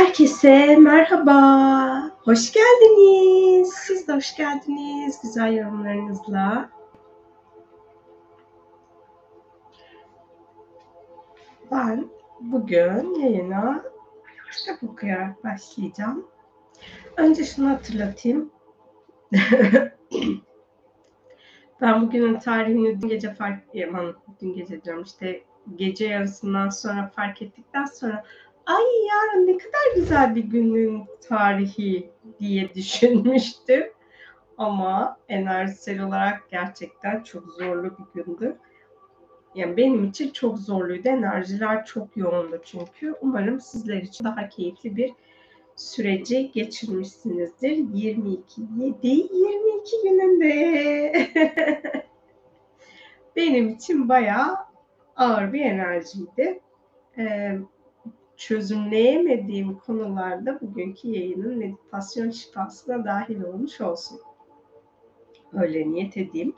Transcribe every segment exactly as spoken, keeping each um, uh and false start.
Herkese merhaba, hoş geldiniz. Siz de hoş geldiniz güzel yorumlarınızla. Ben bugün yayına kitap okuyarak başlayacağım. Önce şunu hatırlatayım. Ben bugünün tarihini dün gece fark ettim. Dün gece diyorum işte gece yarısından sonra fark ettikten sonra ay yarın ne kadar güzel bir günün tarihi diye düşünmüştüm. Ama enerjisel olarak gerçekten çok zorlu bir gündü. Yani benim için çok zorluydu. Enerjiler çok yoğundu çünkü. Umarım sizler için daha keyifli bir süreci geçirmişsinizdir. yirmi iki yedi yirmi iki gününde. Benim için bayağı ağır bir enerjiydi. Ee, çözümleyemediğim konularda bugünkü yayının meditasyon şifasına dahil olmuş olsun. Öyle niyet edeyim.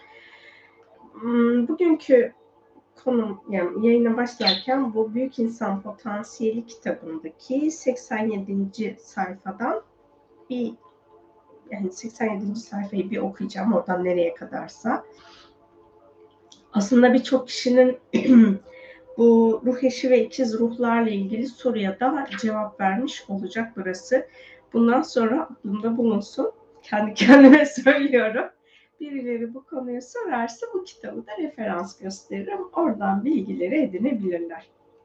Bugünkü konum, yani yayına başlarken bu Büyük İnsan Potansiyeli kitabındaki seksen yedinci sayfadan bir yani seksen yedinci sayfayı bir okuyacağım oradan nereye kadarsa. Aslında birçok kişinin bu ruh eşi ve ikiz ruhlarla ilgili soruya da cevap vermiş olacak burası. Bundan sonra aklımda bulunsun. Kendi kendime söylüyorum. Birileri bu konuyu sorarsa bu kitabı da referans gösteririm. Oradan bilgileri edinebilirler.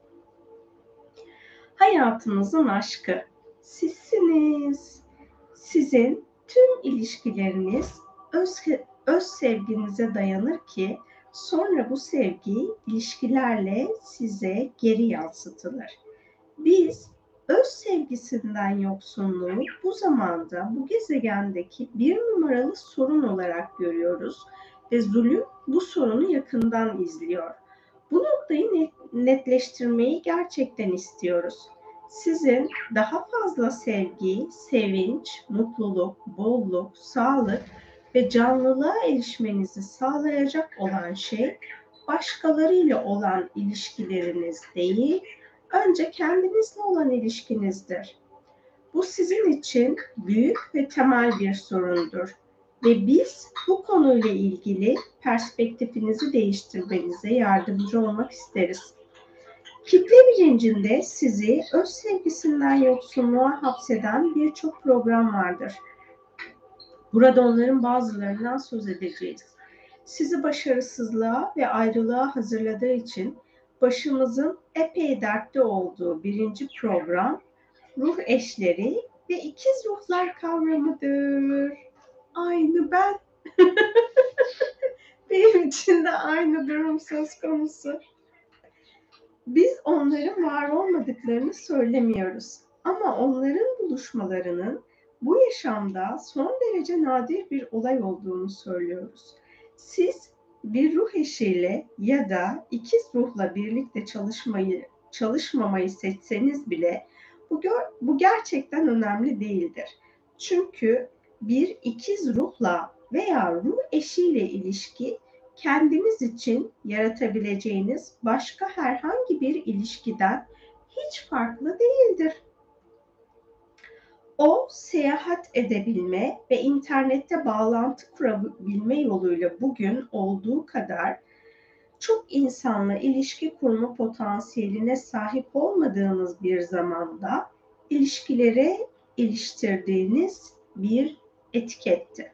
Hayatınızın aşkı sizsiniz. Sizin tüm ilişkileriniz öz, öz sevginize dayanır ki sonra bu sevgi ilişkilerle size geri yansıtılır. Biz öz sevgisinden yoksunluğu bu zamanda bu gezegendeki bir numaralı sorun olarak görüyoruz ve zulüm bu sorunu yakından izliyor. Bu noktayı netleştirmeyi gerçekten istiyoruz. Sizin daha fazla sevgi, sevinç, mutluluk, bolluk, sağlık ve canlılığa erişmenizi sağlayacak olan şey başkalarıyla olan ilişkileriniz değil, önce kendinizle olan ilişkinizdir. Bu sizin için büyük ve temel bir sorundur. Ve biz bu konuyla ilgili perspektifinizi değiştirmenize yardımcı olmak isteriz. Kitle bilincinde sizi öz sevgisinden yoksunluğa hapseden birçok program vardır. Burada onların bazılarından söz edeceğiz. Sizi başarısızlığa ve ayrılığa hazırladığı için başımızın epey dertte olduğu birinci program ruh eşleri ve ikiz ruhlar kavramıdır. Aynı ben. Benim için de aynı durum söz konusu. Biz onların var olmadıklarını söylemiyoruz. Ama onların buluşmalarının bu yaşamda son derece nadir bir olay olduğunu söylüyoruz. Siz bir ruh eşiyle ya da ikiz ruhla birlikte çalışmayı, çalışmamayı seçseniz bile bu, bu gerçekten önemli değildir. Çünkü bir ikiz ruhla veya ruh eşiyle ilişki kendiniz için yaratabileceğiniz başka herhangi bir ilişkiden hiç farklı değildir. O seyahat edebilme ve internette bağlantı kurabilme yoluyla bugün olduğu kadar çok insanla ilişki kurma potansiyeline sahip olmadığınız bir zamanda ilişkilere iliştirdiğiniz bir etiketti.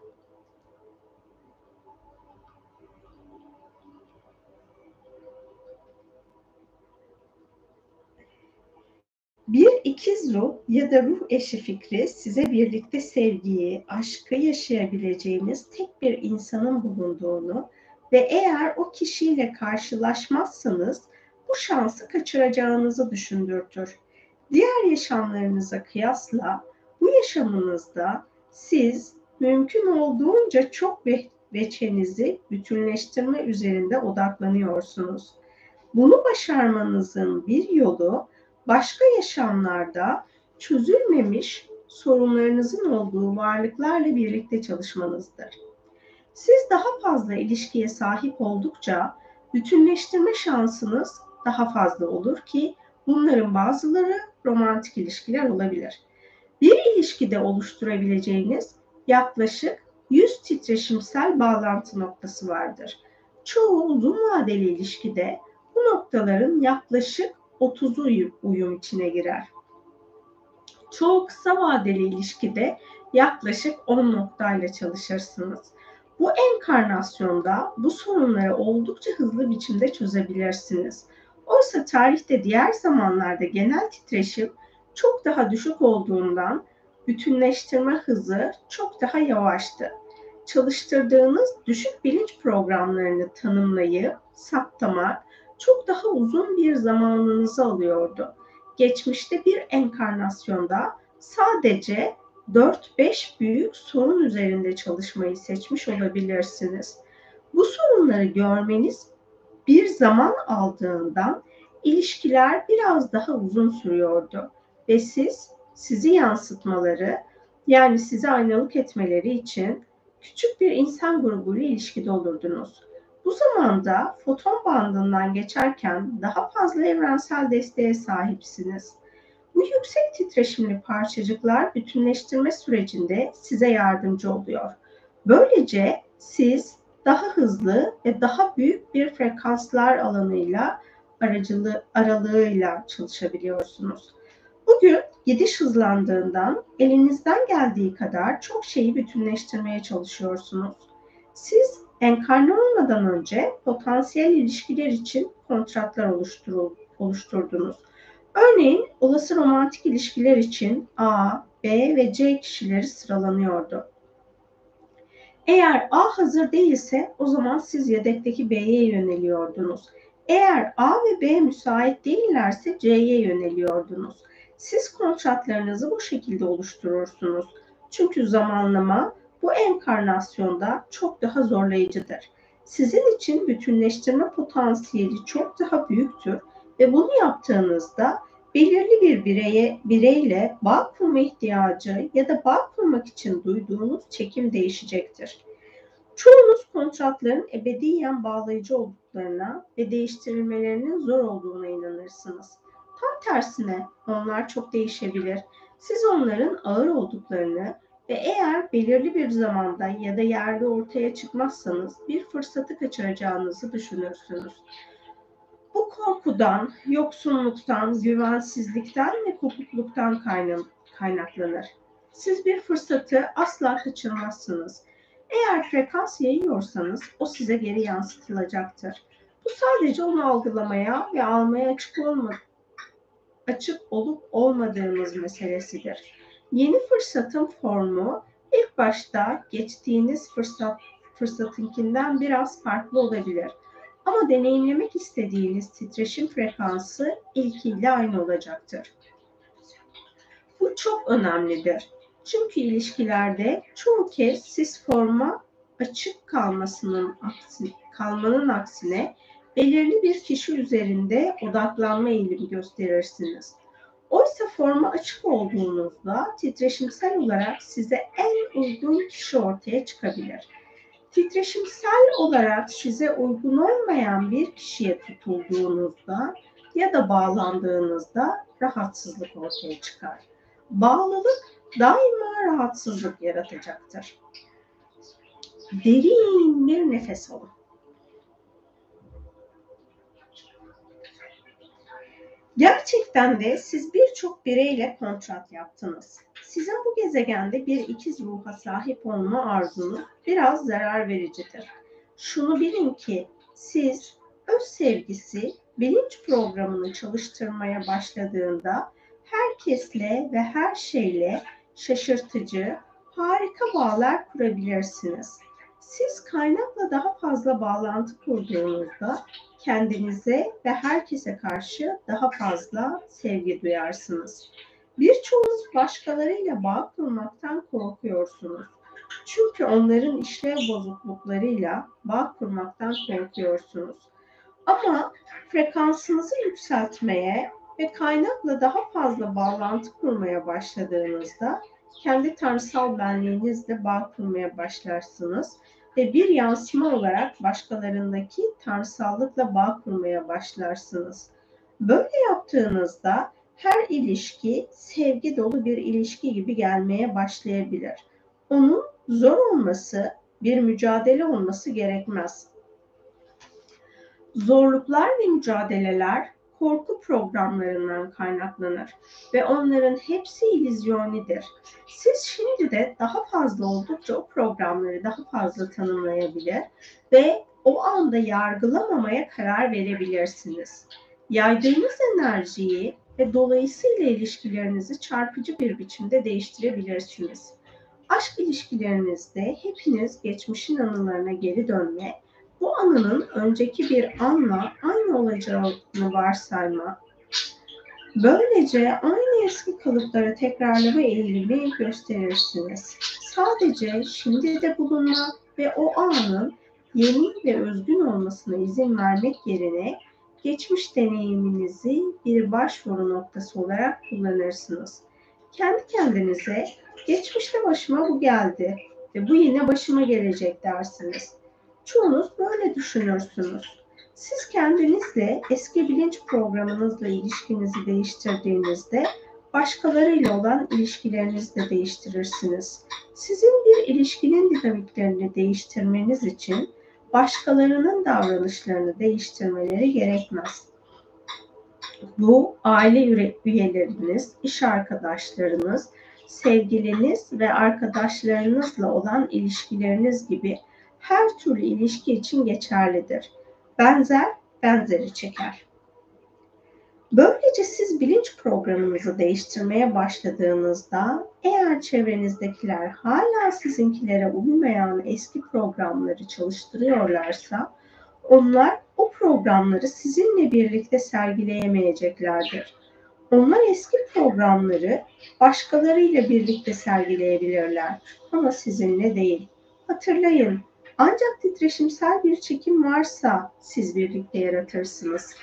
Bir ikiz ruh ya da ruh eşi fikri size birlikte sevgiyi, aşkı yaşayabileceğiniz tek bir insanın bulunduğunu ve eğer o kişiyle karşılaşmazsanız bu şansı kaçıracağınızı düşündürtür. Diğer yaşamlarınıza kıyasla bu yaşamınızda siz mümkün olduğunca çok veçenizi bütünleştirme üzerinde odaklanıyorsunuz. Bunu başarmanızın bir yolu başka yaşamlarda çözülmemiş sorunlarınızın olduğu varlıklarla birlikte çalışmanızdır. Siz daha fazla ilişkiye sahip oldukça bütünleştirme şansınız daha fazla olur ki Bunların bazıları romantik ilişkiler olabilir. Bir ilişkide oluşturabileceğiniz yaklaşık yüz titreşimsel bağlantı noktası vardır. Çoğu uzun vadeli ilişkide bu noktaların yaklaşık otuzu uyum içine girer. Çoğu kısa vadeli ilişkide yaklaşık on noktayla çalışırsınız. Bu enkarnasyonda bu sorunları oldukça hızlı biçimde çözebilirsiniz. Oysa tarihte diğer zamanlarda genel titreşim çok daha düşük olduğundan bütünleştirme hızı çok daha yavaştı. Çalıştırdığınız düşük bilinç programlarını tanımlayıp saptamak çok daha uzun bir zamanınızı alıyordu. Geçmişte bir enkarnasyonda sadece dört beş büyük sorun üzerinde çalışmayı seçmiş olabilirsiniz. Bu sorunları görmeniz bir zaman aldığından ilişkiler biraz daha uzun sürüyordu ve siz sizi yansıtmaları, yani sizi aynalık etmeleri için küçük bir insan grubuyla ilişkide olurdunuz. Bu zamanda foton bandından geçerken daha fazla evrensel desteğe sahipsiniz. Bu yüksek titreşimli parçacıklar bütünleştirme sürecinde size yardımcı oluyor. Böylece siz daha hızlı ve daha büyük bir frekanslar alanıyla aracılığı, aralığıyla çalışabiliyorsunuz. Bugün gidiş hızlandığından elinizden geldiği kadar çok şeyi bütünleştirmeye çalışıyorsunuz. Siz enkarne olmadan önce potansiyel ilişkiler için kontratlar oluşturdunuz. Örneğin olası romantik ilişkiler için A, B ve C kişileri sıralanıyordu. Eğer A hazır değilse o zaman siz yedekteki B'ye yöneliyordunuz. Eğer A ve B müsait değillerse C'ye yöneliyordunuz. Siz kontratlarınızı bu şekilde oluşturursunuz. Çünkü zamanlama bu enkarnasyonda çok daha zorlayıcıdır. Sizin için bütünleştirme potansiyeli çok daha büyüktür ve bunu yaptığınızda belirli bir bireye, bireyle bağ kurma ihtiyacı ya da bağ kurmak için duyduğunuz çekim değişecektir. Çoğunuz kontratların ebediyen bağlayıcı olduklarına ve değiştirilmelerinin zor olduğuna inanırsınız. Tam tersine onlar çok değişebilir. Siz onların ağır olduklarını ve eğer belirli bir zamanda ya da yerde ortaya çıkmazsanız bir fırsatı kaçıracağınızı düşünürsünüz. Bu korkudan, yoksunluktan, güvensizlikten ve kopukluktan kaynaklanır. Siz bir fırsatı asla kaçırmazsınız. Eğer frekans yayıyorsanız o size geri yansıtılacaktır. Bu sadece onu algılamaya ve almaya açık, olma, açık olup olmadığınız meselesidir. Yeni fırsatın formu ilk başta geçtiğiniz fırsat, fırsatınkinden biraz farklı olabilir. Ama deneyimlemek istediğiniz titreşim frekansı ilkiyle aynı olacaktır. Bu çok önemlidir. Çünkü ilişkilerde çoğu kez siz forma açık kalmasının aksine, kalmanın aksine belirli bir kişi üzerinde odaklanma eğilimi gösterirsiniz. Oysa forma açık olduğunuzda titreşimsel olarak size en uygun kişi ortaya çıkabilir. Titreşimsel olarak size uygun olmayan bir kişiye tutulduğunuzda ya da bağlandığınızda rahatsızlık ortaya çıkar. Bağlılık daima rahatsızlık yaratacaktır. Derin bir nefes alın. Gerçekten de siz birçok bireyle kontrat yaptınız. Sizin bu gezegende bir ikiz ruha sahip olma arzunuz biraz zarar vericidir. Şunu bilin ki siz öz sevgisi bilinç programını çalıştırmaya başladığında herkesle ve her şeyle şaşırtıcı, harika bağlar kurabilirsiniz. Siz kaynakla daha fazla bağlantı kurduğunuzda kendinize ve herkese karşı daha fazla sevgi duyarsınız. Birçoğunuz başkalarıyla bağ kurmaktan korkuyorsunuz. Çünkü onların işlev bozukluklarıyla bağ kurmaktan korkuyorsunuz. Ama frekansınızı yükseltmeye ve kaynakla daha fazla bağlantı kurmaya başladığınızda kendi tanrısal benliğinizle bağ kurmaya başlarsınız ve bir yansıma olarak başkalarındaki tanrısallıkla bağ kurmaya başlarsınız. Böyle yaptığınızda her ilişki sevgi dolu bir ilişki gibi gelmeye başlayabilir. Onun zor olması, bir mücadele olması gerekmez. Zorluklar ve mücadeleler korku programlarından kaynaklanır ve onların hepsi illüzyonidir. Siz şimdi de daha fazla oldukça o programları daha fazla tanımlayabilir ve o anda yargılamamaya karar verebilirsiniz. Yaydığınız enerjiyi ve dolayısıyla ilişkilerinizi çarpıcı bir biçimde değiştirebilirsiniz. Aşk ilişkilerinizde hepiniz geçmişin anılarına geri dönme, bu anının önceki bir anla aynı olacağını varsayma, böylece aynı eski kalıpları tekrarlama eğilimi gösterirsiniz. Sadece şimdi de bulunma ve o anın yeni ve özgün olmasına izin vermek yerine geçmiş deneyiminizi bir başvuru noktası olarak kullanırsınız. Kendi kendinize geçmişte başıma bu geldi ve bu yine başıma gelecek dersiniz. Çoğunuz böyle düşünürsünüz. Siz kendinizle eski bilinç programınızla ilişkinizi değiştirdiğinizde başkalarıyla olan ilişkilerinizi de değiştirirsiniz. Sizin bir ilişkinin dinamiklerini değiştirmeniz için başkalarının davranışlarını değiştirmeleri gerekmez. Bu aile üyeleriniz, iş arkadaşlarınız, sevgiliniz ve arkadaşlarınızla olan ilişkileriniz gibi her türlü ilişki için geçerlidir. Benzer, benzeri çeker. Böylece siz bilinç programınızı değiştirmeye başladığınızda eğer çevrenizdekiler hala sizinkilere uymayan eski programları çalıştırıyorlarsa onlar o programları sizinle birlikte sergileyemeyeceklerdir. Onlar eski programları başkalarıyla birlikte sergileyebilirler ama sizinle değil. Hatırlayın, ancak titreşimsel bir çekim varsa siz birlikte yaratırsınız.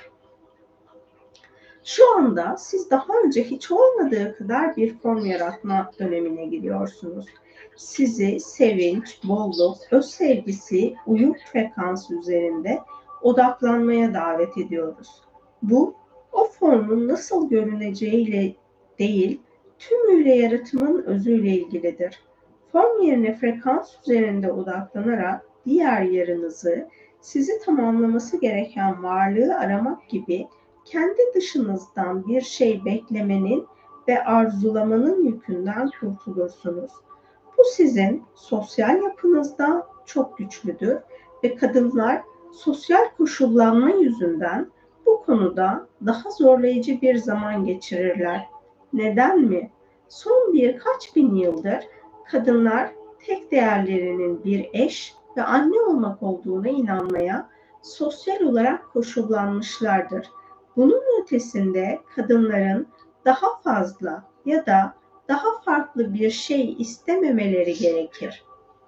Şu anda siz daha önce hiç olmadığı kadar bir form yaratma dönemine giriyorsunuz. Sizi sevinç, bolluk, öz sevgisi, uyum frekansı üzerinde odaklanmaya davet ediyoruz. Bu, o formun nasıl görüneceğiyle değil, tümüyle yaratımın özüyle ilgilidir. Form yerine frekans üzerinde odaklanarak diğer yarınızı, sizi tamamlaması gereken varlığı aramak gibi kendi dışınızdan bir şey beklemenin ve arzulamanın yükünden kurtulursunuz. Bu sizin sosyal yapınızda çok güçlüdür ve kadınlar sosyal koşullanma yüzünden bu konuda daha zorlayıcı bir zaman geçirirler. Neden mi? Son birkaç bin yıldır kadınlar tek değerlerinin bir eş ve anne olmak olduğuna inanmaya sosyal olarak koşullanmışlardır. Bunun ötesinde kadınların daha fazla ya da daha farklı bir şey istememeleri gerekir.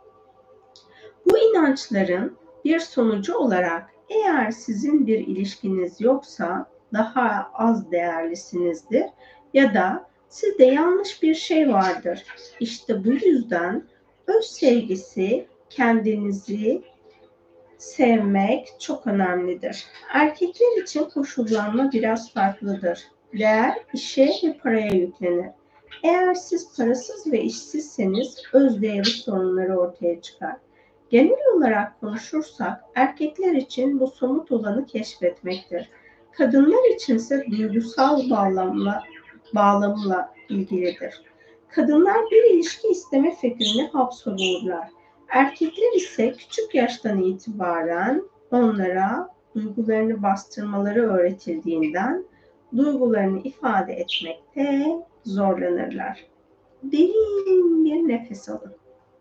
Bu inançların bir sonucu olarak eğer sizin bir ilişkiniz yoksa daha az değerlisinizdir ya da sizde yanlış bir şey vardır. İşte bu yüzden öz sevgisi, kendinizi sevmek çok önemlidir. Erkekler için koşullanma biraz farklıdır. Değer işe ve paraya yüklenir. Eğer siz parasız ve işsizseniz öz değeri sorunları ortaya çıkar. Genel olarak konuşursak erkekler için bu somut olanı keşfetmektir. Kadınlar içinse duygusal bağlamla, bağlamla ilgilidir. Kadınlar bir ilişki isteme fikrini hapsolurlar. Erkekler ise küçük yaştan itibaren onlara duygularını bastırmaları öğretildiğinden duygularını ifade etmekte zorlanırlar. Derin bir nefes alın.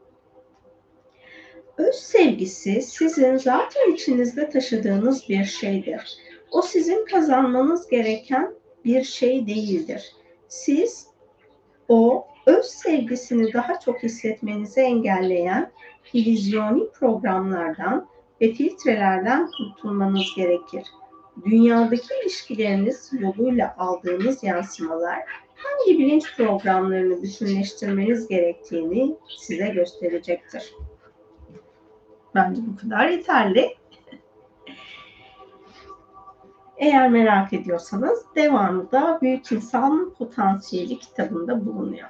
Öz sevgisi sizin zaten içinizde taşıdığınız bir şeydir. O sizin kazanmanız gereken bir şey değildir. Siz o öz sevgisini daha çok hissetmenizi engelleyen illüzyoni programlardan ve filtrelerden kurtulmanız gerekir. Dünyadaki ilişkileriniz yoluyla aldığınız yansımalar hangi bilinç programlarını bütünleştirmeniz gerektiğini size gösterecektir. Bence bu kadar yeterli. Eğer merak ediyorsanız devamı da Büyük İnsan Potansiyeli kitabında bulunuyor.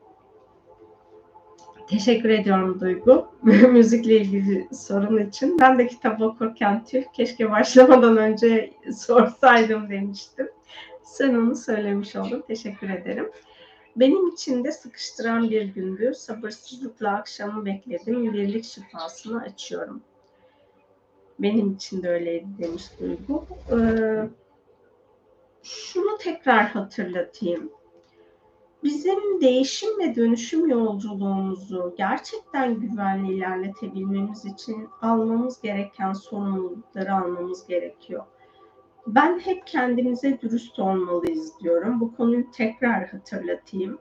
Teşekkür ediyorum Duygu, müzikle ilgili sorun için. Ben de kitap okurken tüh keşke başlamadan önce sorsaydım demiştim. Sen onu söylemiş oldun. Teşekkür ederim. Benim için de sıkıştıran bir gündü. Sabırsızlıkla akşamı bekledim. Birlik şifasını açıyorum. Benim için de öyleydi demiş Duygu. Ee, şunu tekrar hatırlatayım. Bizim değişim ve dönüşüm yolculuğumuzu gerçekten güvenli ilerletebilmemiz için almamız gereken sorumlulukları almamız gerekiyor. Ben hep kendimize dürüst olmalıyız diyorum. Bu konuyu tekrar hatırlatayım.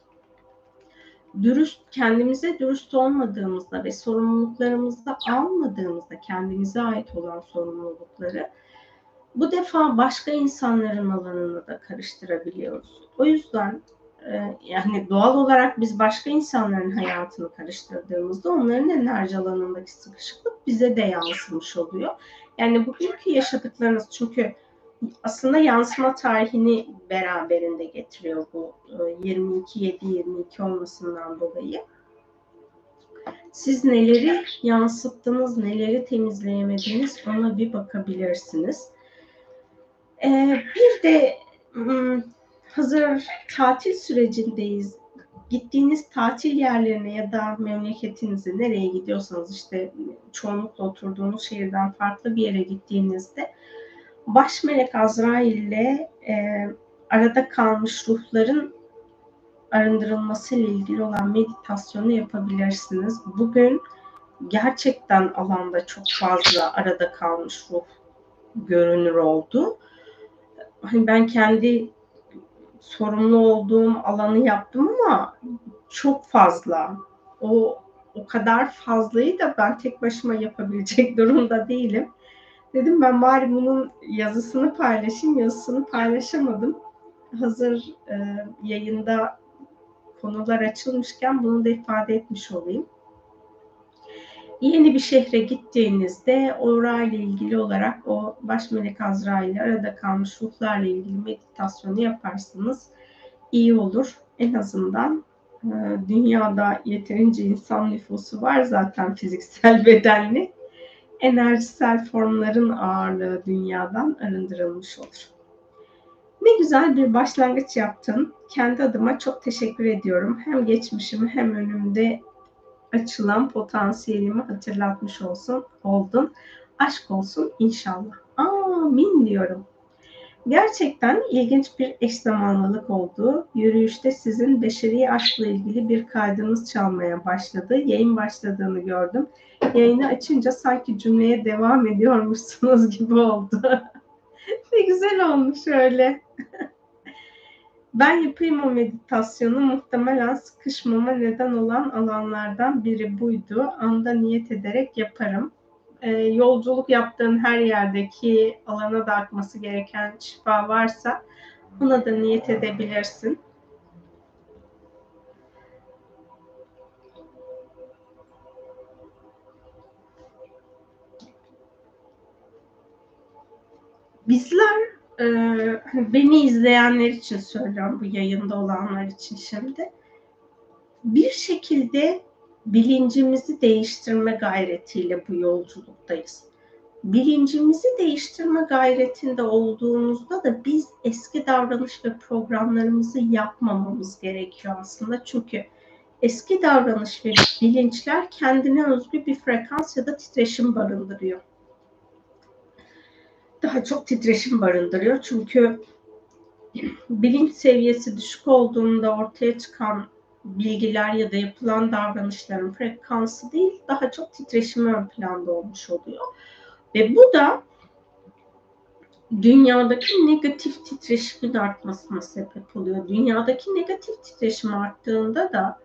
Dürüst, kendimize dürüst olmadığımızda ve sorumluluklarımızı almadığımızda, kendimize ait olan sorumlulukları, bu defa başka insanların alanını da karıştırabiliyoruz. O yüzden yani doğal olarak biz başka insanların hayatını karıştırdığımızda onların enerji alanındaki sıkışıklık bize de yansımış oluyor. Yani bugünkü yaşadıklarınız, çünkü aslında yansıma tarihini beraberinde getiriyor bu yirmi iki yedi yirmi iki olmasından dolayı. Siz neleri yansıttınız, neleri temizleyemediniz, ona bir bakabilirsiniz. Ee, bir de hazır tatil sürecindeyiz. Gittiğiniz tatil yerlerine ya da memleketinize, nereye gidiyorsanız, işte çoğunlukla oturduğunuz şehirden farklı bir yere gittiğinizde baş melek Azrail ile e, arada kalmış ruhların arındırılması ile ilgili olan meditasyonu yapabilirsiniz. Bugün gerçekten alanda çok fazla arada kalmış ruh görünür oldu. Hani ben kendi sorumlu olduğum alanı yaptım ama çok fazla. O o kadar fazlayı da ben tek başıma yapabilecek durumda değilim. Dedim ben bari bunun yazısını paylaşayım. Yazısını paylaşamadım. Hazır e, yayında konular açılmışken bunu da ifade etmiş olayım. Yeni bir şehre gittiğinizde orayla ilgili olarak o baş melek Azrail ile arada kalmış ruhlarla ilgili meditasyonu yaparsanız iyi olur. En azından e, dünyada yeterince insan nüfusu var zaten, fiziksel bedenli. Enerjisel formların ağırlığı dünyadan arındırılmış olur. Ne güzel bir başlangıç yaptın. Kendi adıma çok teşekkür ediyorum. Hem geçmişimi hem önümde açılan potansiyelimi hatırlatmış olsun, oldun. Aşk olsun inşallah. Amin diyorum. Gerçekten ilginç bir eş zamanlılık oldu. Yürüyüşte sizin beşeri aşkla ilgili bir kaydınız çalmaya başladı. Yayın başladığını gördüm. Yayını açınca sanki cümleye devam ediyormuşsunuz gibi oldu. Ne güzel olmuş öyle. Ben yapayım o meditasyonu. Muhtemelen sıkışmama neden olan alanlardan biri buydu. Anda niyet ederek yaparım. Ee, yolculuk yaptığın her yerdeki alana da akması gereken şifa varsa buna da niyet edebilirsin. Bizler, e, beni izleyenler için söylüyorum, bu yayında olanlar için şimdi, bir şekilde bilincimizi değiştirme gayretiyle bu yolculuktayız. Bilincimizi değiştirme gayretinde olduğumuzda da biz eski davranış ve programlarımızı yapmamamız gerekiyor aslında. Çünkü eski davranış ve bilinçler kendine özgü bir frekans ya da titreşim barındırıyor. Daha çok titreşim barındırıyor. Çünkü bilinç seviyesi düşük olduğunda ortaya çıkan bilgiler ya da yapılan davranışların frekansı değil, daha çok titreşim ön planda olmuş oluyor. Ve bu da dünyadaki negatif titreşimin artmasına sebep oluyor. Dünyadaki negatif titreşim arttığında da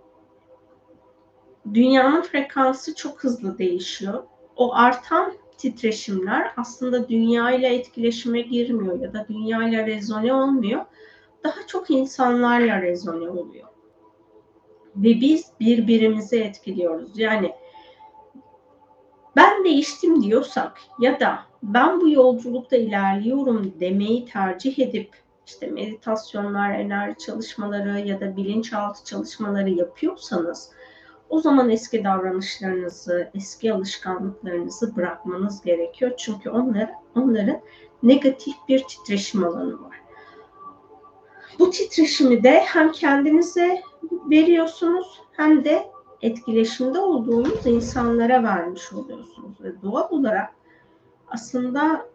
dünyanın frekansı çok hızlı değişiyor. O artan titreşimler aslında dünya ile etkileşime girmiyor ya da dünya ile rezone olmuyor. Daha çok insanlarla rezone oluyor. Ve biz birbirimizi etkiliyoruz. Yani ben değiştim diyorsak ya da ben bu yolculukta ilerliyorum demeyi tercih edip işte meditasyonlar, enerji çalışmaları ya da bilinçaltı çalışmaları yapıyorsanız o zaman eski davranışlarınızı, eski alışkanlıklarınızı bırakmanız gerekiyor. Çünkü onlar, onların negatif bir titreşim alanı var. Bu titreşimi de hem kendinize veriyorsunuz hem de etkileşimde olduğunuz insanlara vermiş oluyorsunuz. Ve doğal olarak aslında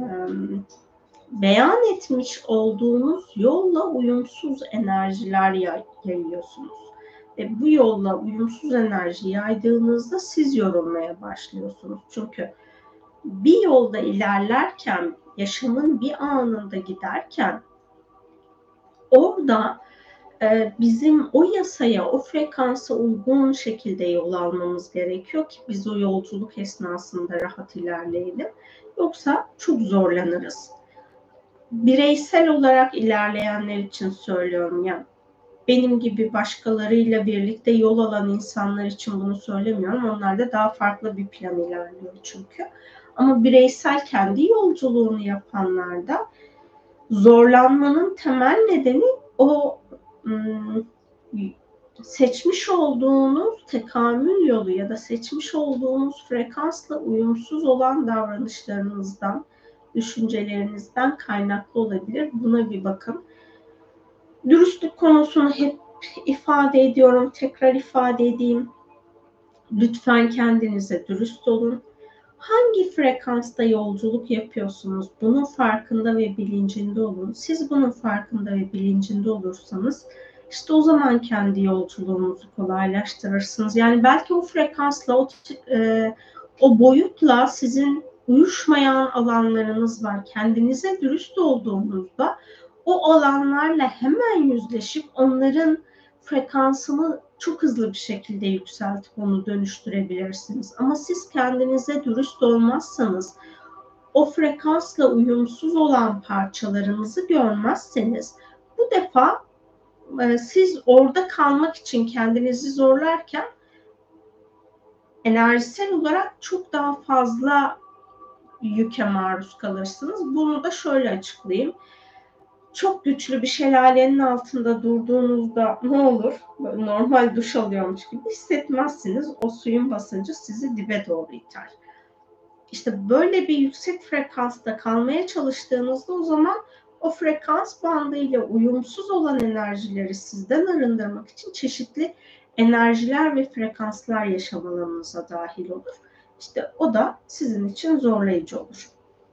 beyan etmiş olduğunuz yolla uyumsuz enerjiler yayıyorsunuz. Ve bu yolla uyumsuz enerji yaydığınızda siz yorulmaya başlıyorsunuz. Çünkü bir yolda ilerlerken, yaşamın bir anında giderken orada e, bizim o yasaya, o frekansa uygun şekilde yol almamız gerekiyor ki biz o yolculuk esnasında rahat ilerleyelim. Yoksa çok zorlanırız. Bireysel olarak ilerleyenler için söylüyorum yani. Benim gibi başkalarıyla birlikte yol alan insanlar için bunu söylemiyorum. Onlar da daha farklı bir plan ilerliyor çünkü. Ama bireysel kendi yolculuğunu yapanlarda zorlanmanın temel nedeni o ım, seçmiş olduğunuz tekamül yolu ya da seçmiş olduğunuz frekansla uyumsuz olan davranışlarınızdan, düşüncelerinizden kaynaklı olabilir. Buna bir bakın. Dürüstlük konusunu hep ifade ediyorum, tekrar ifade edeyim. Lütfen kendinize dürüst olun. Hangi frekansta yolculuk yapıyorsunuz? Bunun farkında ve bilincinde olun. Siz bunun farkında ve bilincinde olursanız işte o zaman kendi yolculuğunuzu kolaylaştırırsınız. Yani belki o frekansla, o, e, o boyutla sizin uyuşmayan alanlarınız var. Kendinize dürüst olduğunuzda o alanlarla hemen yüzleşip onların frekansını çok hızlı bir şekilde yükseltip onu dönüştürebilirsiniz. Ama siz kendinize dürüst olmazsanız, o frekansla uyumsuz olan parçalarınızı görmezseniz bu defa siz orada kalmak için kendinizi zorlarken enerjisel olarak çok daha fazla yüke maruz kalırsınız. Bunu da şöyle açıklayayım. Çok güçlü bir şelalenin altında durduğunuzda ne olur? Böyle normal duş alıyormuş gibi hissetmezsiniz. O suyun basıncı sizi dibe doğru iter. İşte böyle bir yüksek frekansta kalmaya çalıştığınızda o zaman o frekans bandıyla uyumsuz olan enerjileri sizden arındırmak için çeşitli enerjiler ve frekanslar yaşam alanınıza dahil olur. İşte o da sizin için zorlayıcı olur.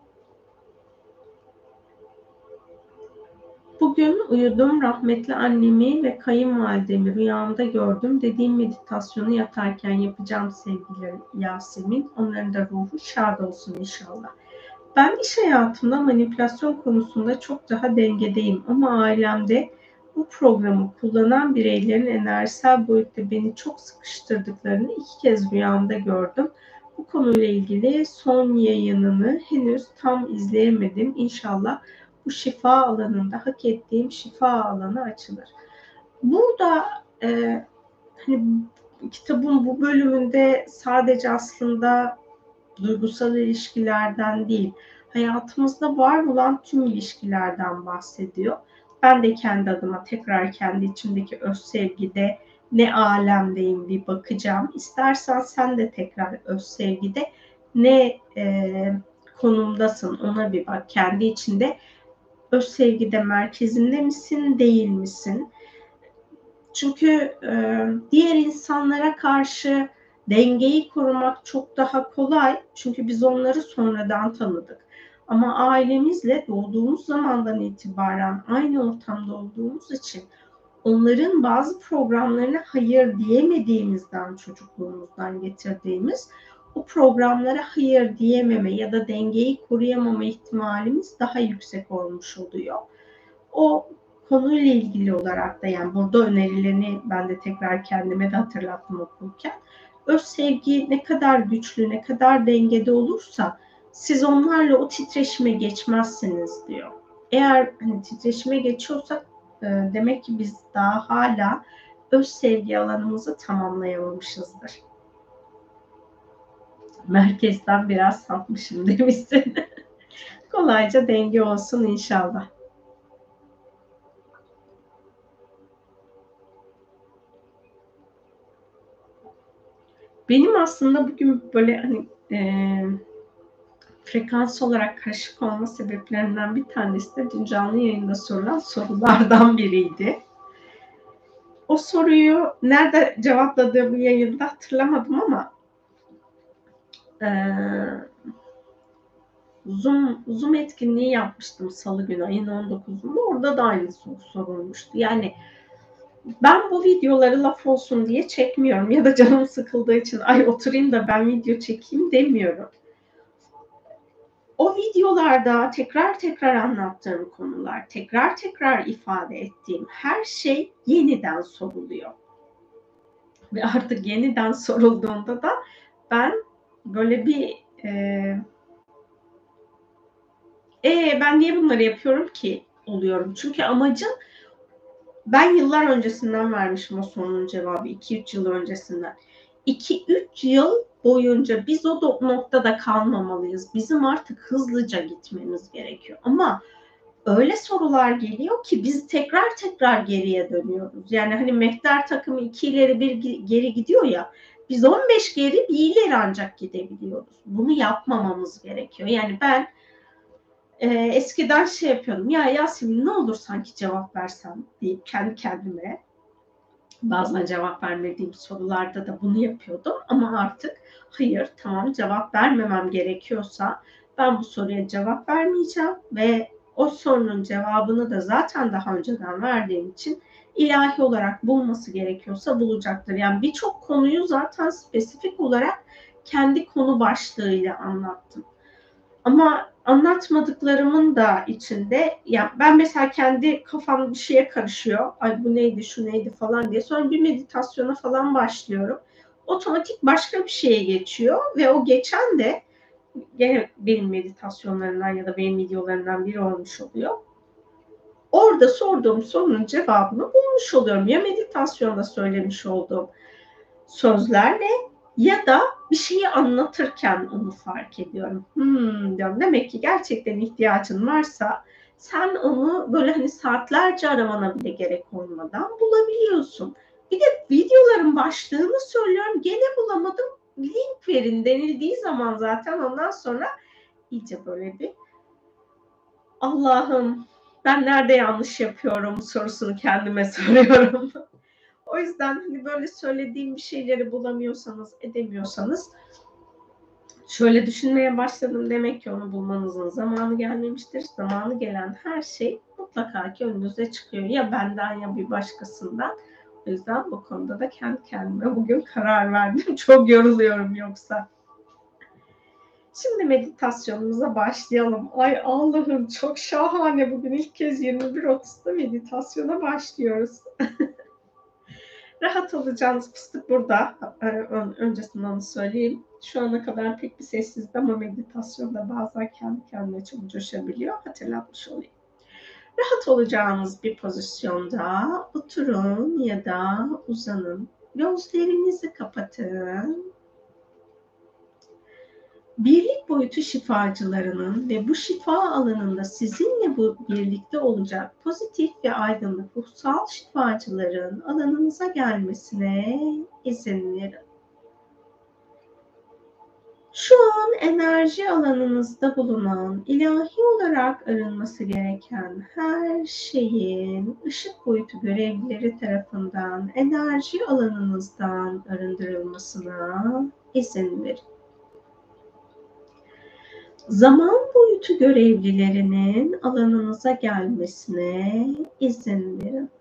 Bugün uyudum, rahmetli annemi ve kayınvalidemi rüyamda gördüm. Dediğim meditasyonu yatarken yapacağım sevgili Yasemin. Onların da ruhu şad olsun inşallah. Ben iş hayatımda manipülasyon konusunda çok daha dengedeyim ama ailemde bu programı kullanan bireylerin enerjisel boyutta beni çok sıkıştırdıklarını iki kez rüyamda gördüm. Bu konuyla ilgili son yayınını henüz tam izleyemedim. İnşallah bu şifa alanında hak ettiğim şifa alanı açılır. Burada e, hani kitabın bu bölümünde sadece aslında duygusal ilişkilerden değil, hayatımızda var olan tüm ilişkilerden bahsediyor. Ben de kendi adıma tekrar kendi içimdeki öz sevgide ne alemdeyim bir bakacağım. İstersen sen de tekrar öz sevgide ne e, konumdasın ona bir bak. Kendi içinde öz sevgide merkezinde misin, değil misin? Çünkü e, diğer insanlara karşı dengeyi korumak çok daha kolay. Çünkü biz onları sonradan tanıdık. Ama ailemizle doğduğumuz zamandan itibaren aynı ortamda olduğumuz için onların bazı programlarına hayır diyemediğimizden, çocukluğumuzdan getirdiğimiz o programlara hayır diyememe ya da dengeyi koruyamama ihtimalimiz daha yüksek olmuş oluyor. O konuyla ilgili olarak da yani burada önerilerini ben de tekrar kendime de hatırlattım okurken. Öz sevgi ne kadar güçlü, ne kadar dengede olursa siz onlarla o titreşime geçmezsiniz diyor. Eğer hani titreşime geçiyorsak demek ki biz daha hala öz sevgi alanımızı tamamlayamamışızdır. Merkezden biraz sapmışım demişsin. Kolayca denge olsun inşallah. Benim aslında bugün böyle hani e, frekans olarak karışık olma sebeplerinden bir tanesi de dün canlı yayında sorulan sorulardan biriydi. O soruyu nerede cevapladığımı yayında hatırlamadım ama e, Zoom, Zoom etkinliği yapmıştım Salı günü ayın on dokuzunda. Orada da aynı soru sorulmuştu. Yani ben bu videoları laf olsun diye çekmiyorum ya da canım sıkıldığı için ay oturayım da ben video çekeyim demiyorum. O videolarda tekrar tekrar anlattığım konular, tekrar tekrar ifade ettiğim her şey yeniden soruluyor. Ve artık yeniden sorulduğunda da ben böyle bir e, e, ben niye bunları yapıyorum ki oluyorum. Çünkü amacım ben yıllar öncesinden vermişim o sorunun cevabı. iki üç yıl öncesinden. iki üç yıl boyunca biz o noktada kalmamalıyız. Bizim artık hızlıca gitmemiz gerekiyor. Ama öyle sorular geliyor ki biz tekrar tekrar geriye dönüyoruz. Yani hani mehter takımı iki ileri bir geri gidiyor ya. Biz on beş geri bir ileri ancak gidebiliyoruz. Bunu yapmamamız gerekiyor. Yani ben e, eskiden şey yapıyordum. Ya Yasemin ne olur sanki cevap versem deyip kendi kendime. Bazen cevap vermediğim sorularda da bunu yapıyordum. Ama artık hayır tamam cevap vermemem gerekiyorsa ben bu soruya cevap vermeyeceğim ve o sorunun cevabını da zaten daha önceden verdiğim için ilahi olarak bulması gerekiyorsa bulacaktır. Yani birçok konuyu zaten spesifik olarak kendi konu başlığıyla anlattım. Ama anlatmadıklarımın da içinde ya ben mesela kendi kafam bir şeye karışıyor. Ay bu neydi, şu neydi falan diye. Sonra bir meditasyona falan başlıyorum. Otomatik başka bir şeye geçiyor ve o geçen de gene benim meditasyonlarımdan ya da benim videolarımdan biri olmuş oluyor. Orada sorduğum sorunun cevabını bulmuş oluyorum. Ya meditasyonda söylemiş olduğum sözlerle ya da bir şeyi anlatırken onu fark ediyorum. Hmm diyorum. Demek ki gerçekten ihtiyacın varsa sen onu böyle hani saatlerce aramana bile gerek olmadan bulabiliyorsun. Bir de videoların başlığını söylüyorum. Gene bulamadım. Link verin denildiği zaman zaten ondan sonra iyice böyle bir Allah'ım ben nerede yanlış yapıyorum sorusunu kendime soruyorum. O yüzden hani böyle söylediğim bir şeyleri bulamıyorsanız, edemiyorsanız şöyle düşünmeye başladım. Demek ki onu bulmanızın zamanı gelmemiştir. Zamanı gelen her şey mutlaka ki önünüze çıkıyor. Ya benden ya bir başkasından. O yüzden bu konuda da kendi kendime bugün karar verdim. Çok yoruluyorum yoksa. Şimdi meditasyonumuza başlayalım. Ay Allah'ım çok şahane. Bugün ilk kez yirmi bir otuzda meditasyona başlıyoruz. Rahat olacağınız fıstık burada. Öncesinden onu söyleyeyim. Şu ana kadar pek bir sessizdi ama meditasyonda bazen kendi kendine çok coşabiliyor. Hatırlatmış olayım. Rahat olacağınız bir pozisyonda oturun ya da uzanın. Gözlerinizi kapatın. Birlik boyutu şifacılarının ve bu şifa alanında sizinle bu birlikte olacak pozitif ve aydınlık ruhsal şifacıların alanınıza gelmesine izin verin. Şu an enerji alanınızda bulunan ilahi olarak arınması gereken her şeyin ışık boyutu görevlileri tarafından enerji alanınızdan arındırılmasına izin verin. Zaman boyutu görevlilerinin alanınıza gelmesine izin verin.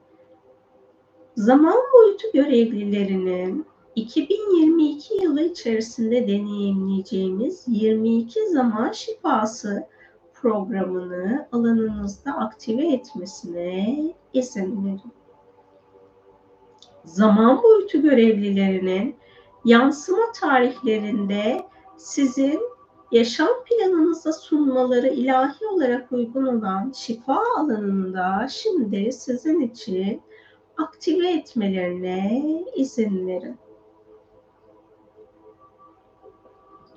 Zaman boyutu görevlilerinin iki bin yirmi iki yılı içerisinde deneyimleyeceğimiz yirmi iki zaman şifası programını alanınızda aktive etmesine izin verin. Zaman boyutu görevlilerinin yansıma tarihlerinde sizin yaşam planınıza sunmaları ilahi olarak uygun olan şifa alanında şimdi sizin için aktive etmelerine izin verin.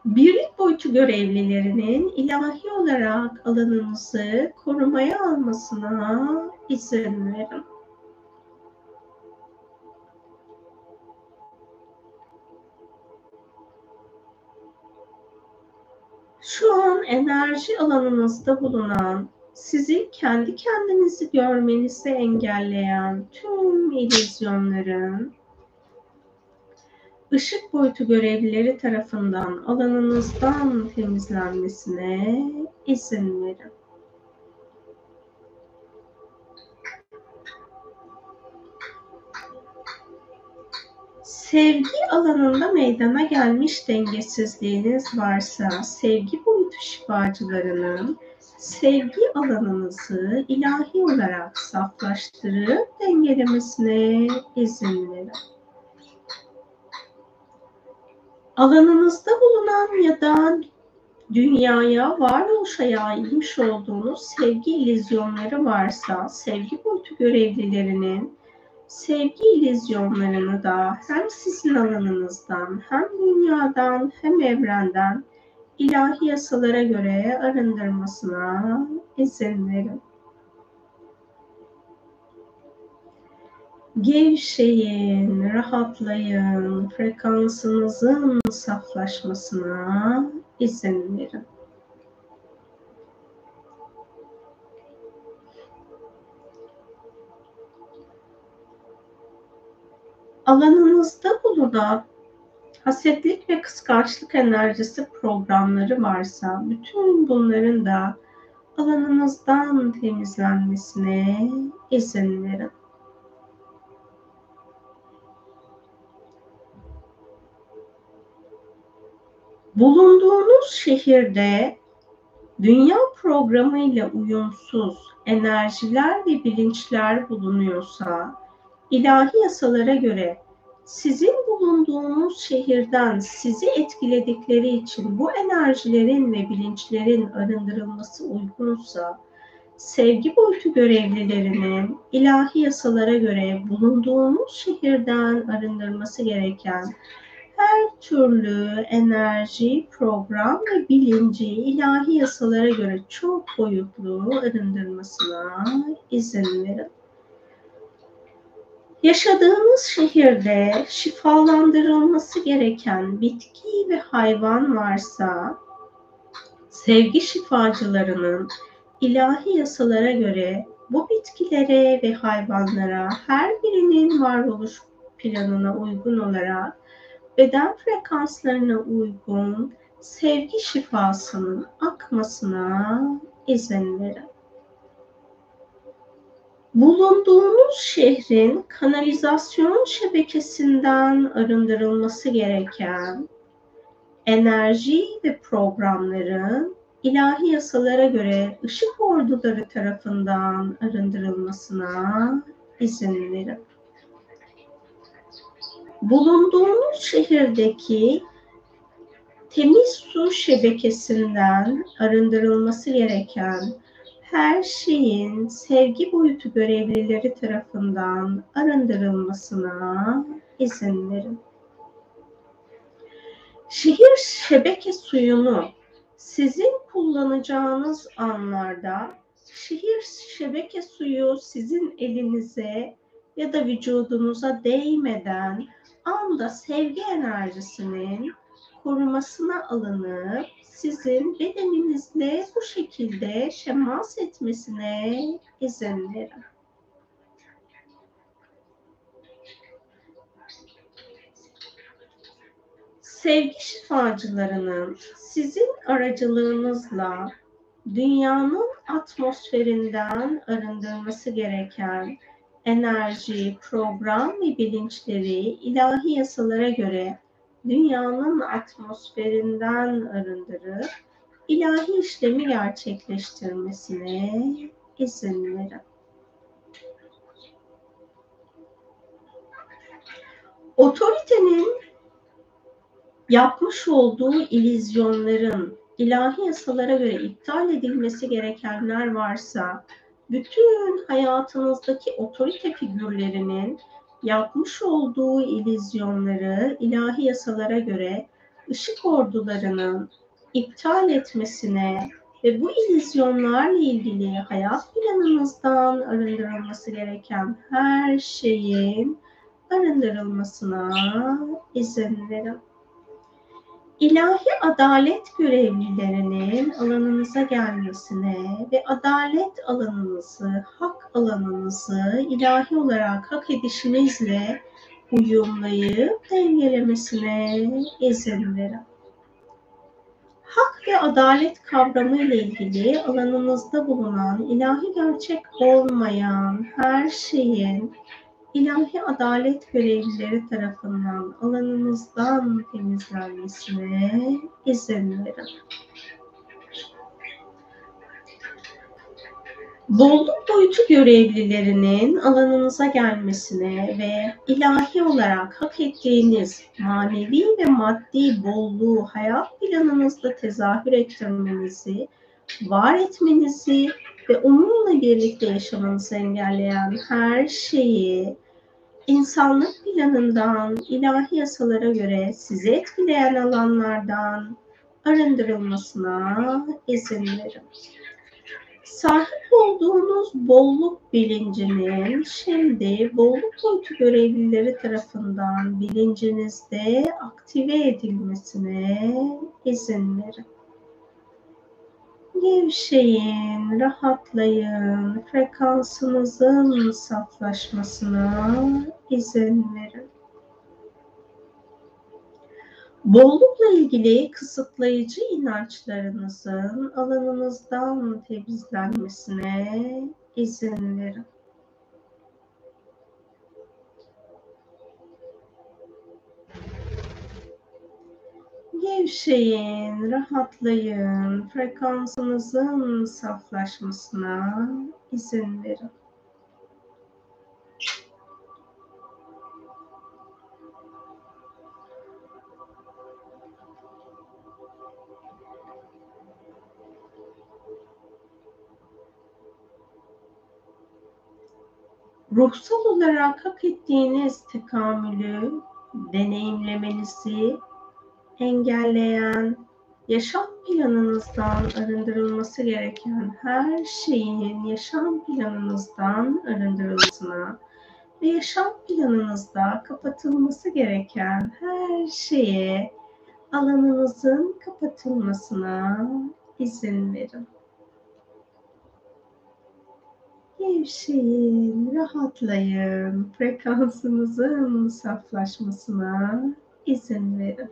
birlik boyutu görevlilerinin ilahi olarak alanınızı korumaya almasına izin verin. Şu an enerji alanınızda bulunan, sizi kendi kendinizi görmenizi engelleyen tüm illüzyonların ışık boyutu görevlileri tarafından alanınızdan temizlenmesine izin verin. Sevgi alanında meydana gelmiş dengesizliğiniz varsa, sevgi boyutu şifacılarının sevgi alanınızı ilahi olarak saflaştırıp dengelemesine izin verin. Alanınızda bulunan ya da dünyaya, varoluşa yayılmış olduğunuz sevgi illüzyonları varsa, sevgi boyutu görevlilerinin sevgi illüzyonlarını da hem sizin alanınızdan, hem dünyadan, hem evrenden ilahi yasalara göre arındırmasına izin verin. Gevşeyin, rahatlayın, frekansınızın saflaşmasına izin verin. Alanınızda bulunan hasetlik ve kıskançlık enerjisi programları varsa, bütün bunların da alanınızdan temizlenmesine izin verin. Bulunduğunuz şehirde dünya programıyla uyumsuz enerjiler ve bilinçler bulunuyorsa, ilahi yasalara göre sizin bulunduğunuz şehirden sizi etkiledikleri için bu enerjilerin ve bilinçlerin arındırılması uygunsa, sevgi boyutu görevlilerinin ilahi yasalara göre bulunduğunuz şehirden arındırması gereken her türlü enerji, program ve bilinci ilahi yasalara göre çok boyutlu arındırmasına izin verin. Yaşadığınız şehirde şifalandırılması gereken bitki ve hayvan varsa, sevgi şifacılarının ilahi yasalara göre bu bitkilere ve hayvanlara her birinin varoluş planına uygun olarak beden frekanslarına uygun sevgi şifasının akmasına izin verin. Bulunduğunuz şehrin kanalizasyon şebekesinden arındırılması gereken enerji ve programların ilahi yasalara göre ışık orduları tarafından arındırılmasına izin verin. Bulunduğunuz şehirdeki temiz su şebekesinden arındırılması gereken her şeyin sevgi boyutu görevlileri tarafından arındırılmasına izin verin. Şehir şebeke suyunu sizin kullanacağınız anlarda, şehir şebeke suyu sizin elinize ya da vücudunuza değmeden anda sevgi enerjisinin korumasına alınıp sizin bedeninizle bu şekilde temas etmesine izin verin. Sevgi şifacılarının sizin aracılığınızla dünyanın atmosferinden arındırması gereken enerji, program ve bilinçleri ilahi yasalara göre dünyanın atmosferinden arındırıp ilahi işlemi gerçekleştirmesine izin verin. Otoritenin yapmış olduğu illüzyonların ilahi yasalara göre iptal edilmesi gerekenler varsa, bütün hayatınızdaki otorite figürlerinin yapmış olduğu illüzyonları ilahi yasalara göre ışık ordularının iptal etmesine ve bu illüzyonlarla ilgili hayat planınızdan arındırılması gereken her şeyin arındırılmasına izin verin. İlahi adalet görevlilerinin alanınıza gelmesine ve adalet alanınızı, hak alanınızı ilahi olarak hak edişinizle uyumlayıp dengelemesine izin verin. Hak ve adalet kavramı ile ilgili alanınızda bulunan ilahi gerçek olmayan her şeyin ilahi adalet görevlileri tarafından alanınızdan temizlenmesine izin verin. Bolluk boyutu görevlilerinin alanınıza gelmesine ve ilahi olarak hak ettiğiniz manevi ve maddi bolluğu hayat planınızda tezahür ettirmenizi, var etmenizi ve onunla birlikte yaşamanızı engelleyen her şeyi insanlık planından, ilahi yasalara göre sizi etkileyen alanlardan arındırılmasına izin verin. Sahip olduğunuz bolluk bilincinin şimdi bolluk boyutu görevlileri tarafından bilincinizde aktive edilmesine izin verin. Gevşeyin, rahatlayın, frekansınızın saflaşmasına izin verin. Bollukla ilgili kısıtlayıcı inançlarınızın alanınızdan temizlenmesine izin verin. Gevşeyin, rahatlayın, frekansınızın saflaşmasına izin verin. Ruhsal olarak hak ettiğiniz tekamülü deneyimlemenizi engelleyen, yaşam planınızdan arındırılması gereken her şeyin yaşam planınızdan arındırılmasına ve yaşam planınızda kapatılması gereken her şeye alanınızın kapatılmasına izin verin. Gevşeyin, rahatlayın, frekansınızın saflaşmasına izin verin.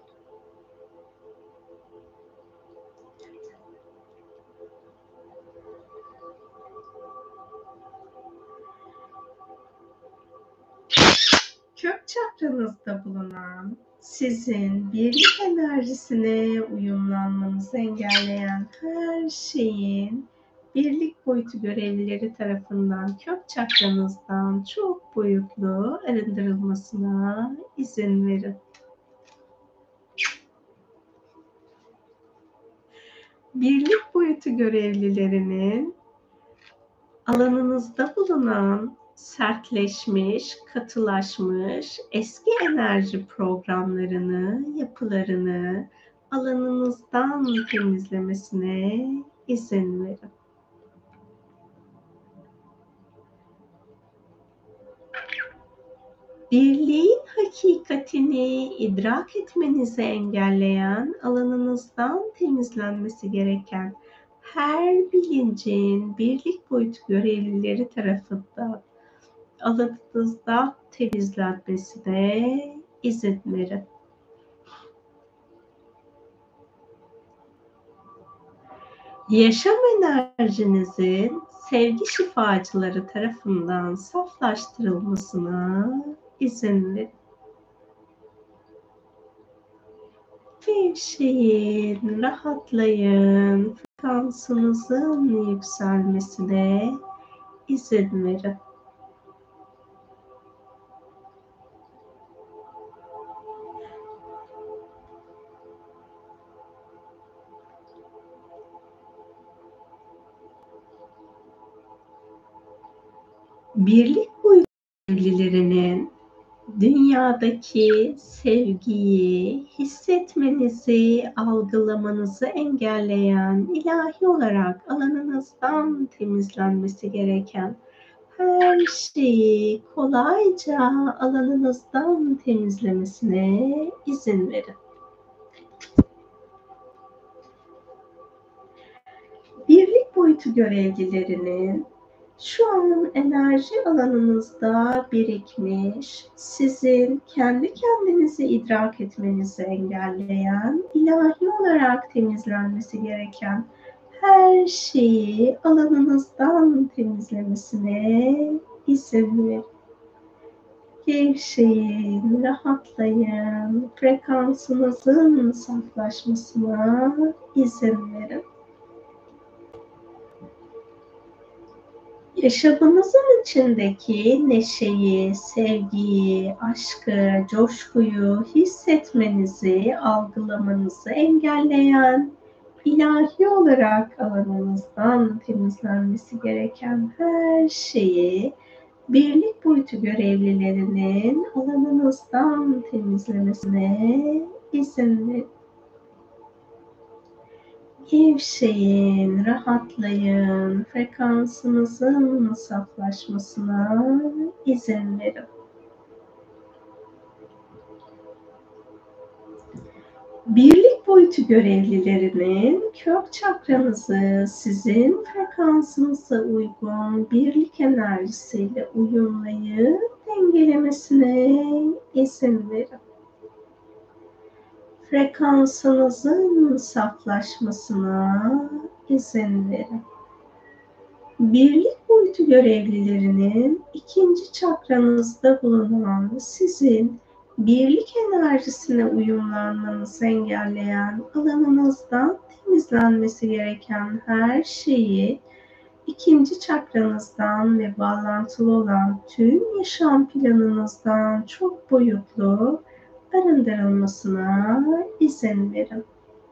Kök çakranızda bulunan sizin birlik enerjisine uyumlanmanızı engelleyen her şeyin birlik boyutu görevlileri tarafından kök çakranızdan çok boyutlu arındırılmasına izin verin. Birlik boyutu görevlilerinin alanınızda bulunan sertleşmiş, katılaşmış eski enerji programlarını, yapılarını alanınızdan temizlemesine izin verin. Birliğin hakikatini idrak etmenizi engelleyen, alanınızdan temizlenmesi gereken her bilincin birlik boyutu görevlileri tarafından alanınızda temizlenmesine izin verin. Yaşam enerjinizin sevgi şifacıları tarafından saflaştırılmasına izin verin. Gevşeyin, rahatlayın, frekansınızın yükselmesine izin verin. Birlik boyutu görevlilerinin dünya dünyadaki sevgiyi hissetmenizi, algılamanızı engelleyen, ilahi olarak alanınızdan temizlenmesi gereken her şeyi kolayca alanınızdan temizlemesine izin verin. Birlik boyutu görevlilerinin şu an enerji alanınızda birikmiş, sizin kendi kendinizi idrak etmenizi engelleyen, ilahi olarak temizlenmesi gereken her şeyi alanınızdan temizlemesine izin verin. Gevşeyin, rahatlayın, frekansınızın saflaşmasına izin verin. Yaşamınızın içindeki neşeyi, sevgiyi, aşkı, coşkuyu hissetmenizi, algılamanızı engelleyen, ilahi olarak alanınızdan temizlenmesi gereken her şeyi birlik boyutu görevlilerinin alanınızdan temizlemesine izin verin. Gevşeyin, rahatlayın, frekansınızın saflaşmasına izin verin. Birlik boyutu görevlilerinin kök çakranızı sizin frekansınıza uygun birlik enerjisiyle uyumlayıp dengelemesine izin verin. Frekansınızın saflaşmasına izin verin. Birlik boyutu görevlilerinin ikinci çakranızda bulunan sizin birlik enerjisine uyumlanmanızı engelleyen alanınızdan temizlenmesi gereken her şeyi ikinci çakranızdan ve bağlantılı olan tüm yaşam planınızdan çok boyutlu arındırılmasına izin verin.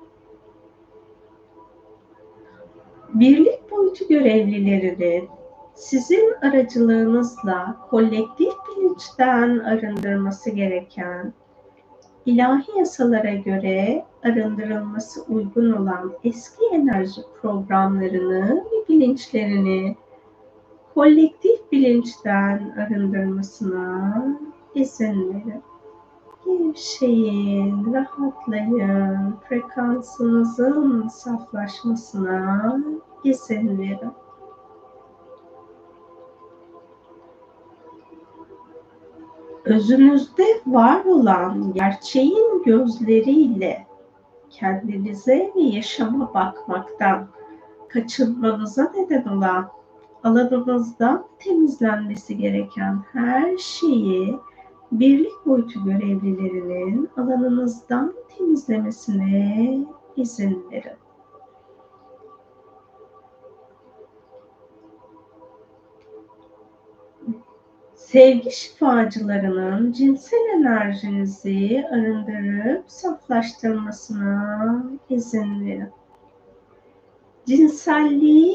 Birlik boyutu görevlilerinin sizin aracılığınızla kolektif bilinçten arındırması gereken, ilahi yasalara göre arındırılması uygun olan eski enerji programlarını ve bilinçlerini kolektif bilinçten arındırmasına izin verin. Gevşeyin, rahatlayın, frekansınızın saflaşmasına izin verin. Özünüzde var olan gerçeğin gözleriyle kendinize ve yaşama bakmaktan kaçınmanıza neden olan alanınızdan temizlenmesi gereken her şeyi birlik boyutu görevlilerinin alanınızdan temizlemesine izin verin. Sevgi şifacılarının cinsel enerjinizi arındırıp saflaştırmasına izin verin. Cinselliği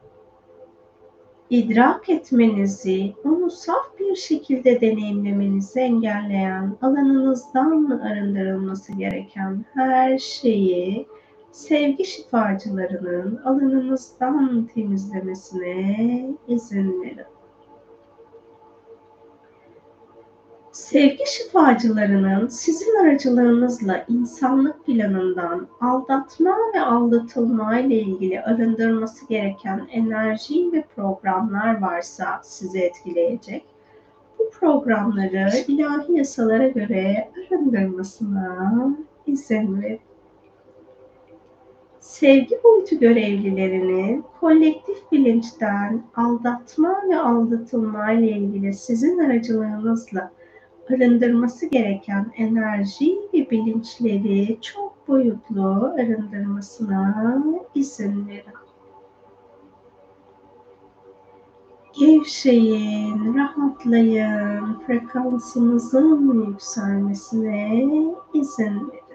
idrak etmenizi, onu saf bir şekilde deneyimlemenizi engelleyen, alanınızdan arındırılması gereken her şeyi sevgi şifacılarının alanınızdan temizlemesine izin verin. Sevgi şifacılarının sizin aracılığınızla insanlık planından aldatma ve aldatılma ile ilgili arındırması gereken enerji ve programlar varsa sizi etkileyecek, bu programları ilahi yasalara göre arındırmasına izin verin. Sevgi boyutu görevlilerinin kolektif bilinçten aldatma ve aldatılma ile ilgili sizin aracılığınızla arındırması gereken enerji ve bilinçleri çok boyutlu arındırmasına izin verin. Gevşeyin, rahatlayın, frekansınızın yükselmesine izin verin.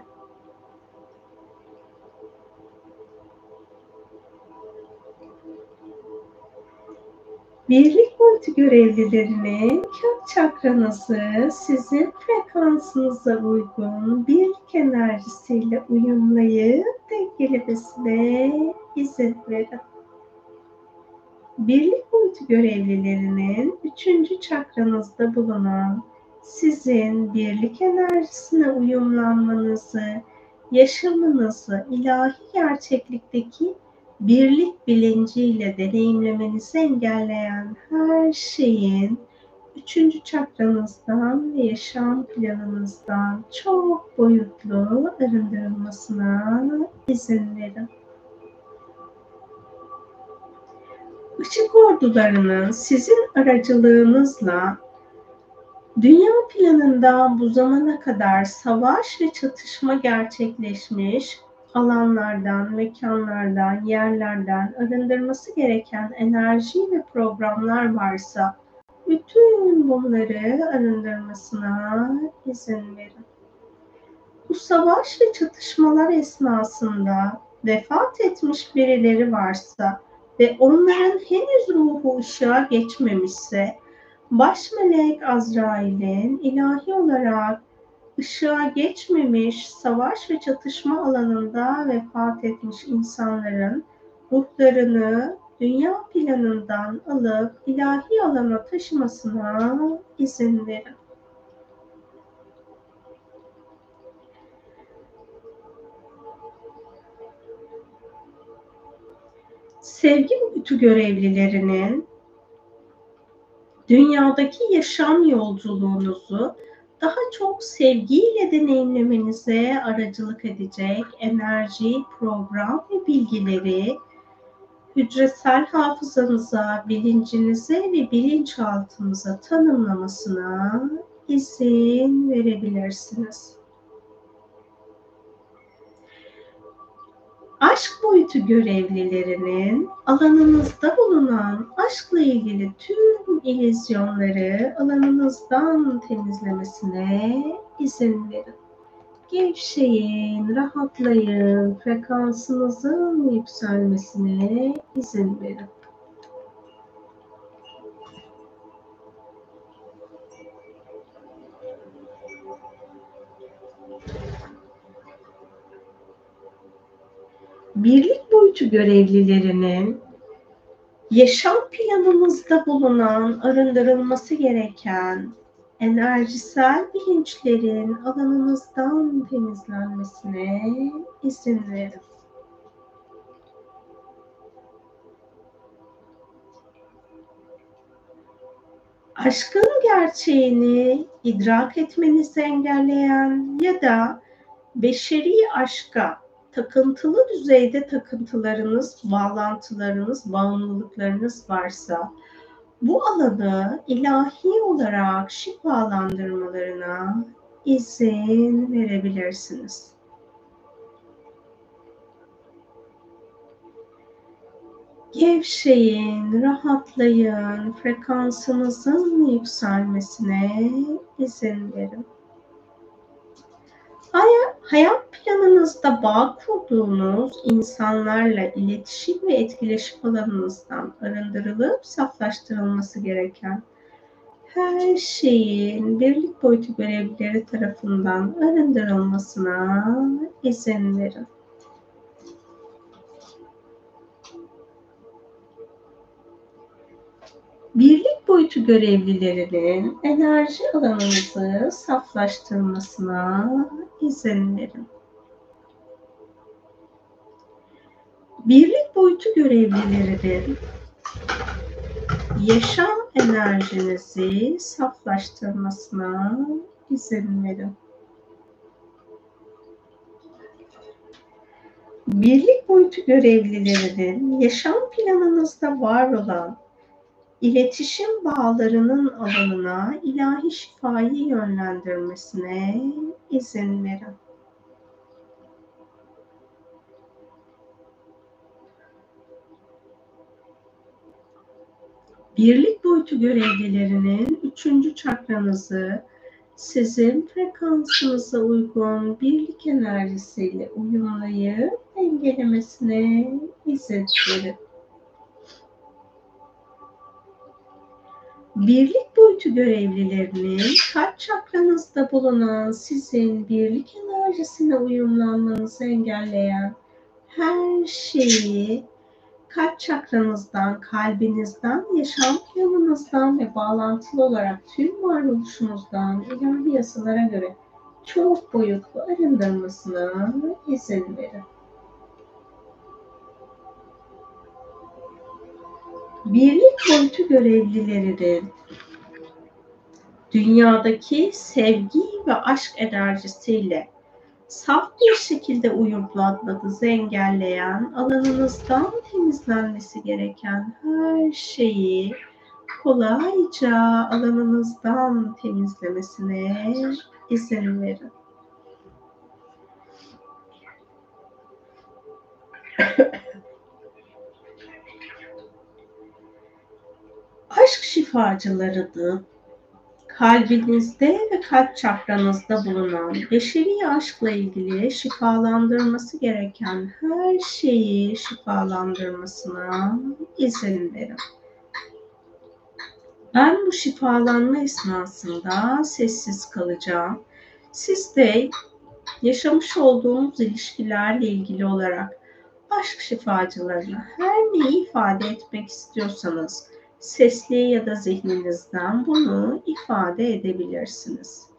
Birlik boyutu görevlilerinin kök çakranızı sizin frekansınıza uygun birlik enerjisiyle uyumlayıp dengelemesine izin verin. Birlik boyutu görevlilerinin üçüncü çakranızda bulunan sizin birlik enerjisine uyumlanmanızı, yaşamınızı ilahi gerçeklikteki birlik bilinciyle deneyimlemenizi engelleyen her şeyin üçüncü çakranızdan ve yaşam planınızdan çok boyutlu arındırılmasına izin verin. Işık ordularının sizin aracılığınızla dünya planında bu zamana kadar savaş ve çatışma gerçekleşmiş alanlardan, mekanlardan, yerlerden arındırması gereken enerji ve programlar varsa bütün bunları arındırmasına izin verin. Bu savaş ve çatışmalar esnasında vefat etmiş birileri varsa ve onların henüz ruhu ışığa geçmemişse, baş melek Azrail'in ilahi olarak ışığa geçmemiş savaş ve çatışma alanında vefat etmiş insanların ruhlarını dünya planından alıp ilahi alana taşımasına izin verin. Sevgi boyutu görevlilerinin dünyadaki yaşam yolculuğunuzu daha çok sevgiyle deneyimlemenize aracılık edecek enerji, program ve bilgileri hücresel hafızanıza, bilincinize ve bilinçaltınıza tanımlamasına izin verebilirsiniz. Aşk boyutu görevlilerinin alanınızda bulunan aşkla ilgili tüm illüzyonları alanınızdan temizlemesine izin verin. Gevşeyin, rahatlayın, frekansınızın yükselmesine izin verin. Birlik boyutu görevlilerinin yaşam planınızda bulunan, arındırılması gereken enerjisel bilinçlerin alanınızdan temizlenmesine izin verin. Aşkın gerçeğini idrak etmenizi engelleyen ya da beşeri aşka takıntılı düzeyde takıntılarınız, bağlantılarınız, bağımlılıklarınız varsa bu alanı ilahi olarak şifalandırmalarına izin verebilirsiniz. Gevşeyin, rahatlayın, frekansınızın yükselmesine izin verin. Hayat planınızda bağ kurduğunuz insanlarla iletişim ve etkileşim alanınızdan arındırılıp saflaştırılması gereken her şeyin birlik boyutu görevlileri tarafından arındırılmasına izin verin. Birlik boyutu görevlilerinin enerji alanınızı saflaştırmasına izin verin. Birlik boyutu görevlilerinin yaşam enerjinizi saflaştırmasına izin verin. Birlik boyutu görevlilerinin yaşam planınızda var olan İletişim bağlarının alanına ilahi şifayı yönlendirmesine izin verin. Birlik boyutu görevlilerinin üçüncü çakranızı sizin frekansınıza uygun birlik enerjisiyle uyumlayıp dengelemesine izin verin. Birlik boyutu görevlilerinin kalp çakranızda bulunan sizin birlik enerjisine uyumlanmanızı engelleyen her şeyi kalp çakranızdan, kalbinizden, yaşam planınızdan ve bağlantılı olarak tüm varoluşunuzdan ilahi yasalara göre çok boyutlu arındırmasına izin verin. Birlik boyutu görevlilerinin dünyadaki sevgi ve aşk enerjisiyle saf bir şekilde uyumlanmanızı engelleyen, alanınızdan temizlenmesi gereken her şeyi kolayca alanınızdan temizlemesine izin verin. Aşk şifacılarını kalbinizde ve kalp çakranızda bulunan beşeri aşkla ilgili şifalandırması gereken her şeyi şifalandırmasına izin verin. Ben bu şifalanma esnasında sessiz kalacağım. Siz de yaşamış olduğunuz ilişkilerle ilgili olarak aşk şifacılarına her neyi ifade etmek istiyorsanız sesli ya da zihninizden bunu ifade edebilirsiniz.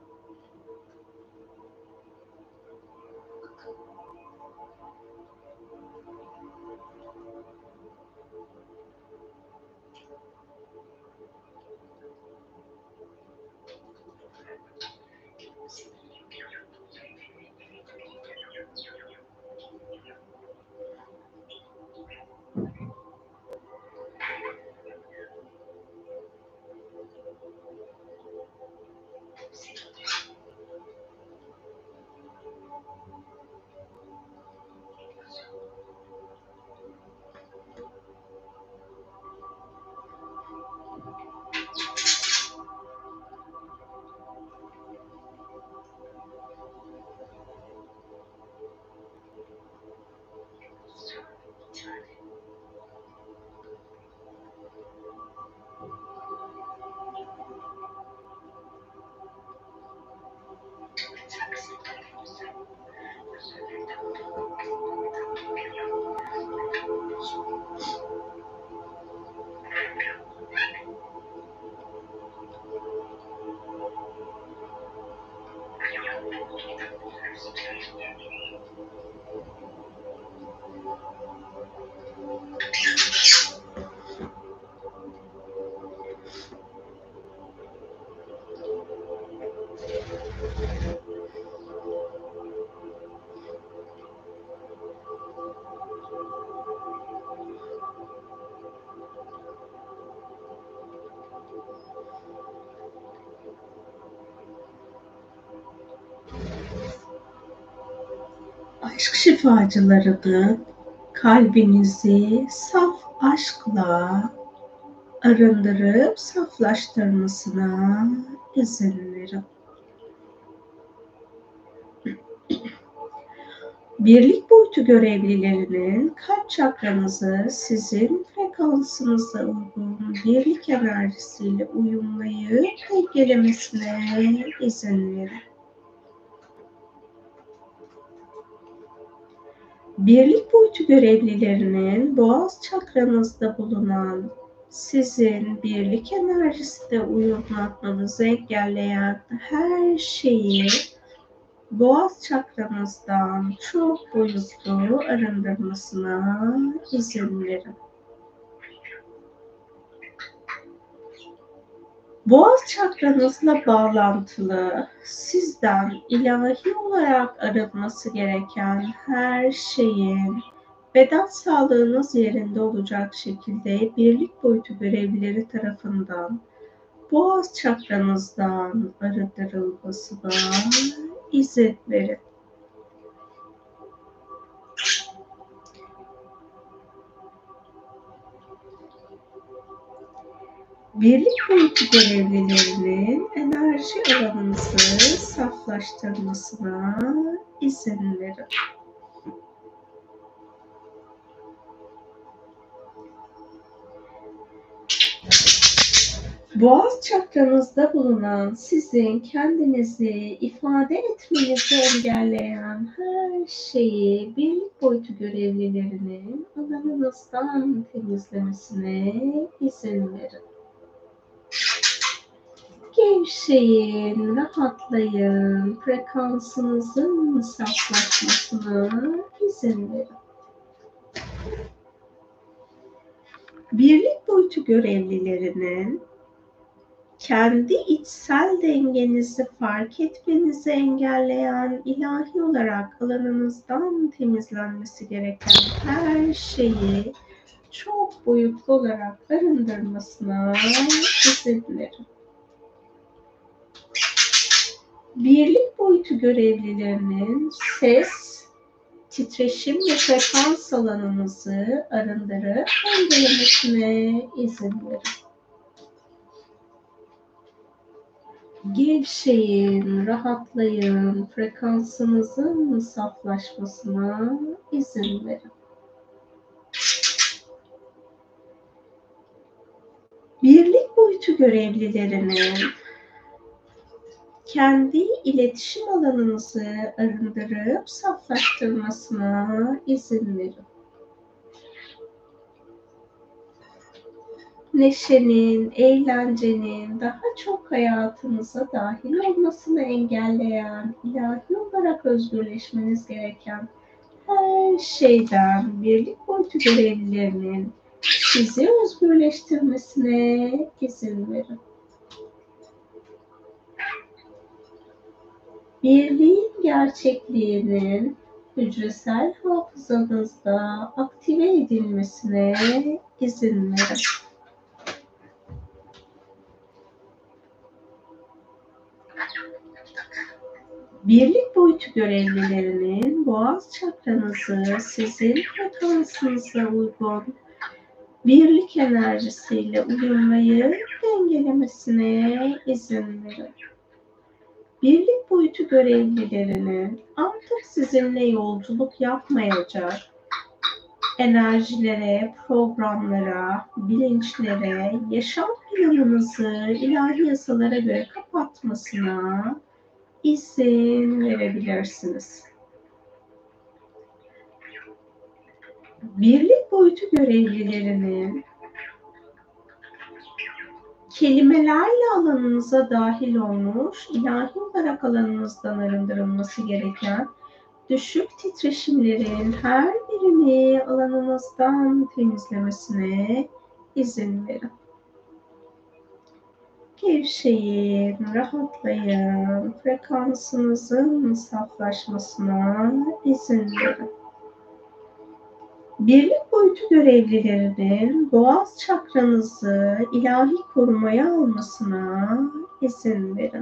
Aşk şifacılarının kalbinizi saf aşkla arındırıp saflaştırmasına izin verin. Birlik boyutu görevlilerinin kalp çakranızı sizin frekansınıza uygun birlik enerjisiyle uyumlayıp dengelemesine izin verin. Birlik boyutu görevlilerinin boğaz çakranızda bulunan sizin birlik enerjisiyle uyumlanmanızı engelleyen her şeyi boğaz çakranızdan çok boyutlu arındırmasına izin verin. Boğaz çakranızla bağlantılı, sizden ilahi olarak arınması gereken her şeyin beden sağlığınız yerinde olacak şekilde birlik boyutu görevlileri tarafından boğaz çakranızdan arındırılmasına izin verin. Birlik boyutu görevlilerinin enerji alanınızı saflaştırmasına izin verin. Boğaz çakranızda bulunan sizin kendinizi ifade etmenizi engelleyen her şeyi birlik boyutu görevlilerinin alanınızdan temizlemesine izin verin. Gevşeyin, rahatlayın, frekansınızın saflaşmasına izin verin. Birlik boyutu görevlilerinin kendi içsel dengenizi fark etmenizi engelleyen, ilahi olarak alanınızdan temizlenmesi gereken her şeyi çok boyutlu olarak arındırmasına izin verin. Birlik boyutu görevlilerinin ses, titreşim ve frekans alanınızı arındırıp engellemesine izin verin. Gevşeyin, rahatlayın, frekansınızın saflaşmasına izin verin. Birlik boyutu görevlilerinin kendi iletişim alanınızı arındırıp saflaştırmasına izin verin. Neşenin, eğlencenin daha çok hayatınıza dahil olmasını engelleyen, ilahi olarak özgürleşmeniz gereken her şeyden birlik boyutu görevlilerinin sizi özgürleştirmesine izin verin. Birliğin gerçekliğinin hücresel hafızanızda aktive edilmesine izin verin. Birlik boyutu görevlilerinin boğaz çakranızı sizin frekansınıza uygun birlik enerjisiyle uyumlayıp dengelemesine izin verin. Birlik boyutu görevlilerinin artık sizinle yolculuk yapmayacak enerjilere, programlara, bilinçlere, yaşam planınızı ilahi yasalara göre kapatmasına izin verebilirsiniz. Birlik boyutu görevlilerinin kelimelerle alanınıza dahil olmuş, ilahi olarak alanınızdan arındırılması gereken düşük titreşimlerin her birini alanınızdan temizlemesine izin verin. Gevşeyin, rahatlayın, frekansınızın saflaşmasına izin verin. Birlik boyutu görevlilerinin boğaz çakranızı ilahi korumaya almasına izin verin.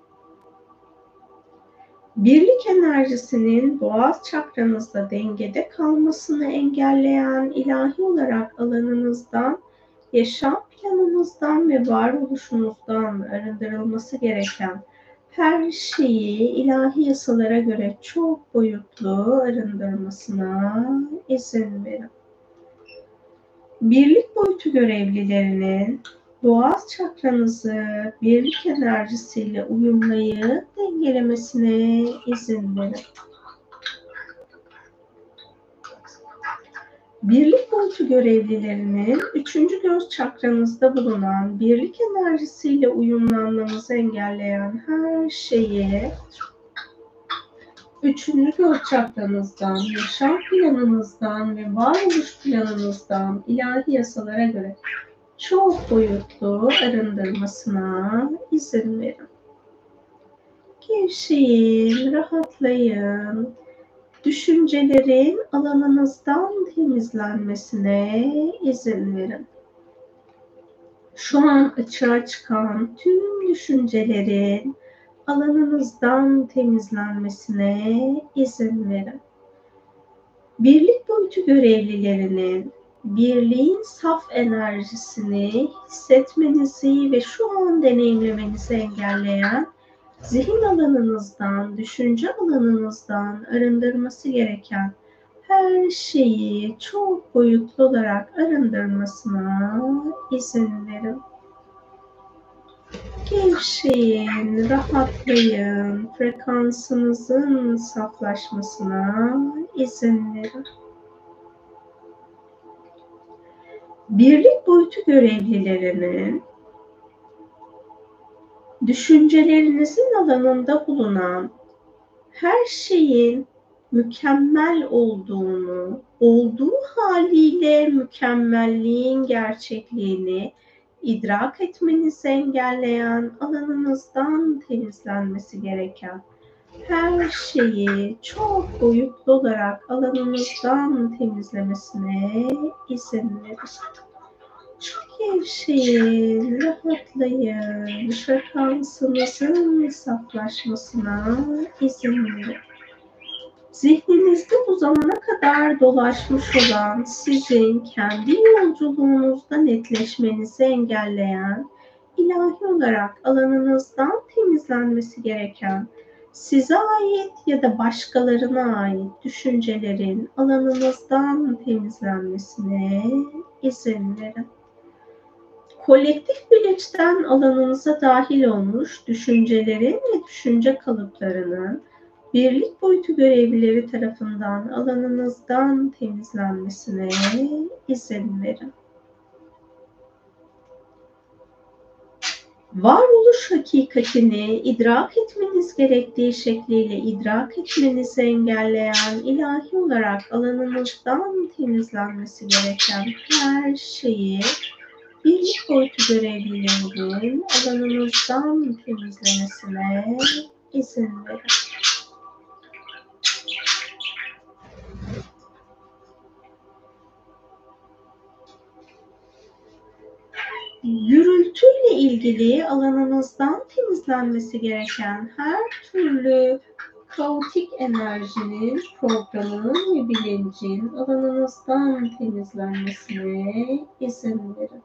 Birlik enerjisinin boğaz çakranızda dengede kalmasını engelleyen, ilahi olarak alanınızdan, yaşam planınızdan ve varoluşunuzdan arındırılması gereken her şeyi ilahi yasalara göre çok boyutlu arındırmasına izin verin. Birlik boyutu görevlilerinin boğaz çakranızı birlik enerjisiyle uyumlayıp dengelemesine izin verin. Birlik boyutu görevlilerinin üçüncü göz çakranızda bulunan birlik enerjisiyle uyumlanmanızı engelleyen her şeyi üçüncü göz çakranızdan, yaşam planınızdan ve varoluş planınızdan ilahi yasalara göre çok boyutlu arındırmasına izin verin. Gevşeyin, rahatlayın. Düşüncelerin alanınızdan temizlenmesine izin verin. Şu an açığa çıkan tüm düşüncelerin alanınızdan temizlenmesine izin verin. Birlik boyutu görevlilerinin birliğin saf enerjisini hissetmenizi ve şu an deneyimlemenizi engelleyen zihin alanınızdan, düşünce alanınızdan arındırması gereken her şeyi çok boyutlu olarak arındırmasına izin verin. Gevşeyin, rahatlayın, frekansınızın saflaşmasına izin verin. Birlik boyutu görevlilerinin düşüncelerinizin alanında bulunan her şeyin mükemmel olduğunu, olduğu haliyle mükemmelliğin gerçekliğini idrak etmenizi engelleyen, alanınızdan temizlenmesi gereken her şeyi çok boyutlu olarak alanınızdan temizlemesine izin verin. Gevşeyin, rahatlayın, frekansınızın saflaşmasına izin verin. Zihninizde bu zamana kadar dolaşmış olan, sizin kendi yolculuğunuzda netleşmenizi engelleyen, ilahi olarak alanınızdan temizlenmesi gereken, size ait ya da başkalarına ait düşüncelerin alanınızdan temizlenmesine izin verin. Kolektif bilinçten alanınıza dahil olmuş düşüncelerin ve düşünce kalıplarının birlik boyutu görevlileri tarafından alanınızdan temizlenmesine izin verin. Varoluş hakikatini idrak etmeniz gerektiği şekliyle idrak etmenizi engelleyen, ilahi olarak alanınızdan temizlenmesi gereken her şeyi birlik boyutu görevlilerinin alanınızdan temizlemesine izin verin. Gürültüyle ilgili alanınızdan temizlenmesi gereken her türlü kaotik enerjinin, programın ve bilincin alanınızdan temizlenmesine izin verin.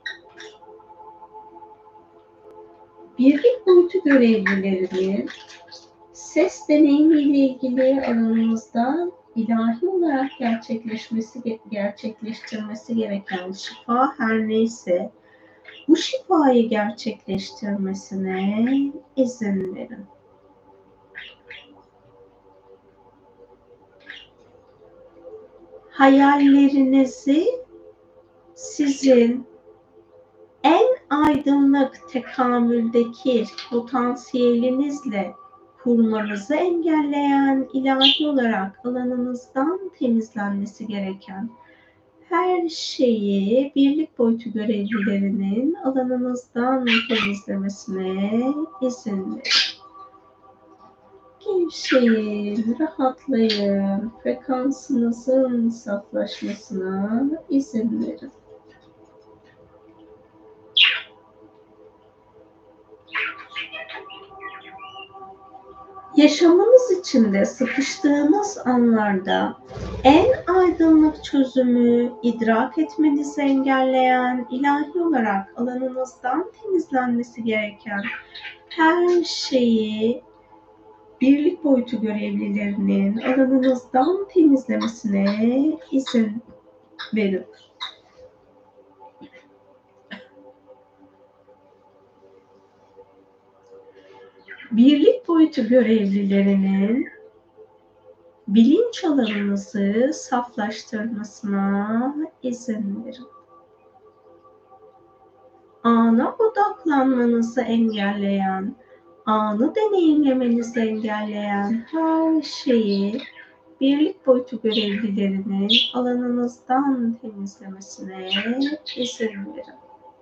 Birlik boyutu görevlilerinin ses deneyimiyle ilgili alanınızdan ilahi olarak gerçekleşmesi, gerçekleştirmesi gereken şifa her neyse, bu şifayı gerçekleştirmesine izin verin. Hayallerinizi sizin en aydınlık tekamüldeki potansiyelinizle kurmanızı engelleyen, ilahi olarak alanınızdan temizlenmesi gereken her şeyi birlik boyutu görevlilerinin alanınızdan temizlemesine izin verin. Gevşeyin, rahatlayın, frekansınızın saflaşmasına izin verin. Yaşamınız içinde sıkıştığınız anlarda en aydınlık çözümü idrak etmenizi engelleyen, ilahi olarak alanınızdan temizlenmesi gereken her şeyi birlik boyutu görevlilerinin alanınızdan temizlemesine izin verin. Birlik boyutu görevlilerinin bilinç alanınızı saflaştırmasına izin verin. Ana odaklanmanızı engelleyen, anı deneyimlemenizi engelleyen her şeyi birlik boyutu görevlilerinin alanınızdan temizlemesine izin verin.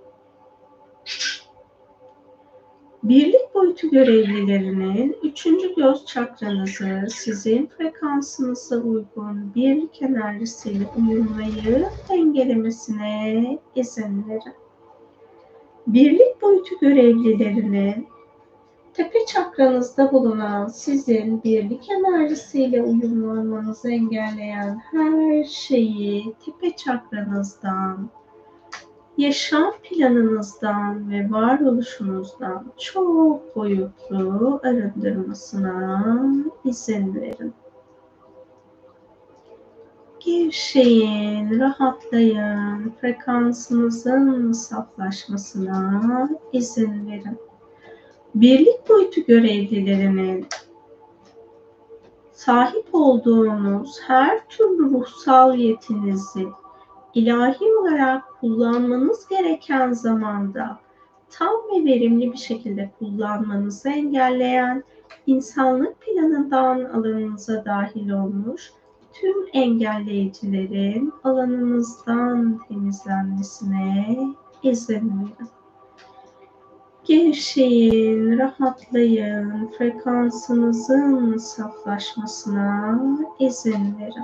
Birlik boyutu görevlilerinin üçüncü göz çakranızı sizin frekansınıza uygun birlik enerjisiyle uyumlayıp dengelemesine izin verin. Birlik boyutu görevlilerinin tepe çakranızda bulunan sizin birlik enerjisiyle uyumlanmanızı engelleyen her şeyi tepe çakranızdan, yaşam planınızdan ve varoluşunuzdan çok boyutlu arındırmasına izin verin. Gevşeyin, rahatlayın, frekansınızın saflaşmasına izin verin. Birlik boyutu görevlilerinin sahip olduğunuz her türlü ruhsal yetinizi ilahi olarak kullanmanız gereken zamanda tam ve verimli bir şekilde kullanmanızı engelleyen, insanlık planından alanınıza dahil olmuş tüm engelleyicilerin alanınızdan temizlenmesine izin verin. Gevşeyin, rahatlayın, frekansınızın saflaşmasına izin verin.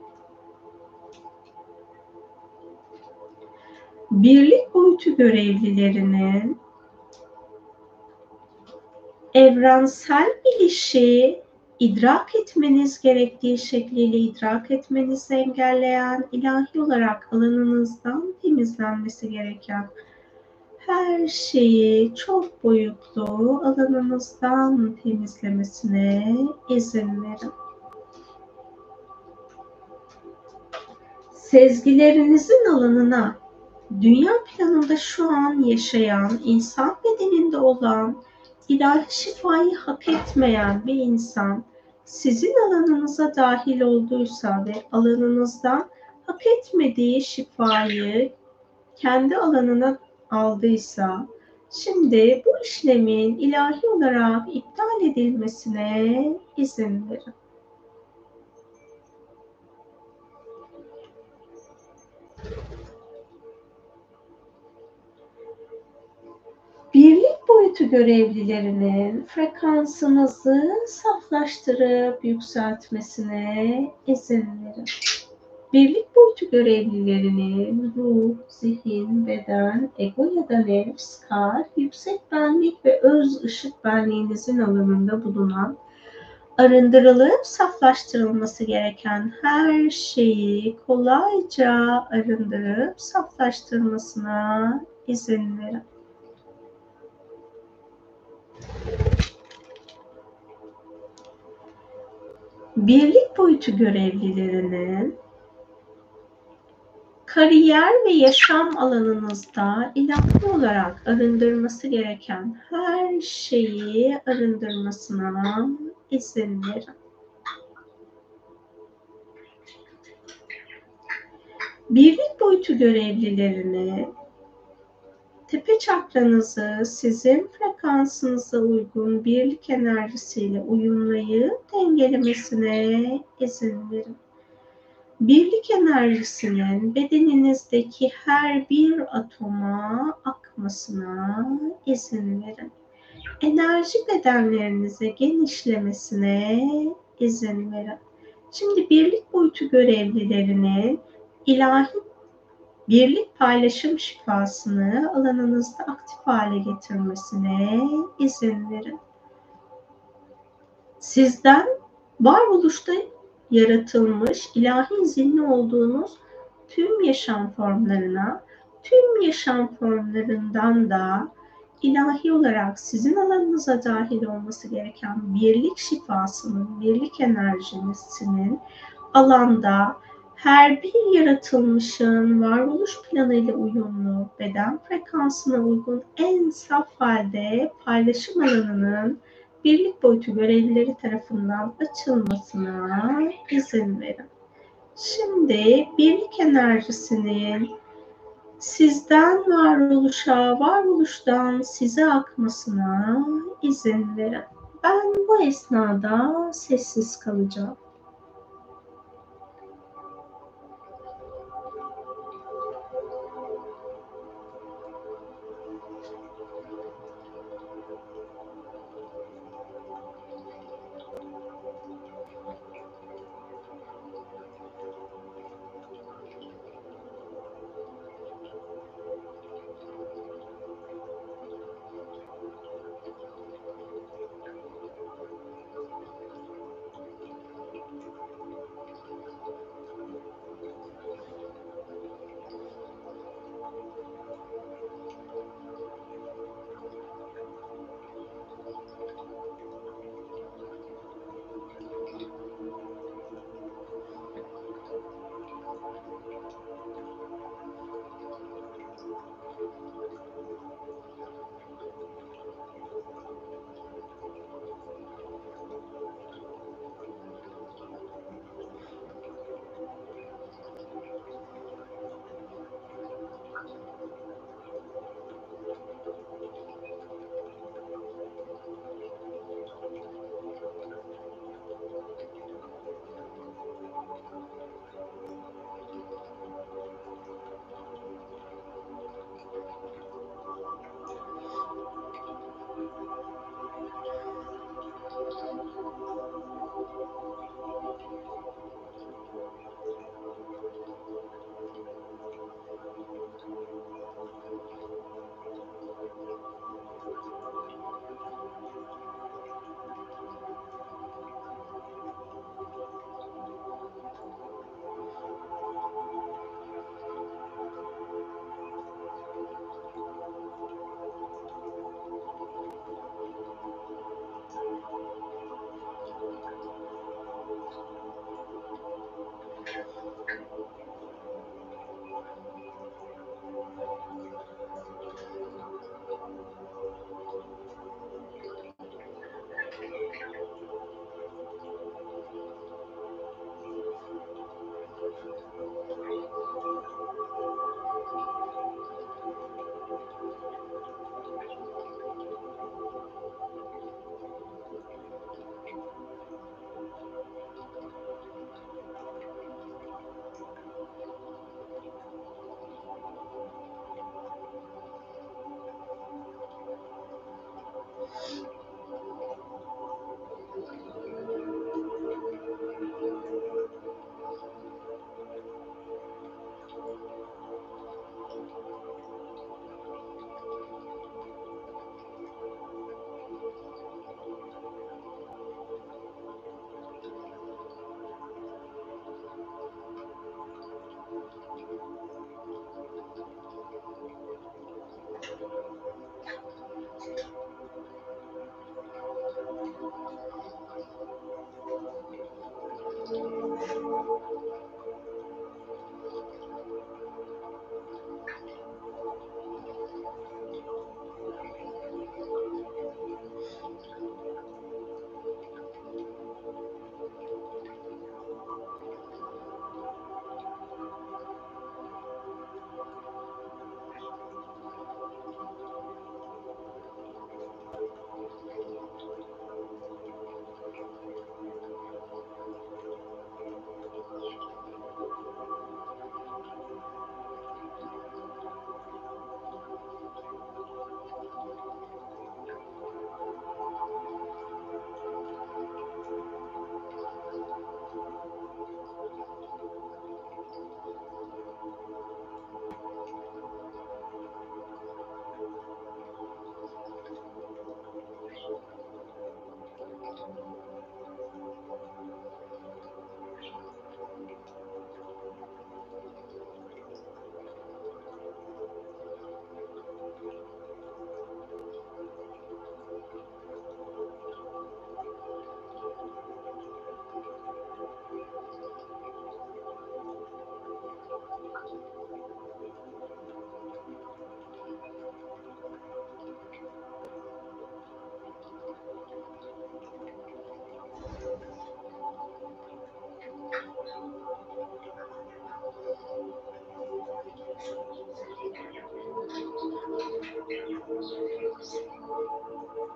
Birlik boyutu görevlilerinin evrensel bilişi idrak etmeniz gerektiği şekliyle idrak etmenizi engelleyen, ilahi olarak alanınızdan temizlenmesi gereken her şeyi çok boyutlu alanınızdan temizlemesine izin verin. Sezgilerinizin alanına, dünya planında şu an yaşayan, insan bedeninde olan, ilahi şifayı hak etmeyen bir insan sizin alanınıza dahil olduysa ve alanınızdan hak etmediği şifayı kendi alanına aldıysa, şimdi bu işlemin ilahi olarak iptal edilmesine izin verin. Birlik boyutu görevlilerinin frekansınızı saflaştırıp yükseltmesine izin verin. Birlik boyutu görevlilerinin ruh, zihin, beden, ego ya da nefs, kalp, yüksek benlik ve öz ışık benliğinizin alanında bulunan, arındırılıp saflaştırılması gereken her şeyi kolayca arındırıp saflaştırmasına izin verin. Birlik boyutu görevlilerinin kariyer ve yaşam alanınızda ilahi olarak arındırması gereken her şeyi arındırmasına izin verin. Birlik boyutu görevlilerini tepe çakranızı sizin frekansınıza uygun birlik enerjisiyle uyumlayıp dengelemesine izin verin. Birlik enerjisinin bedeninizdeki her bir atoma akmasına izin verin. Enerji bedenlerinize genişlemesine izin verin. Şimdi birlik boyutu görevlilerinin ilahi birlik paylaşım şifasını alanınızda aktif hale getirmesine izin verin. Sizden varoluşta yaratılmış, ilahi izinli olduğunuz tüm yaşam formlarına, tüm yaşam formlarından da ilahi olarak sizin alanınıza dahil olması gereken birlik şifasının, birlik enerjisinin alanda her bir yaratılmışın varoluş planıyla uyumlu, beden frekansına uygun en saf halde paylaşım alanının birlik boyutu görevlileri tarafından açılmasına izin verin. Şimdi birlik enerjisinin sizden varoluşa, varoluştan size akmasına izin verin. Ben bu esnada sessiz kalacağım.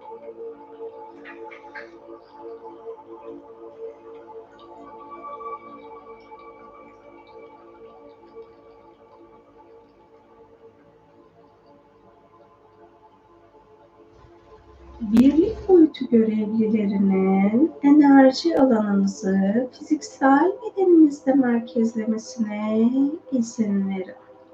Birlik boyutu görevlilerinin enerji alanınızı fiziksel bedeninizde merkezlemesine izin verin.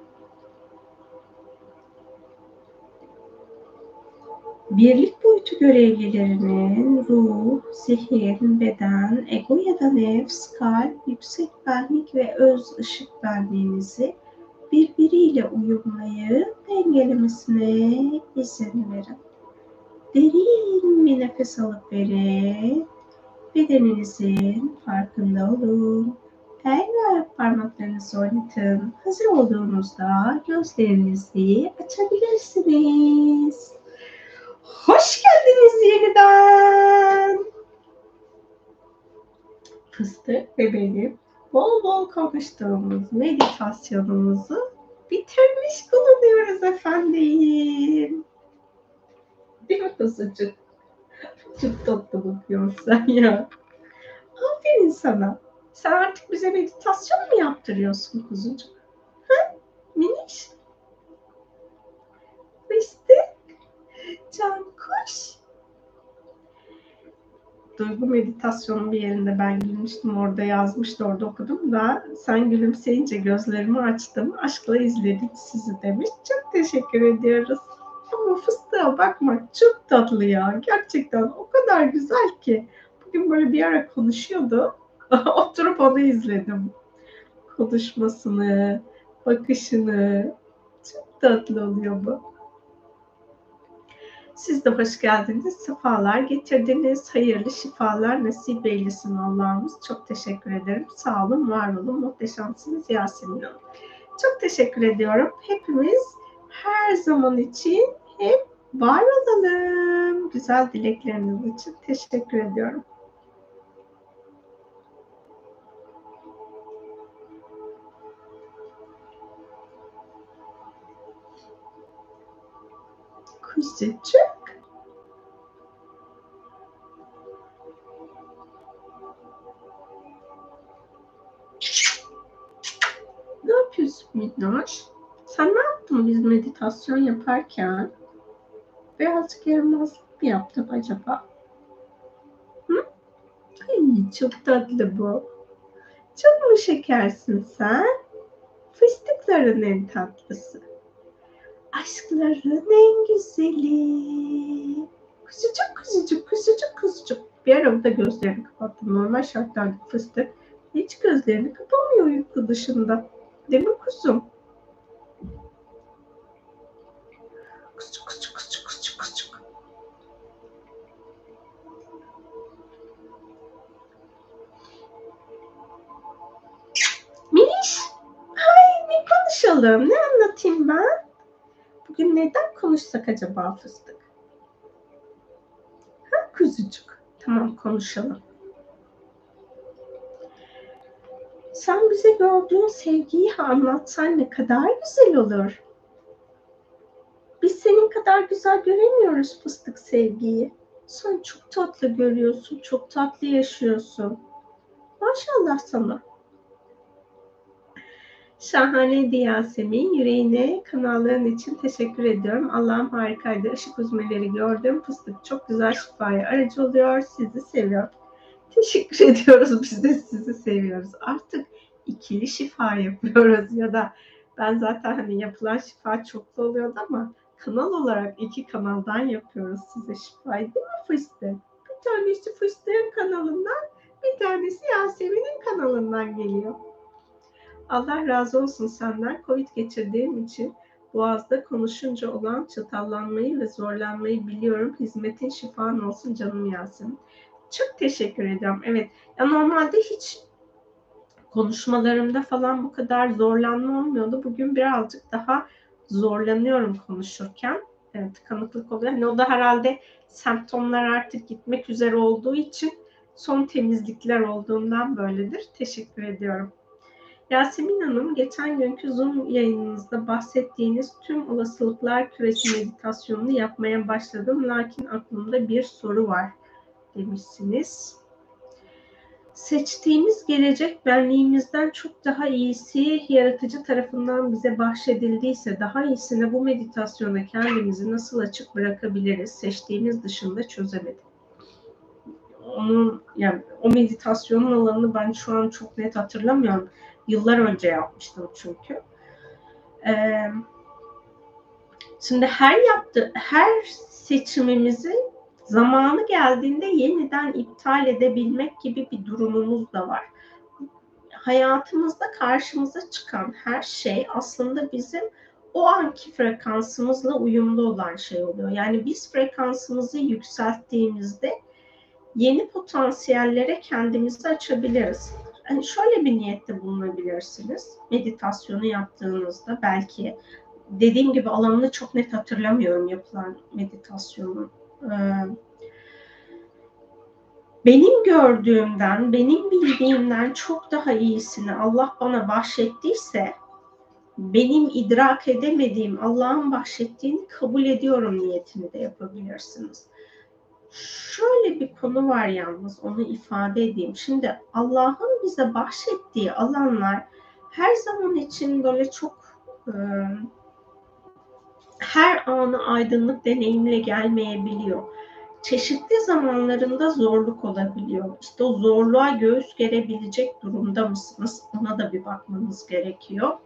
Birlik boyutu görevlilerinin ruh, zihin, beden, ego ya da nefs, kalp, yüksek benlik ve öz ışık benliğinizi birbiriyle uyumlayıp dengelemesine izin verin. Derin bir nefes alıp verin. Bedeninizin farkında olun. El ve ayak parmaklarınızı oynatın. Hazır olduğunuzda gözlerinizi açabilirsiniz. Hoş geldiniz yeniden. Fıstık ve benim bol bol konuştuğumuz meditasyonumuzu bitirmiş bulunuyoruz efendim. Değil mi kuzucuk? Çok tatlı bakıyorsun sen ya. Aferin sana. Sen artık bize meditasyon mu yaptırıyorsun kuzucuk? Ha? Miniş? Fıstık? Can kuş? Duygu meditasyonu bir yerinde ben gülmüştüm. Orada yazmıştı, orada okudum da sen gülümseyince gözlerimi açtım. Aşkla izledik sizi demiş. Çok teşekkür ediyoruz. Ama fıstığa bakmak çok tatlı ya. Gerçekten o kadar güzel ki. Bugün böyle bir ara konuşuyordu. Oturup onu izledim. Konuşmasını, bakışını. Çok tatlı oluyor bu. Siz de hoş geldiniz. Sefalar getirdiniz. Hayırlı şifalar nasip eylesin Allah'ımız. Çok teşekkür ederim. Sağ olun, var olun. Muhteşemsiniz Yasemin Hanım. Çok teşekkür ediyorum. Hepimiz her zaman için hep var olalım. Güzel dilekleriniz için teşekkür ediyorum. Kuzucuk. Ne yapıyorsun minnoş? Sen ne yaptın biz meditasyon yaparken? Birazcık yaramazlık mı yaptın acaba? Hı? Ay, çok tatlı bu. Çok mu şekersin sen? Fıstıkların en tatlısı. Aşkların en güzeli. Kuzucuk, kuzucuk, kuzucuk, kuzucuk. Bir ara da gözlerini kapattım. Normal şartlarda fıstık hiç gözlerini kapamıyor uyku dışında. Değil mi kuzum? Kuzucuk, kuzucuk, kuzucuk, kuzucuk, kuzucuk. Miniş, ay ne konuşalım, ne anlatayım ben? Bugün neden konuşsak acaba fıstık? Ha kuzucuk, tamam konuşalım. Sen bize gördüğün sevgiyi anlatsan ne kadar güzel olur. Biz senin kadar güzel göremiyoruz fıstık sevgiyi. Sen çok tatlı görüyorsun, çok tatlı yaşıyorsun. Maşallah sana. Şahaneydi Yasemin. Yüreğine, kanalların için teşekkür ediyorum. Allah'ım harikaydı. Işık uzmeleri gördüm. Fıstık çok güzel şifaya aracı oluyor. Sizi seviyorum. Teşekkür ediyoruz. Biz de sizi seviyoruz. Artık ikili şifa yapıyoruz ya da ben zaten hani yapılan şifa çoklu oluyordu ama kanal olarak iki kanaldan yapıyoruz size şifayı, değil mi Fıstık? Bir tanesi Fıstık'ın kanalından, bir tanesi Yasemin'in kanalından geliyor. Allah razı olsun senden. Covid geçirdiğim için boğazda konuşunca olan çatallanmayı ve zorlanmayı biliyorum. Hizmetin şifan olsun canım Yasemin. Çok teşekkür ederim. Evet, ya normalde hiç konuşmalarımda falan bu kadar zorlanma olmuyordu. Bugün birazcık daha zorlanıyorum konuşurken. Evet, tıkanıklık oluyor. Yani o da herhalde semptomlar artık gitmek üzere olduğu için son temizlikler olduğundan böyledir. Teşekkür ediyorum. Yasemin Hanım, geçen günkü Zoom yayınınızda bahsettiğiniz tüm olasılıklar küresi meditasyonunu yapmaya başladım. Lakin aklımda bir soru var demişsiniz. Seçtiğimiz gelecek benliğimizden çok daha iyisi yaratıcı tarafından bize bahşedildiyse daha iyisine bu meditasyona kendimizi nasıl açık bırakabiliriz? Seçtiğimiz dışında çözemedim. Onun, yani o meditasyonun alanını ben şu an çok net hatırlamıyorum. Yıllar önce yapmıştım çünkü. Ee, şimdi her yaptığı, her seçimimizi zamanı geldiğinde yeniden iptal edebilmek gibi bir durumumuz da var. Hayatımızda karşımıza çıkan her şey aslında bizim o anki frekansımızla uyumlu olan şey oluyor. Yani biz frekansımızı yükselttiğimizde yeni potansiyellere kendimizi açabiliriz. Yani şöyle bir niyette bulunabilirsiniz. Meditasyonu yaptığınızda belki, dediğim gibi alanını çok net hatırlamıyorum yapılan meditasyonun. Benim gördüğümden, benim bildiğimden çok daha iyisini Allah bana bahşettiyse, benim idrak edemediğim Allah'ın bahşettiğini kabul ediyorum niyetini de yapabilirsiniz. Şöyle bir konu var yalnız, onu ifade edeyim. Şimdi Allah'ın bize bahşettiği alanlar her zaman için böyle çok e, her anı aydınlık deneyimle gelmeyebiliyor. Çeşitli zamanlarında zorluk olabiliyor. İşte o zorluğa göğüs gerebilecek durumda mısınız? Ona da bir bakmanız gerekiyor.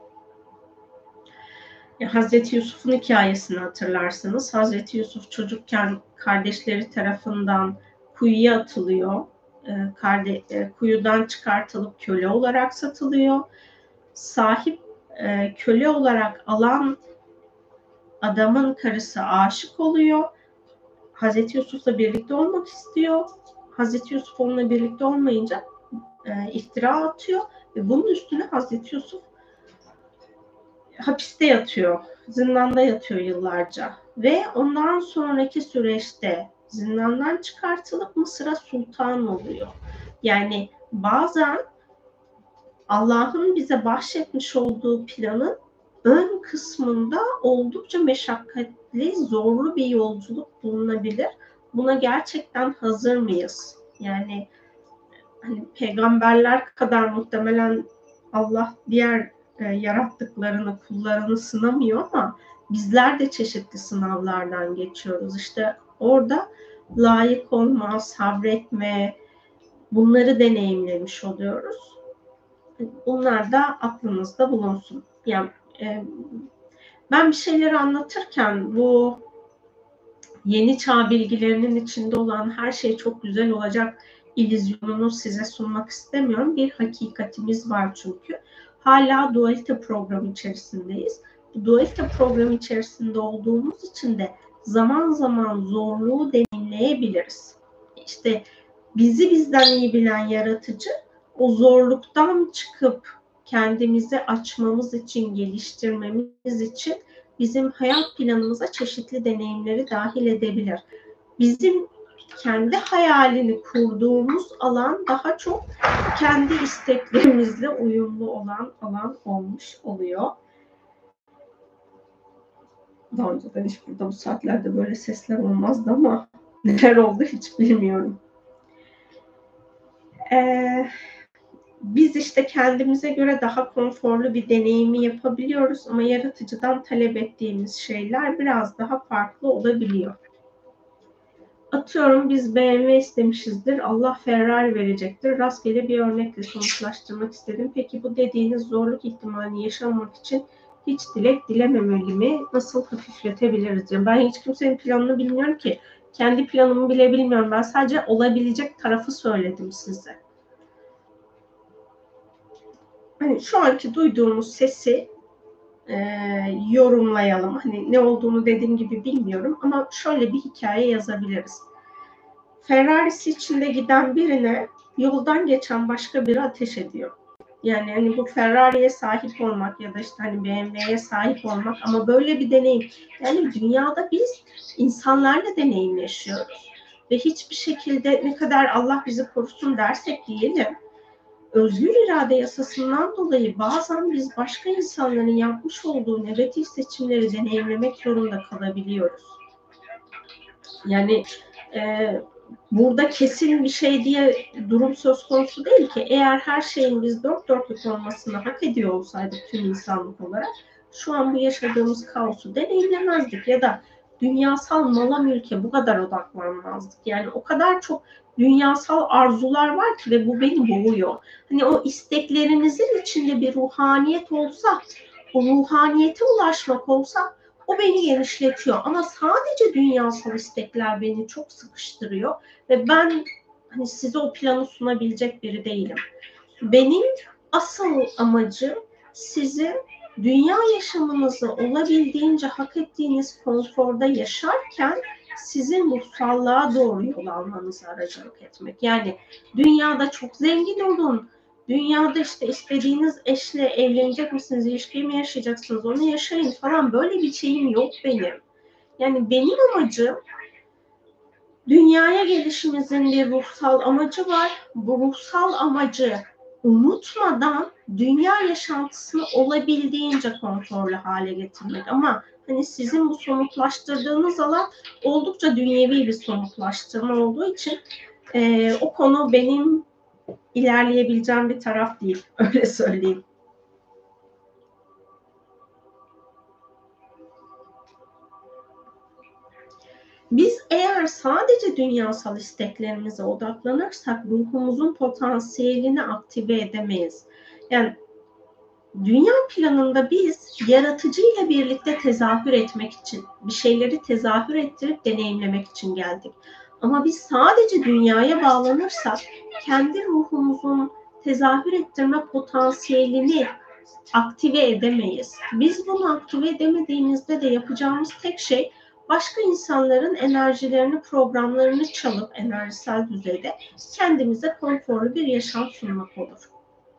Ya, Hazreti Yusuf'un hikayesini hatırlarsınız. Hazreti Yusuf çocukken kardeşleri tarafından kuyuya atılıyor. E, karde, e, kuyudan çıkartılıp köle olarak satılıyor. Sahip e, köle olarak alan adamın karısı aşık oluyor. Hazreti Yusuf'la birlikte olmak istiyor. Hazreti Yusuf onunla birlikte olmayınca e, iftira atıyor ve bunun üstüne Hazreti Yusuf hapiste yatıyor, zindanda yatıyor yıllarca ve ondan sonraki süreçte zindandan çıkartılıp Mısır'a sultan oluyor. Yani bazen Allah'ın bize bahşetmiş olduğu planın ön kısmında oldukça meşakkatli, zorlu bir yolculuk bulunabilir. Buna gerçekten hazır mıyız? Yani hani peygamberler kadar muhtemelen Allah diğer e, yarattıklarını, kullarını sınamıyor ama bizler de çeşitli sınavlardan geçiyoruz. İşte orada layık olma, sabretme, bunları deneyimlemiş oluyoruz. Bunlar da aklınızda bulunsun. Yani e, ben bir şeyleri anlatırken bu yeni çağ bilgilerinin içinde olan her şey çok güzel olacak illüzyonunu size sunmak istemiyorum. Bir hakikatimiz var çünkü. Hala dualite programı içerisindeyiz. Bu dualite programı içerisinde olduğumuz için de zaman zaman zorluğu deneyimleyebiliriz. İşte bizi bizden iyi bilen yaratıcı o zorluktan çıkıp kendimizi açmamız için, geliştirmemiz için bizim hayat planımıza çeşitli deneyimleri dahil edebilir. Bizim kendi hayalini kurduğumuz alan daha çok kendi isteklerimizle uyumlu olan alan olmuş oluyor. Daha önceden hiç burada bu saatlerde böyle sesler olmazdı ama neler oldu hiç bilmiyorum. Ee, biz işte kendimize göre daha konforlu bir deneyimi yapabiliyoruz ama yaratıcıdan talep ettiğimiz şeyler biraz daha farklı olabiliyor. Atıyorum biz B M W istemişizdir, Allah Ferrari verecektir. Rastgele bir örnekle sonuçlaştırmak istedim. Peki bu dediğiniz zorluk ihtimalini yaşamak için hiç dilek dilememeli mi? Nasıl hafifletebiliriz? Yani ben hiç kimsenin planını bilmiyorum ki. Kendi planımı bile bilmiyorum. Ben sadece olabilecek tarafı söyledim size. Hani şu anki duyduğumuz sesi e, yorumlayalım. Hani ne olduğunu dediğim gibi bilmiyorum ama şöyle bir hikaye yazabiliriz. Ferrari'si içinde giden birine yoldan geçen başka biri ateş ediyor. Yani hani bu Ferrari'ye sahip olmak ya da işte hani B M W'ye sahip olmak ama böyle bir deneyim. Yani dünyada biz insanlarla deneyim yaşıyoruz. Ve hiçbir şekilde ne kadar Allah bizi korusun dersek diyelim özgür irade yasasından dolayı bazen biz başka insanların yapmış olduğu negatif seçimleri deneyimlemek zorunda kalabiliyoruz. Yani e, burada kesin bir şey diye durum söz konusu değil ki. Eğer her şeyin biz dört dörtlük olmasını hak ediyor olsaydık tüm insanlık olarak şu an bu yaşadığımız kaosu deneyimlemezdik ya da dünyasal mala mülke bu kadar odaklanmazdık. Yani o kadar çok dünyasal arzular var ki ve bu beni boğuyor. Hani o isteklerinizin içinde bir ruhaniyet olsa, o ruhaniyete ulaşmak olsa o beni genişletiyor. Ama sadece dünyasal istekler beni çok sıkıştırıyor ve ben hani size o planı sunabilecek biri değilim. Benim asıl amacım sizi dünya yaşamınızı olabildiğince hak ettiğiniz konforda yaşarken sizin ruhsallığa doğru yol almanızı aracılık etmek. Yani dünyada çok zengin olun, dünyada işte istediğiniz eşle evlenecek misiniz, ilişkiyi mi yaşayacaksınız, onu yaşayın falan, böyle bir şeyim yok benim. Yani benim amacım, dünyaya gelişimizin bir ruhsal amacı var. Bu ruhsal amacı unutmadan dünya yaşantısını olabildiğince konforlu hale getirmek. Ama hani sizin bu somutlaştırdığınız alan oldukça dünyevi bir somutlaştırma olduğu için e, o konu benim ilerleyebileceğim bir taraf değil. Öyle söyleyeyim. Biz eğer sadece dünyasal isteklerimize odaklanırsak ruhumuzun potansiyelini aktive edemeyiz. Yani dünya planında biz yaratıcıyla birlikte tezahür etmek için, bir şeyleri tezahür ettirip deneyimlemek için geldik. Ama biz sadece dünyaya bağlanırsak kendi ruhumuzun tezahür ettirme potansiyelini aktive edemeyiz. Biz bunu aktive edemediğimizde de yapacağımız tek şey başka insanların enerjilerini, programlarını çalıp enerjisel düzeyde kendimize konforlu bir yaşam sunmak olur.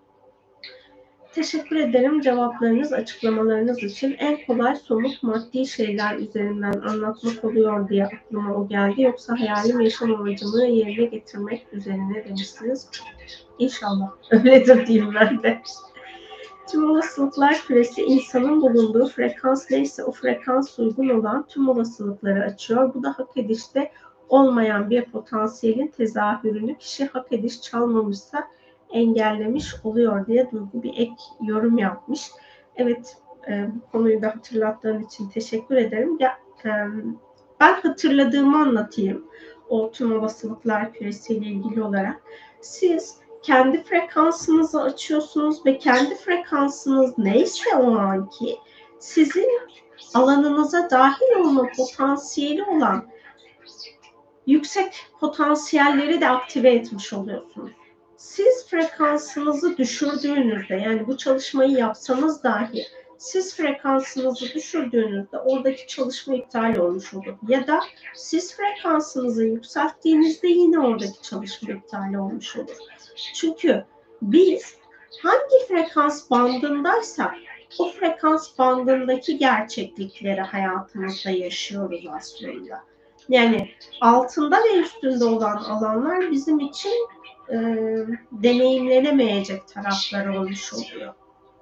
Teşekkür ederim cevaplarınız, açıklamalarınız için. En kolay somut maddi şeyler üzerinden anlatmak oluyor diye aklıma o geldi. Yoksa hayalim yaşam amacımı yerine getirmek üzerine demişsiniz. İnşallah öyledir diyeyim ben de. Tüm olasılıklar küresi insanın bulunduğu frekans neyse o frekans uygun olan tüm olasılıkları açıyor. Bu da hak edişte olmayan bir potansiyelin tezahürünü kişi hak ediş çalmamışsa engellemiş oluyor diye Duygu bir ek yorum yapmış. Evet, e, bu konuyu da hatırlattığın için teşekkür ederim. Ya, e, ben hatırladığımı anlatayım o tüm olasılıklar küresiyle ilgili olarak. Siz kendi frekansınızı açıyorsunuz ve kendi frekansınız neyse o anki sizin alanınıza dahil olma potansiyeli olan yüksek potansiyelleri de aktive etmiş oluyorsunuz. Siz frekansınızı düşürdüğünüzde, yani bu çalışmayı yapsanız dahi siz frekansınızı düşürdüğünüzde oradaki çalışma iptal olmuş olur. Ya da siz frekansınızı yükselttiğinizde yine oradaki çalışma iptal olmuş olur. Çünkü biz hangi frekans bandındaysak o frekans bandındaki gerçeklikleri hayatımızda yaşıyoruz aslında. Yani altında ve üstünde olan alanlar bizim için e, deneyimlenemeyecek taraflar olmuş oluyor.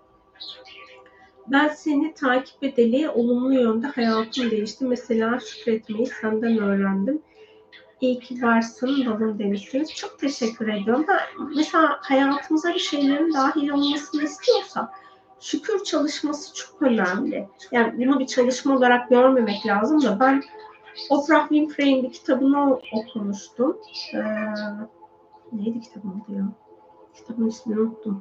Ben seni takip edeli olumlu yönde hayatım değişti. Mesela şükretmeyi senden öğrendim. İyi ki varsın balım demişsiniz. Çok teşekkür ediyorum. Ha, mesela hayatımıza bir şeylerin dahil olmasını istiyorsak şükür çalışması çok önemli. Yani bunu bir çalışma olarak görmemek lazım da ben Oprah Winfrey'in bir kitabını okumuştum. Ee, neydi kitabın adı ya? Kitabın ismini unuttum.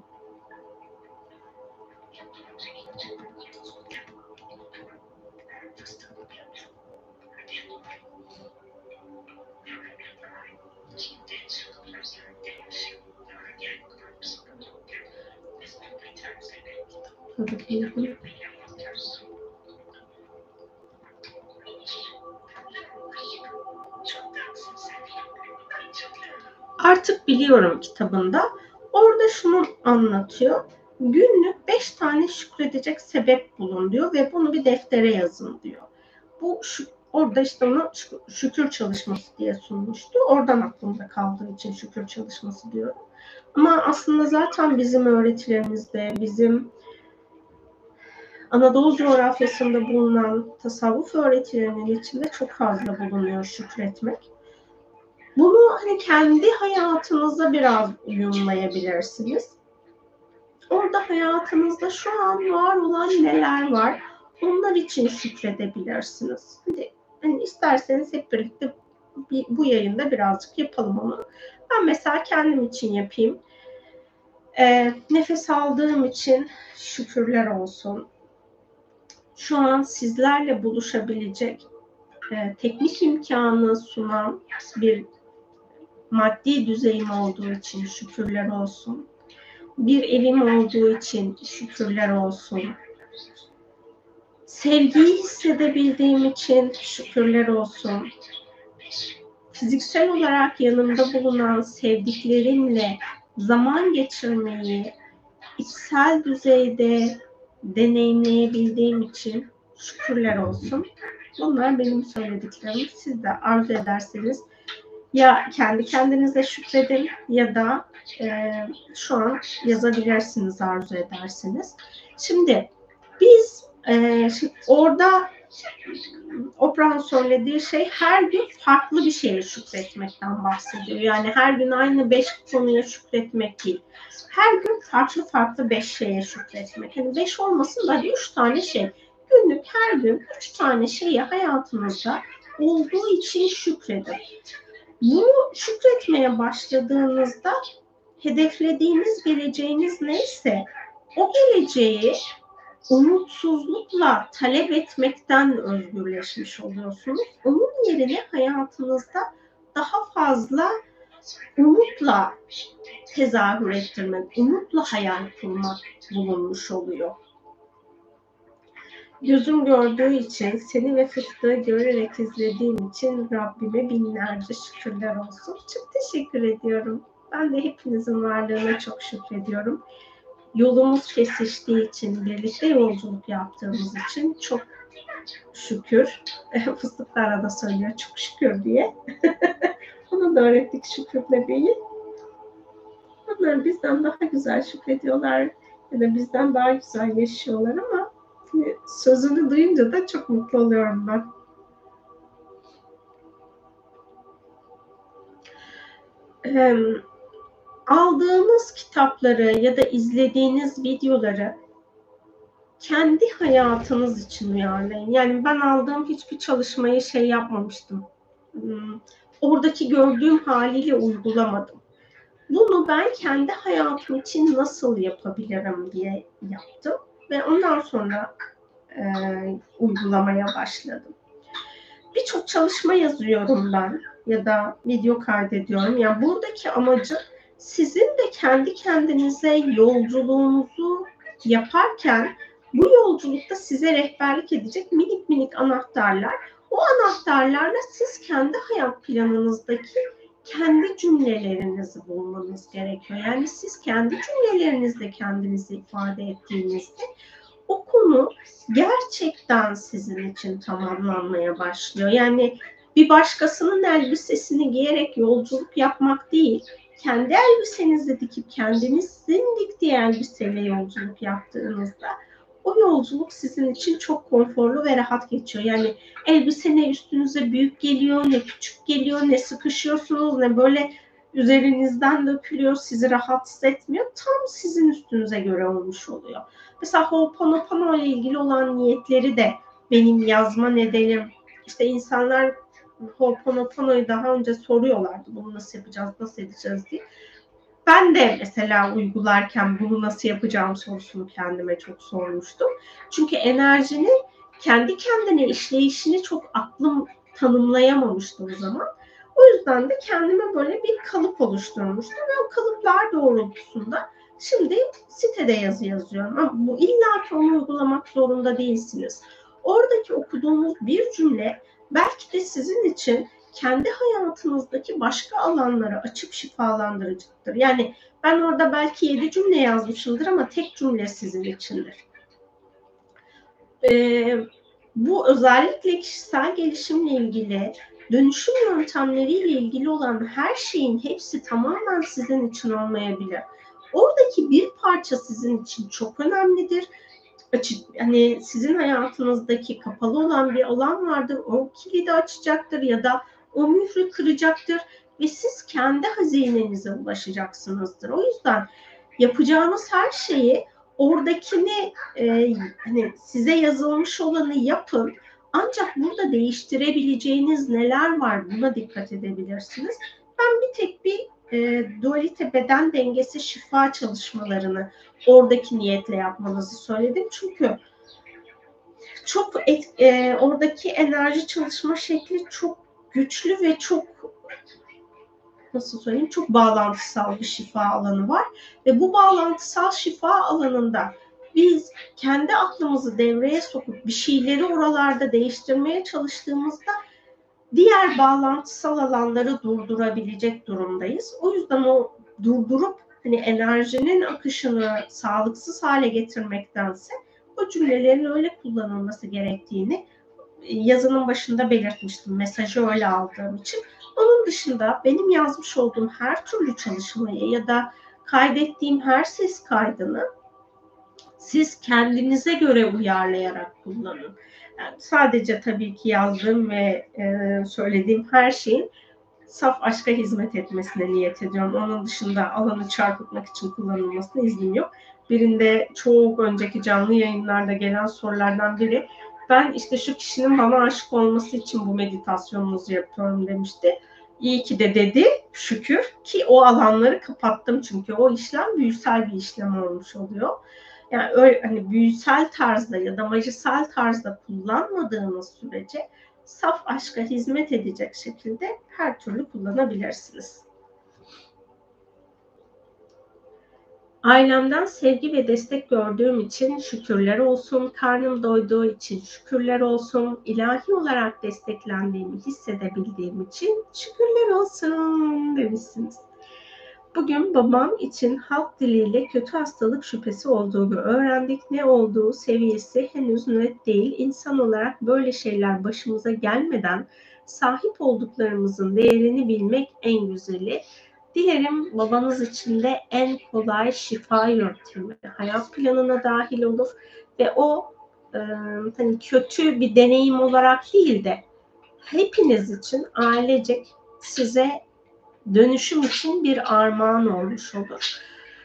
Artık biliyorum kitabında. Orada şunu anlatıyor. Günlük beş tane şükredecek sebep bulun diyor ve bunu bir deftere yazın diyor. Bu şu, orada işte onu şükür çalışması diye sunmuştu. Oradan aklımda kaldığı için şükür çalışması diyorum. Ama aslında zaten bizim öğretilerimizde, bizim Anadolu coğrafyasında bulunan tasavvuf öğretilerinin içinde çok fazla bulunuyor şükretmek. Bunu hani kendi hayatınıza biraz uyumlayabilirsiniz. Orada hayatınızda şu an var olan neler var, onlar için şükredebilirsiniz. Hadi, hani isterseniz hep birlikte bir, bu yayında birazcık yapalım onu. Ben mesela kendim için yapayım. E, nefes aldığım için şükürler olsun. Şu an sizlerle buluşabilecek e, teknik imkanı sunan bir maddi düzeyim olduğu için şükürler olsun. Bir evim olduğu için şükürler olsun. Sevgiyi hissedebildiğim için şükürler olsun. Fiziksel olarak yanımda bulunan sevdiklerimle zaman geçirmeyi içsel düzeyde deneyimleyebildiğim için şükürler olsun. Bunlar benim söylediklerim. Siz de arzu ederseniz ya kendi kendinize şükredin ya da e, şu an yazabilirsiniz arzu ederseniz. Şimdi biz e, şimdi orada Oprah'ın söylediği şey her gün farklı bir şeye şükretmekten bahsediyor. Yani her gün aynı beş konuya şükretmek değil. Her gün farklı farklı beş şeye şükretmek. Yani beş olmasın da üç tane şey. Günlük her gün üç tane şeye hayatınızda olduğu için şükredin. Bunu şükretmeye başladığınızda hedeflediğiniz geleceğiniz neyse o geleceği umutsuzlukla talep etmekten özgürleşmiş oluyorsunuz. Onun yerine hayatınızda daha fazla umutla tezahür ettirmek, umutla hayal kurmak bulunmuş oluyor. Gözüm gördüğü için, seni ve fıstığı görerek izlediğim için Rabbime binlerce şükürler olsun. Çok teşekkür ediyorum. Ben de hepinizin varlığına çok şükrediyorum. Yolumuz kesiştiği için, birlikte yolculuk yaptığımız için çok şükür. Fıstık da arada söylüyor çok şükür diye. Ona da öğrettik şükür demeyi. Onlar bizden daha güzel şükrediyorlar ya da bizden daha güzel yaşıyorlar ama sözünü duyunca da çok mutlu oluyorum ben. Ee, aldığınız kitapları ya da izlediğiniz videoları kendi hayatınız için uyarlayın. Yani ben aldığım hiçbir çalışmayı şey yapmamıştım. Oradaki gördüğüm haliyle uygulamadım. Bunu ben kendi hayatım için nasıl yapabilirim diye yaptım. Ve ondan sonra e, uygulamaya başladım. Birçok çalışma yazıyorum ben ya da video kaydediyorum. Yani buradaki amacı sizin de kendi kendinize yolculuğunuzu yaparken bu yolculukta size rehberlik edecek minik minik anahtarlar. O anahtarlarla siz kendi hayat planınızdaki kendi cümlelerinizi bulmanız gerekiyor. Yani siz kendi cümlelerinizle kendinizi ifade ettiğinizde o konu gerçekten sizin için tamamlanmaya başlıyor. Yani bir başkasının elbisesini giyerek yolculuk yapmak değil, kendi elbisenizi dikip kendinizin diktiği elbiseyle yolculuk yaptığınızda o yolculuk sizin için çok konforlu ve rahat geçiyor. Yani elbise ne üstünüze büyük geliyor, ne küçük geliyor, ne sıkışıyorsunuz, ne böyle üzerinizden dökülüyor, sizi rahatsız etmiyor. Tam sizin üstünüze göre olmuş oluyor. Mesela Ho'oponopono ile ilgili olan niyetleri de benim yazma nedenim. İşte insanlar Ho'oponopono'yu daha önce soruyorlardı. Bunu nasıl yapacağız, nasıl edeceğiz diye. Ben de mesela uygularken bunu nasıl yapacağım sorusunu kendime çok sormuştum. Çünkü enerjinin kendi kendine işleyişini çok aklım tanımlayamamıştı o zaman. O yüzden de kendime böyle bir kalıp oluşturmuştum ve o kalıplar doğrultusunda şimdi sitede yazı yazıyorum. Ama bu illa ki onu uygulamak zorunda değilsiniz. Oradaki okuduğunuz bir cümle belki de sizin için kendi hayatınızdaki başka alanları açıp şifalandırıcıdır. Yani ben orada belki yedi cümle yazmışımdır ama tek cümle sizin içindir. Ee, bu özellikle kişisel gelişimle ilgili dönüşüm yöntemleriyle ilgili olan her şeyin hepsi tamamen sizin için olmayabilir. Oradaki bir parça sizin için çok önemlidir. Açık, hani sizin hayatınızdaki kapalı olan bir alan vardır. O kilidi açacaktır ya da o mührü kıracaktır ve siz kendi hazinenize ulaşacaksınızdır. O yüzden yapacağınız her şeyi oradakini e, hani size yazılmış olanı yapın. Ancak burada değiştirebileceğiniz neler var, buna dikkat edebilirsiniz. Ben bir tek bir e, dualite beden dengesi şifa çalışmalarını oradaki niyetle yapmanızı söyledim. Çünkü çok et, e, oradaki enerji çalışma şekli çok güçlü ve çok, nasıl söyleyeyim, çok bağlantısal bir şifa alanı var. Ve bu bağlantısal şifa alanında biz kendi aklımızı devreye sokup bir şeyleri oralarda değiştirmeye çalıştığımızda diğer bağlantısal alanları durdurabilecek durumdayız. O yüzden o durdurup hani enerjinin akışını sağlıksız hale getirmektense o cümlelerin öyle kullanılması gerektiğini yazının başında belirtmiştim. Mesajı öyle aldığım için. Onun dışında benim yazmış olduğum her türlü çalışmayı ya da kaydettiğim her ses kaydını siz kendinize göre uyarlayarak kullanın. Yani sadece tabii ki yazdığım ve e, söylediğim her şeyin saf aşka hizmet etmesine niyet ediyorum. Onun dışında alanı çarpıtmak için kullanılmasına iznim yok. Birinde çok önceki canlı yayınlarda gelen sorulardan biri, ben işte şu kişinin bana aşık olması için bu meditasyonunuzu yapıyorum demişti. İyi ki de dedi, şükür ki o alanları kapattım, çünkü o işlem büyüsel bir işlem olmuş oluyor. Yani öyle hani büyüsel tarzda ya da majisel tarzda kullanmadığınız sürece saf aşka hizmet edecek şekilde her türlü kullanabilirsiniz. Ailemden sevgi ve destek gördüğüm için şükürler olsun, karnım doyduğu için şükürler olsun, ilahi olarak desteklendiğimi hissedebildiğim için şükürler olsun demişsiniz. Bugün babam için halk diliyle kötü hastalık şüphesi olduğunu öğrendik. Ne olduğu seviyesi henüz net değil. İnsan olarak böyle şeyler başımıza gelmeden sahip olduklarımızın değerini bilmek en güzeli. Dilerim babanız için de en kolay şifa yöntemi hayat planına dahil olur ve o e, hani kötü bir deneyim olarak değil de hepiniz için ailecek size dönüşüm için bir armağan olmuş olur.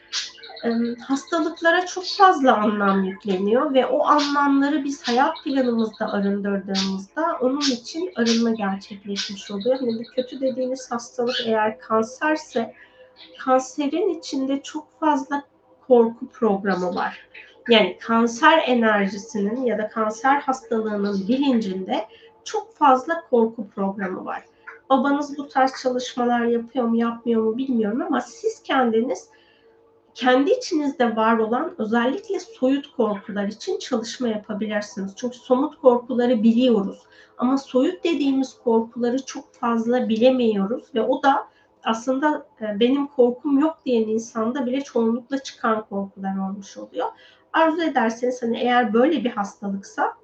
Hastalıklara çok fazla anlam yükleniyor ve o anlamları biz hayat planımızda arındırdığımızda onun için arınma gerçekleşmiş oluyor. Yani bu kötü dediğimiz hastalık eğer kanserse, kanserin içinde çok fazla korku programı var. Yani kanser enerjisinin ya da kanser hastalığının bilincinde çok fazla korku programı var. Babanız bu tarz çalışmalar yapıyor mu yapmıyor mu bilmiyorum ama siz kendiniz kendi içinizde var olan özellikle soyut korkular için çalışma yapabilirsiniz. Çünkü somut korkuları biliyoruz ama soyut dediğimiz korkuları çok fazla bilemiyoruz ve o da aslında benim korkum yok diyen insanda bile çoğunlukla çıkan korkular olmuş oluyor. Arzu ederseniz hani eğer böyle bir hastalıksa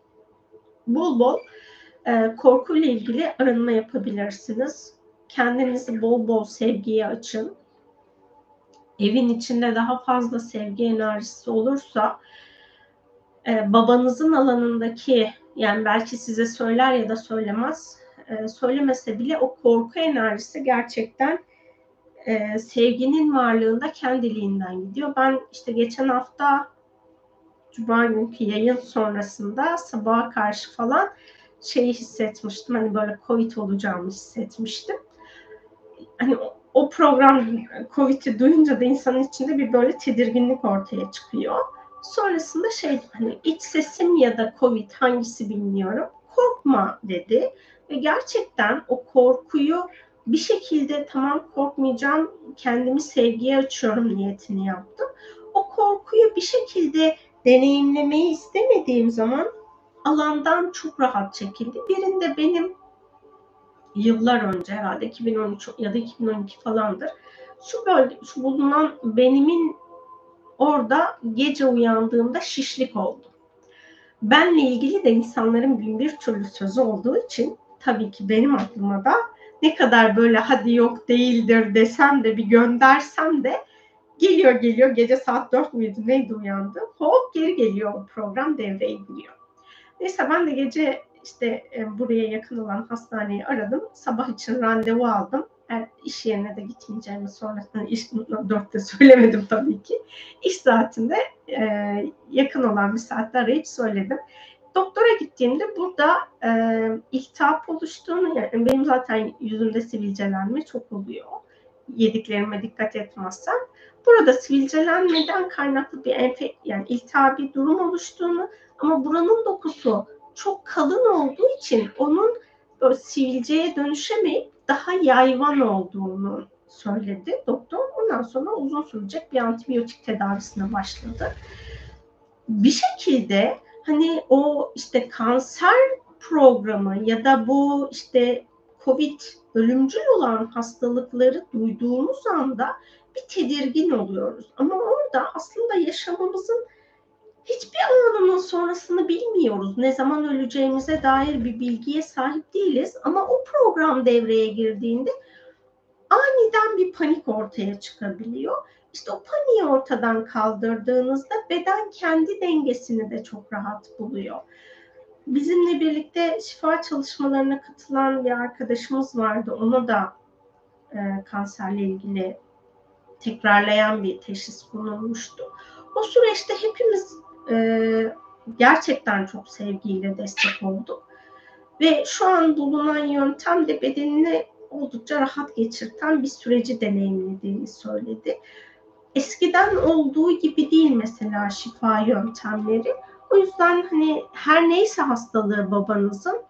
bol bol e, korkuyla ilgili arınma yapabilirsiniz. Kendinizi bol bol sevgiye açın. Evin içinde daha fazla sevgi enerjisi olursa e, babanızın alanındaki, yani belki size söyler ya da söylemez, e, söylemese bile o korku enerjisi gerçekten e, sevginin varlığında kendiliğinden gidiyor. Ben işte geçen hafta Cuma günkü yayın sonrasında sabaha karşı falan şeyi hissetmiştim. Hani böyle Covid olacağımı hissetmiştim. Hani o program Covid'i duyunca da insanın içinde bir böyle tedirginlik ortaya çıkıyor. Sonrasında şey, hani iç sesim ya da Covid hangisi bilmiyorum, korkma dedi. Ve gerçekten o korkuyu bir şekilde, tamam korkmayacağım, kendimi sevgiye açıyorum niyetini yaptım. O korkuyu bir şekilde deneyimlemeyi istemediğim zaman alandan çok rahat çekildi. Birinde benim yıllar önce, herhalde iki bin on üç ya da iki bin on iki falandır, şu bölge, şu bulunan benimin orada gece uyandığımda şişlik oldu. Benle ilgili de insanların bin bir türlü sözü olduğu için tabii ki benim aklıma da ne kadar böyle hadi yok değildir desem de bir göndersem de geliyor geliyor gece saat dört müydü neydi uyandım. Hop geri geliyor o program devreye giriyor. Neyse ben de gece işte e, buraya yakın olan hastaneyi aradım. Sabah için randevu aldım. Yani iş yerine de gitmeyeceğimi sonrasında iş dörtte söylemedim tabii ki. İş saatinde e, yakın olan bir saatte arayıp söyledim. Doktora gittiğimde burada e, iltihap oluştuğunu, yani benim zaten yüzümde sivilcelenme çok oluyor. Yediklerime dikkat etmezsem. Burada sivilcelenmeden kaynaklı bir enfek, yani iltihabi durum oluştuğunu ama buranın dokusu çok kalın olduğu için onun böyle sivilceye dönüşemeyip daha yayvan olduğunu söyledi doktor. Ondan sonra uzun sürecek bir antibiyotik tedavisine başladı. Bir şekilde hani o işte kanser programı ya da bu işte COVID ölümcül olan hastalıkları duyduğumuz anda bir tedirgin oluyoruz. Ama orada aslında yaşamımızın hiçbir anının sonrasını bilmiyoruz. Ne zaman öleceğimize dair bir bilgiye sahip değiliz. Ama o program devreye girdiğinde aniden bir panik ortaya çıkabiliyor. İşte o paniği ortadan kaldırdığınızda beden kendi dengesini de çok rahat buluyor. Bizimle birlikte şifa çalışmalarına katılan bir arkadaşımız vardı. Ona da e, kanserle ilgili tekrarlayan bir teşhis konulmuştu. O süreçte hepimiz e, gerçekten çok sevgiyle destek olduk. Ve şu an bulunan yöntem de bedenini oldukça rahat geçirten bir süreci deneyimlediğini söyledi. Eskiden olduğu gibi değil mesela şifa yöntemleri. O yüzden hani her neyse hastalığı babanızın,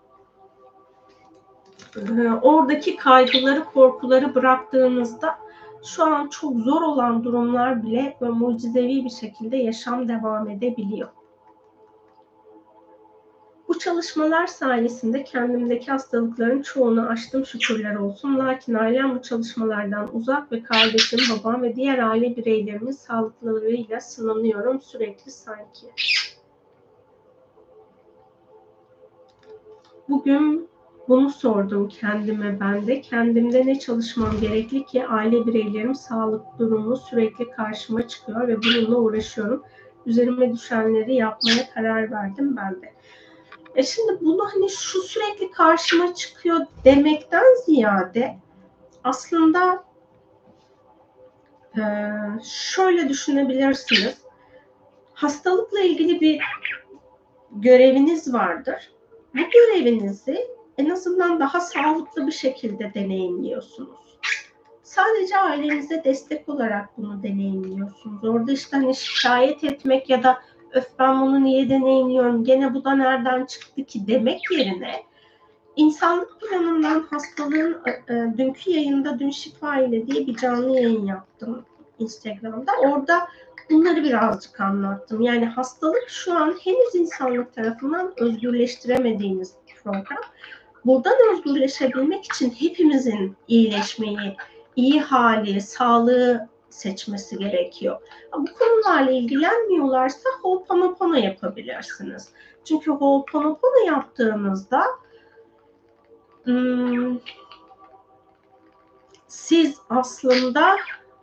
oradaki kaygıları, korkuları bıraktığınızda şu an çok zor olan durumlar bile ve mucizevi bir şekilde yaşam devam edebiliyor. Bu çalışmalar sayesinde kendimdeki hastalıkların çoğunu aştım şükürler olsun. Lakin ailem bu çalışmalardan uzak ve kardeşim, babam ve diğer aile bireylerimin sağlıklarıyla sınanıyorum sürekli sanki. Bugün bunu sordum kendime ben de. Kendimde ne çalışmam gerekli ki aile bireylerim sağlık durumu sürekli karşıma çıkıyor ve bununla uğraşıyorum. Üzerime düşenleri yapmaya karar verdim ben de. E şimdi bunu hani şu sürekli karşıma çıkıyor demekten ziyade aslında e, şöyle düşünebilirsiniz. Hastalıkla ilgili bir göreviniz vardır. Bu görevinizi en azından daha sağlıklı bir şekilde deneyimliyorsunuz. Sadece ailenize destek olarak bunu deneyimliyorsunuz. Orada işte hani şikayet etmek ya da öf ben bunu niye deneyimliyorum, gene bu da nereden çıktı ki demek yerine insanlık planından hastalığın e, dünkü yayında dün şifa ile diye bir canlı yayın yaptım Instagram'da. Orada bunları birazcık anlattım. Yani hastalık şu an henüz insanlık tarafından özgürleştiremediğimiz bir program. Buradan özgürleşebilmek için hepimizin iyileşmeyi, iyi hali, sağlığı seçmesi gerekiyor. Bu konularla ilgilenmiyorlarsa Ho'oponopono yapabilirsiniz. Çünkü Ho'oponopono yaptığınızda hmm, siz aslında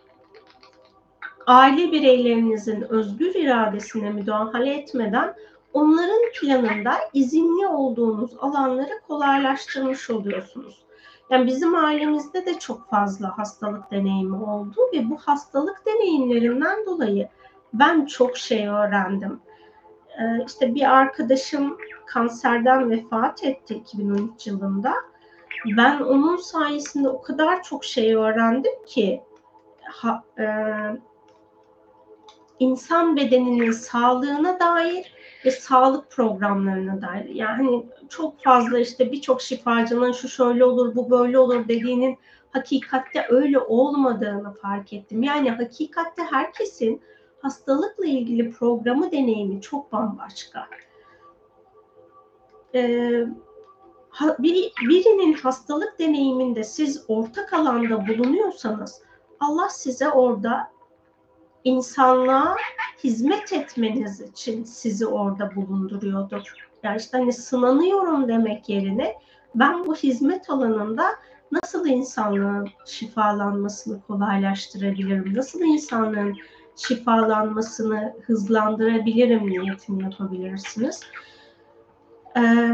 aile bireylerinizin özgür iradesine müdahale etmeden onların planında izinli olduğunuz alanları kolaylaştırmış oluyorsunuz. Yani bizim ailemizde de çok fazla hastalık deneyimi oldu ve bu hastalık deneyimlerinden dolayı ben çok şey öğrendim. Ee, işte bir arkadaşım kanserden vefat etti iki bin on üç yılında. Ben onun sayesinde o kadar çok şey öğrendim ki ha, e, insan bedeninin sağlığına dair ve sağlık programlarına dair. Yani çok fazla işte birçok şifacının şu şöyle olur, bu böyle olur dediğinin hakikatte öyle olmadığını fark ettim. Yani hakikatte herkesin hastalıkla ilgili programı, deneyimi çok bambaşka. Ee, bir, birinin hastalık deneyiminde siz ortak alanda bulunuyorsanız Allah size orada insanlığa hizmet etmeniz için sizi orada bulunduruyordur. Yani işte hani sınanıyorum demek yerine Ben bu hizmet alanında nasıl insanlığın şifalanmasını kolaylaştırabilirim? Nasıl insanlığın şifalanmasını hızlandırabilirim niyetini yapabilirsiniz. Ee,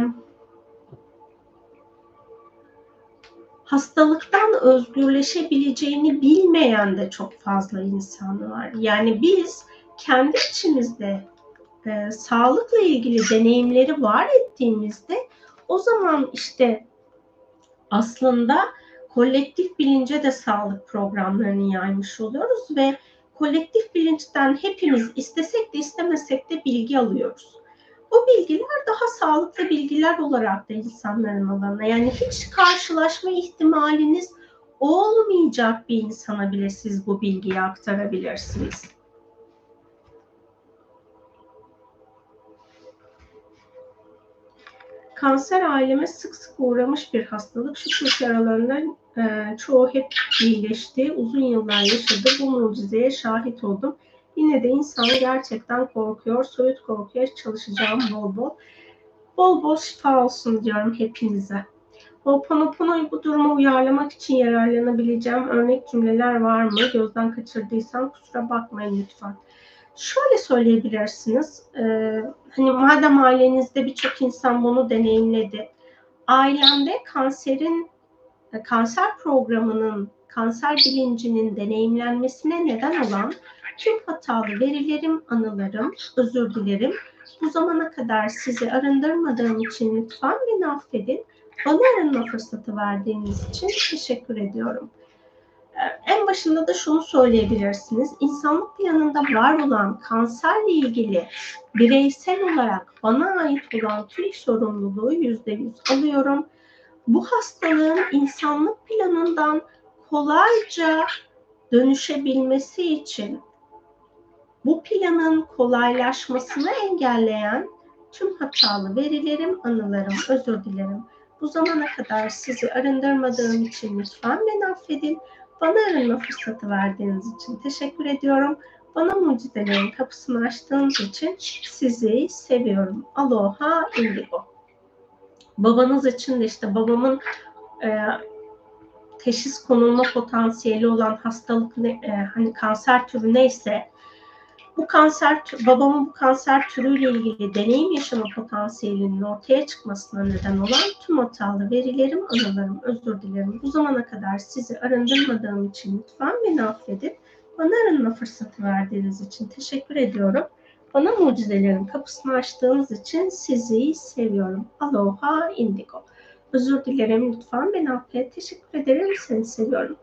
hastalıktan özgürleşebileceğini bilmeyen de çok fazla insan var. Yani biz kendi içimizde e, sağlıkla ilgili deneyimleri var ettiğimizde o zaman işte aslında kolektif bilince de sağlık programlarını yaymış oluyoruz ve kolektif bilinçten hepimiz istesek de istemesek de bilgi alıyoruz. O bilgiler daha sağlıklı bilgiler olarak da insanların alanına, yani hiç karşılaşma ihtimaliniz olmayacak bir insana bile siz bu bilgiyi aktarabilirsiniz. Kanser aileme sık sık uğramış bir hastalık. Şükür ki aralarından e, çoğu hep iyileşti. Uzun yıllar yaşadı. Bu mucizeye şahit oldum. Yine de insan gerçekten korkuyor. Soyut korkuya çalışacağım bol bol. Bol bol şifa olsun diyorum hepinize. Ho'oponopono'yu bu duruma uyarlamak için yararlanabileceğim örnek cümleler var mı? Gözden kaçırdıysam kusura bakmayın lütfen. Şöyle söyleyebilirsiniz. E, hani madem ailenizde birçok insan bunu deneyimledi. Ailemde kanserin, kanser programının, kanser bilincinin deneyimlenmesine neden olan tüm hatalı verilerim, anılarım, özür dilerim. Bu zamana kadar sizi arındırmadığım için lütfen beni affedin. Bana arınma fırsatı verdiğiniz için teşekkür ediyorum. En başında da şunu söyleyebilirsiniz. İnsanlık planında var olan kanserle ilgili bireysel olarak bana ait olan tüm sorumluluğu yüzde yüz alıyorum. Bu hastalığın insanlık planından kolayca dönüşebilmesi için bu planın kolaylaşmasını engelleyen tüm hatalı verilerim, anılarım, özür dilerim. Bu zamana kadar sizi arındırmadığım için lütfen beni affedin. Bana arınma fırsatı verdiğiniz için teşekkür ediyorum. Bana mucizelerin kapısını açtığınız için sizi seviyorum. Aloha indigo. Babanız için de işte babamın e, teşhis konulma potansiyeli olan hastalık ne, e, hani kanser türü neyse bu kanser, babamın bu kanser türüyle ilgili deneyim yaşama potansiyelinin ortaya çıkmasına neden olan tüm hatalı verilerim, anılarım, özür dilerim. Bu zamana kadar sizi arındırmadığım için lütfen beni affedin. Bana arınma fırsatı verdiğiniz için teşekkür ediyorum. Bana mucizelerin kapısını açtığınız için sizi seviyorum. Aloha indigo. Özür dilerim, lütfen beni affet. Teşekkür ederim, seni seviyorum.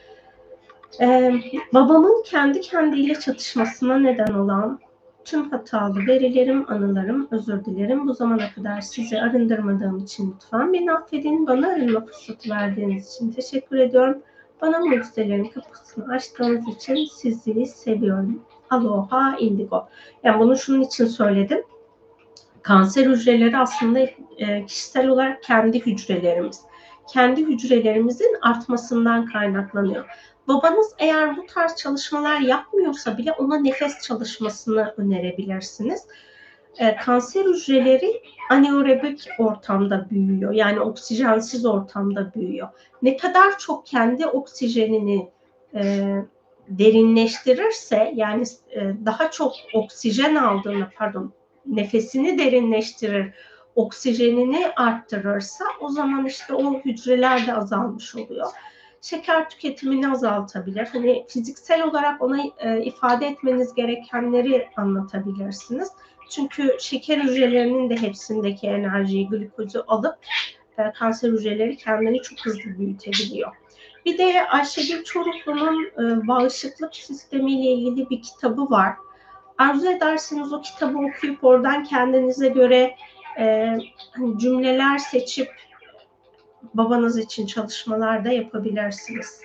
Ee, babamın kendi kendiyle çatışmasına neden olan tüm hatalı verilerim, anılarım, özür dilerim. Bu zamana kadar sizi arındırmadığım için lütfen beni affedin. Bana arınma fırsatı verdiğiniz için teşekkür ediyorum. Bana mucizelerin kapısını açtığınız için sizi seviyorum. Aloha indigo. Yani bunu şunun için söyledim. Kanser hücreleri aslında e, kişisel olarak kendi hücrelerimiz. Kendi hücrelerimizin artmasından kaynaklanıyor. Babanız eğer bu tarz çalışmalar yapmıyorsa bile ona nefes çalışmasını önerebilirsiniz. E, kanser hücreleri anaerobik ortamda büyüyor. Yani oksijensiz ortamda büyüyor. Ne kadar çok kendi oksijenini e, derinleştirirse, yani e, daha çok oksijen aldığını, pardon, nefesini derinleştirir, oksijenini arttırırsa o zaman işte o hücreler de azalmış oluyor. Şeker tüketimini azaltabilir. Hani fiziksel olarak ona e, ifade etmeniz gerekenleri anlatabilirsiniz. Çünkü şeker hücrelerinin de hepsindeki enerjiyi, glikozu alıp e, kanser hücreleri kendini çok hızlı büyütebiliyor. Bir de Ayşegül Çoruklu'nun e, bağışıklık sistemiyle ilgili bir kitabı var. Arzu ederseniz o kitabı okuyup oradan kendinize göre e, hani cümleler seçip babanız için çalışmalar da yapabilirsiniz.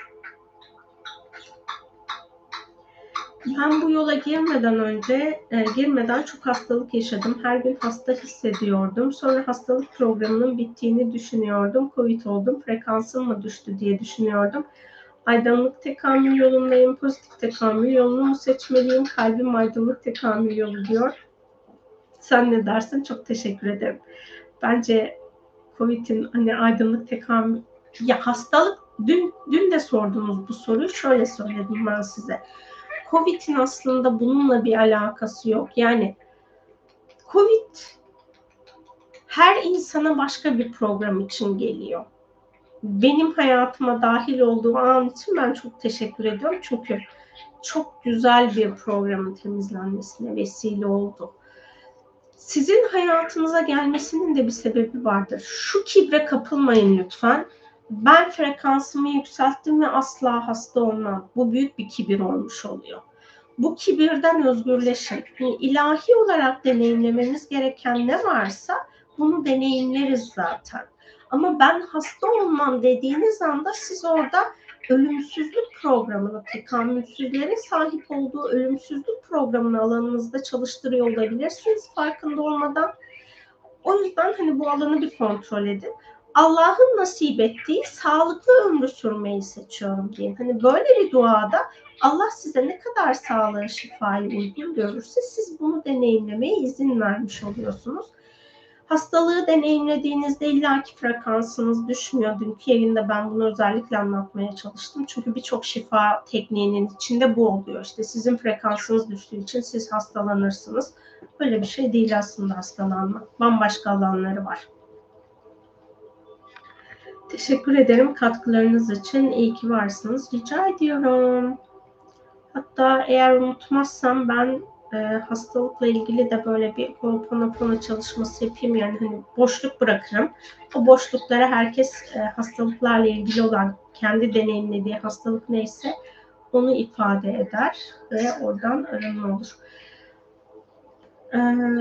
Ben bu yola girmeden önce, e, girmeden çok hastalık yaşadım. Her gün hasta hissediyordum. Sonra hastalık programının bittiğini düşünüyordum. Covid oldum, frekansım mı düştü diye düşünüyordum. Aydınlık tekamül yolundayım, pozitif tekamül yolunu mu seçmeliyim? Kalbim aydınlık tekamül yolu diyor. Sen ne dersin? Çok teşekkür ederim. Bence Covid'in hani aydınlık tekamül, ya hastalık, dün dün de sorduğunuz bu soruyu şöyle söyledim ben size. Covid'in aslında bununla bir alakası yok. Yani Covid her insana başka bir program için geliyor. Benim hayatıma dahil olduğu an için ben çok teşekkür ediyorum. Çünkü çok güzel bir programın temizlenmesine vesile oldu. Sizin hayatınıza gelmesinin de bir sebebi vardır. Şu kibre kapılmayın lütfen. Ben frekansımı yükselttim ve asla hasta olmam. Bu büyük bir kibir olmuş oluyor. Bu kibirden özgürleşin. Yani ilahi olarak deneyimlememiz gereken ne varsa bunu deneyimleriz zaten. Ama ben hasta olmam dediğiniz anda siz orada ölümsüzlük programını, tekamülsüzlerin sahip olduğu ölümsüzlük programını alanınızda çalıştırıyor olabilirsiniz farkında olmadan. O yüzden hani bu alanı bir kontrol edin. Allah'ın nasip ettiği sağlıklı ömrü sürmeyi seçiyorum diye. Hani böyle bir duada Allah size ne kadar sağlığı, şifayı uygun görürse siz bunu deneyimlemeye izin vermiş oluyorsunuz. Hastalığı deneyimlediğinizde illaki frekansınız düşmüyor. Dünkü yayında ben bunu özellikle anlatmaya çalıştım. Çünkü birçok şifa tekniğinin içinde bu oluyor. İşte sizin frekansınız düştüğü için siz hastalanırsınız. Böyle bir şey değil aslında hastalanmak. Bambaşka alanları var. Teşekkür ederim katkılarınız için. İyi ki varsınız. Rica ediyorum. Hatta eğer unutmazsam ben e, hastalıkla ilgili de böyle bir Ho'oponopono çalışması yapayım. Yani hani boşluk bırakırım. O boşluklara herkes e, hastalıklarla ilgili olan kendi deneyimlediği hastalık neyse onu ifade eder ve oradan arınma olur. E,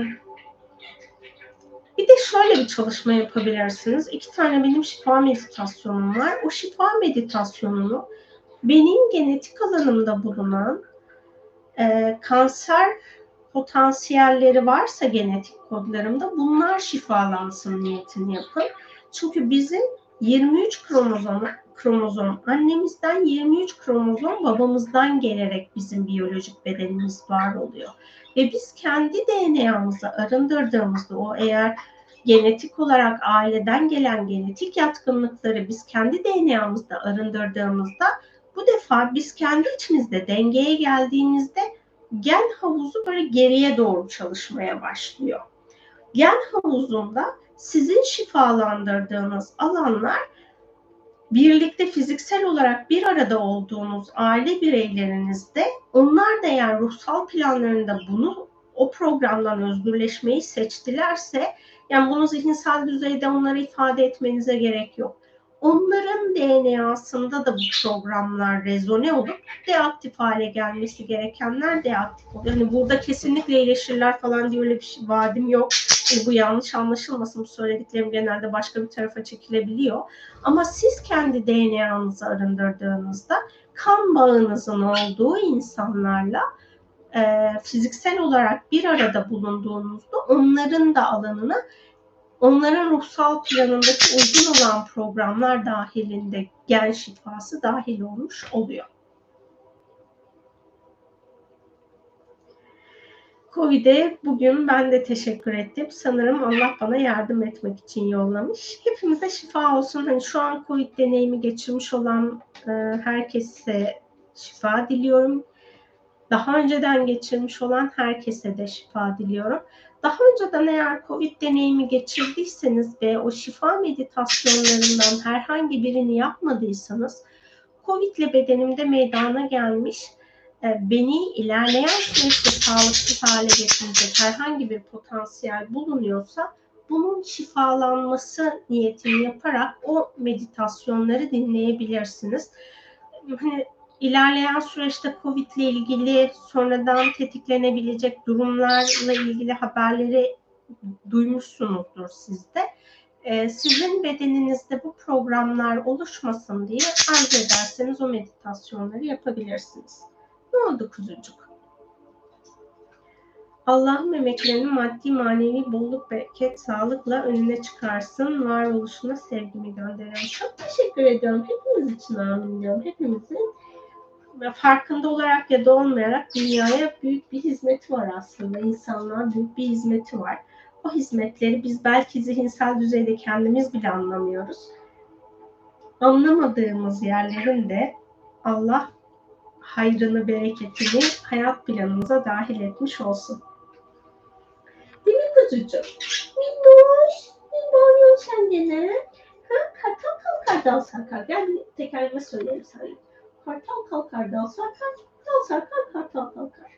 bir de şöyle bir çalışma yapabilirsiniz. İki tane benim şifa meditasyonum var. O şifa meditasyonunu benim genetik alanımda bulunan e, kanser potansiyelleri varsa genetik kodlarımda bunlar şifalansın niyetini yapın. Çünkü bizim yirmi üç kromozom, kromozom annemizden, yirmi üç kromozom babamızdan gelerek bizim biyolojik bedenimiz var oluyor. Ve biz kendi D N A'mızı arındırdığımızda o eğer genetik olarak aileden gelen genetik yatkınlıkları biz kendi D N A'mızda arındırdığımızda bu defa biz kendi içimizde dengeye geldiğimizde gen havuzu böyle geriye doğru çalışmaya başlıyor. Gen havuzunda sizin şifalandırdığınız alanlar birlikte fiziksel olarak bir arada olduğunuz aile bireylerinizde onlar da eğer ruhsal planlarında bunu o programdan özgürleşmeyi seçtilerse yani bunu zihinsel düzeyde onlara ifade etmenize gerek yok. Onların D N A'sında da bu programlar rezone olup deaktif hale gelmesi gerekenler deaktif oluyor. Yani burada kesinlikle iyileşirler falan diye öyle bir şey, vaadim yok. Yani bu yanlış anlaşılmasın. Bu söylediklerim genelde başka bir tarafa çekilebiliyor. Ama siz kendi D N A'nızı arındırdığınızda kan bağınızın olduğu insanlarla e, fiziksel olarak bir arada bulunduğunuzda onların da alanına onların ruhsal planındaki uygun olan programlar dahilinde gen şifası dahil olmuş oluyor. Covid'e bugün ben de teşekkür ettim. Sanırım Allah bana yardım etmek için yollamış. Hepimize şifa olsun. Hani şu an Covid deneyimi geçirmiş olan e, herkese şifa diliyorum. Daha önceden geçirmiş olan herkese de şifa diliyorum. Daha önceden eğer Covid deneyimi geçirdiyseniz ve o şifa meditasyonlarından herhangi birini yapmadıysanız, Covid ile bedenimde meydana gelmiş, beni ilerleyen süreçte sağlıksız hale getirecek herhangi bir potansiyel bulunuyorsa, bunun şifalanması niyetini yaparak o meditasyonları dinleyebilirsiniz. Hani İlerleyen süreçte Covid ile ilgili sonradan tetiklenebilecek durumlarla ilgili haberleri duymuşsunuzdur siz de. Ee, sizin bedeninizde bu programlar oluşmasın diye arzu ederseniz o meditasyonları yapabilirsiniz. Ne oldu kuzucuk? Allah'ın emeklerinin maddi manevi bolluk, bereket, sağlıkla önüne çıkarsın. Varoluşuna sevgimi gönderiyorum. Çok teşekkür ediyorum. Hepimiz için amin diyorum. Hepimizin farkında olarak ya da olmayarak dünyaya büyük bir hizmeti var aslında. İnsanlığa büyük bir hizmeti var. o hizmetleri biz belki zihinsel düzeyde kendimiz bile anlamıyoruz. Anlamadığımız yerlerin de Allah hayrını, bereketini hayat planımıza dahil etmiş olsun. Değil mi kuzucuğum? Minnoş, ne bağırıyorsun sen gene? Ha? Kartal kalkar dal sarkar. Gel bir tekerleme söyleyelim sana. Kartal kalkar dal sarkar, dal sarkar kartal kalkar.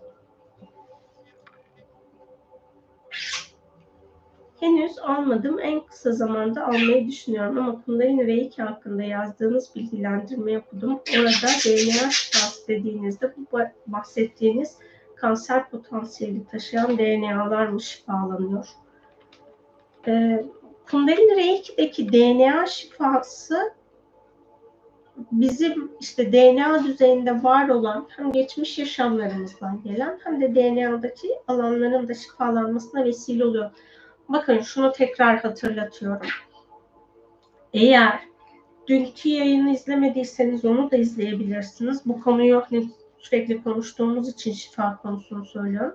Henüz almadım. En kısa zamanda almayı düşünüyorum ama Kundalini Reiki hakkında yazdığınız bilgilendirmeyi okudum. Orada D N A şifası dediğinizde bu bahsettiğiniz kanser potansiyeli taşıyan D N A'lar mı şifalanıyor? Ee, Kundalini Reiki'deki D N A şifası bizim işte D N A düzeyinde var olan hem geçmiş yaşamlarımızdan gelen hem de D N A'daki alanların da şifalanmasına vesile oluyor. Bakın şunu tekrar hatırlatıyorum. Eğer dünkü yayını izlemediyseniz onu da izleyebilirsiniz. Bu konuyu hani sürekli konuştuğumuz için şifa konusunu söylüyorum.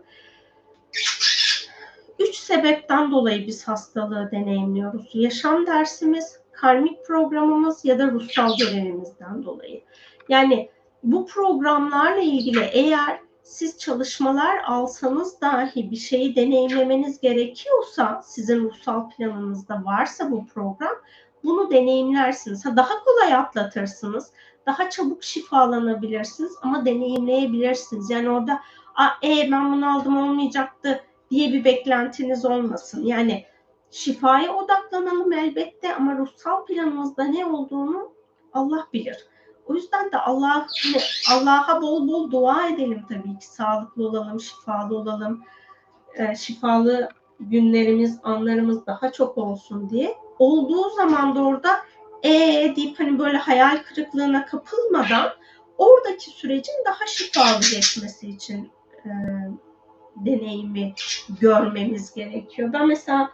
Üç sebepten dolayı biz hastalığı deneyimliyoruz. Yaşam dersimiz, karmik programımız ya da ruhsal görevimizden dolayı. Yani bu programlarla ilgili eğer siz çalışmalar alsanız dahi bir şeyi deneyimlemeniz gerekiyorsa, sizin ruhsal planınızda varsa bu program, bunu deneyimlersiniz. Ha, daha kolay atlatırsınız, daha çabuk şifalanabilirsiniz ama deneyimleyebilirsiniz. Yani orada e, ben bunu aldım olmayacaktı diye bir beklentiniz olmasın. Yani şifaya odaklanalım elbette ama ruhsal planımızda ne olduğunu Allah bilir. O yüzden de Allah Allah'a bol bol dua edelim tabii ki. Sağlıklı olalım, şifalı olalım. E, şifalı günlerimiz, anlarımız daha çok olsun diye. Olduğu zaman da orada ee deyip hani böyle hayal kırıklığına kapılmadan oradaki sürecin daha şifalı geçmesi için e, deneyimi görmemiz gerekiyor. Ben mesela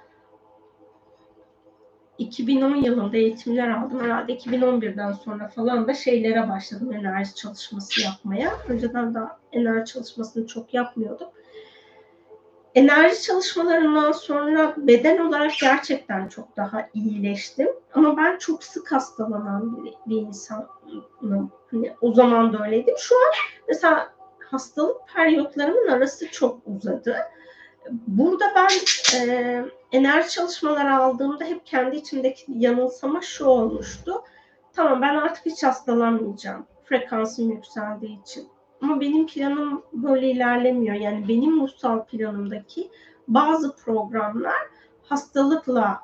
iki bin on yılında eğitimler aldım. Herhalde iki bin on birden sonra falan da şeylere başladım enerji çalışması yapmaya. Önceden de enerji çalışmasını çok yapmıyordum. Enerji çalışmalarından sonra beden olarak gerçekten çok daha iyileştim. Ama ben çok sık hastalanan bir, bir insanım. Hani o zaman da öyleydim. Şu an mesela hastalık periyotlarımın arası çok uzadı. Burada ben e, enerji çalışmaları aldığımda hep kendi içimdeki yanılsama şu olmuştu. Tamam, ben artık hiç hastalanmayacağım. Frekansım yükseldiği için. Ama benim planım böyle ilerlemiyor. Yani benim ruhsal planımdaki bazı programlar hastalıkla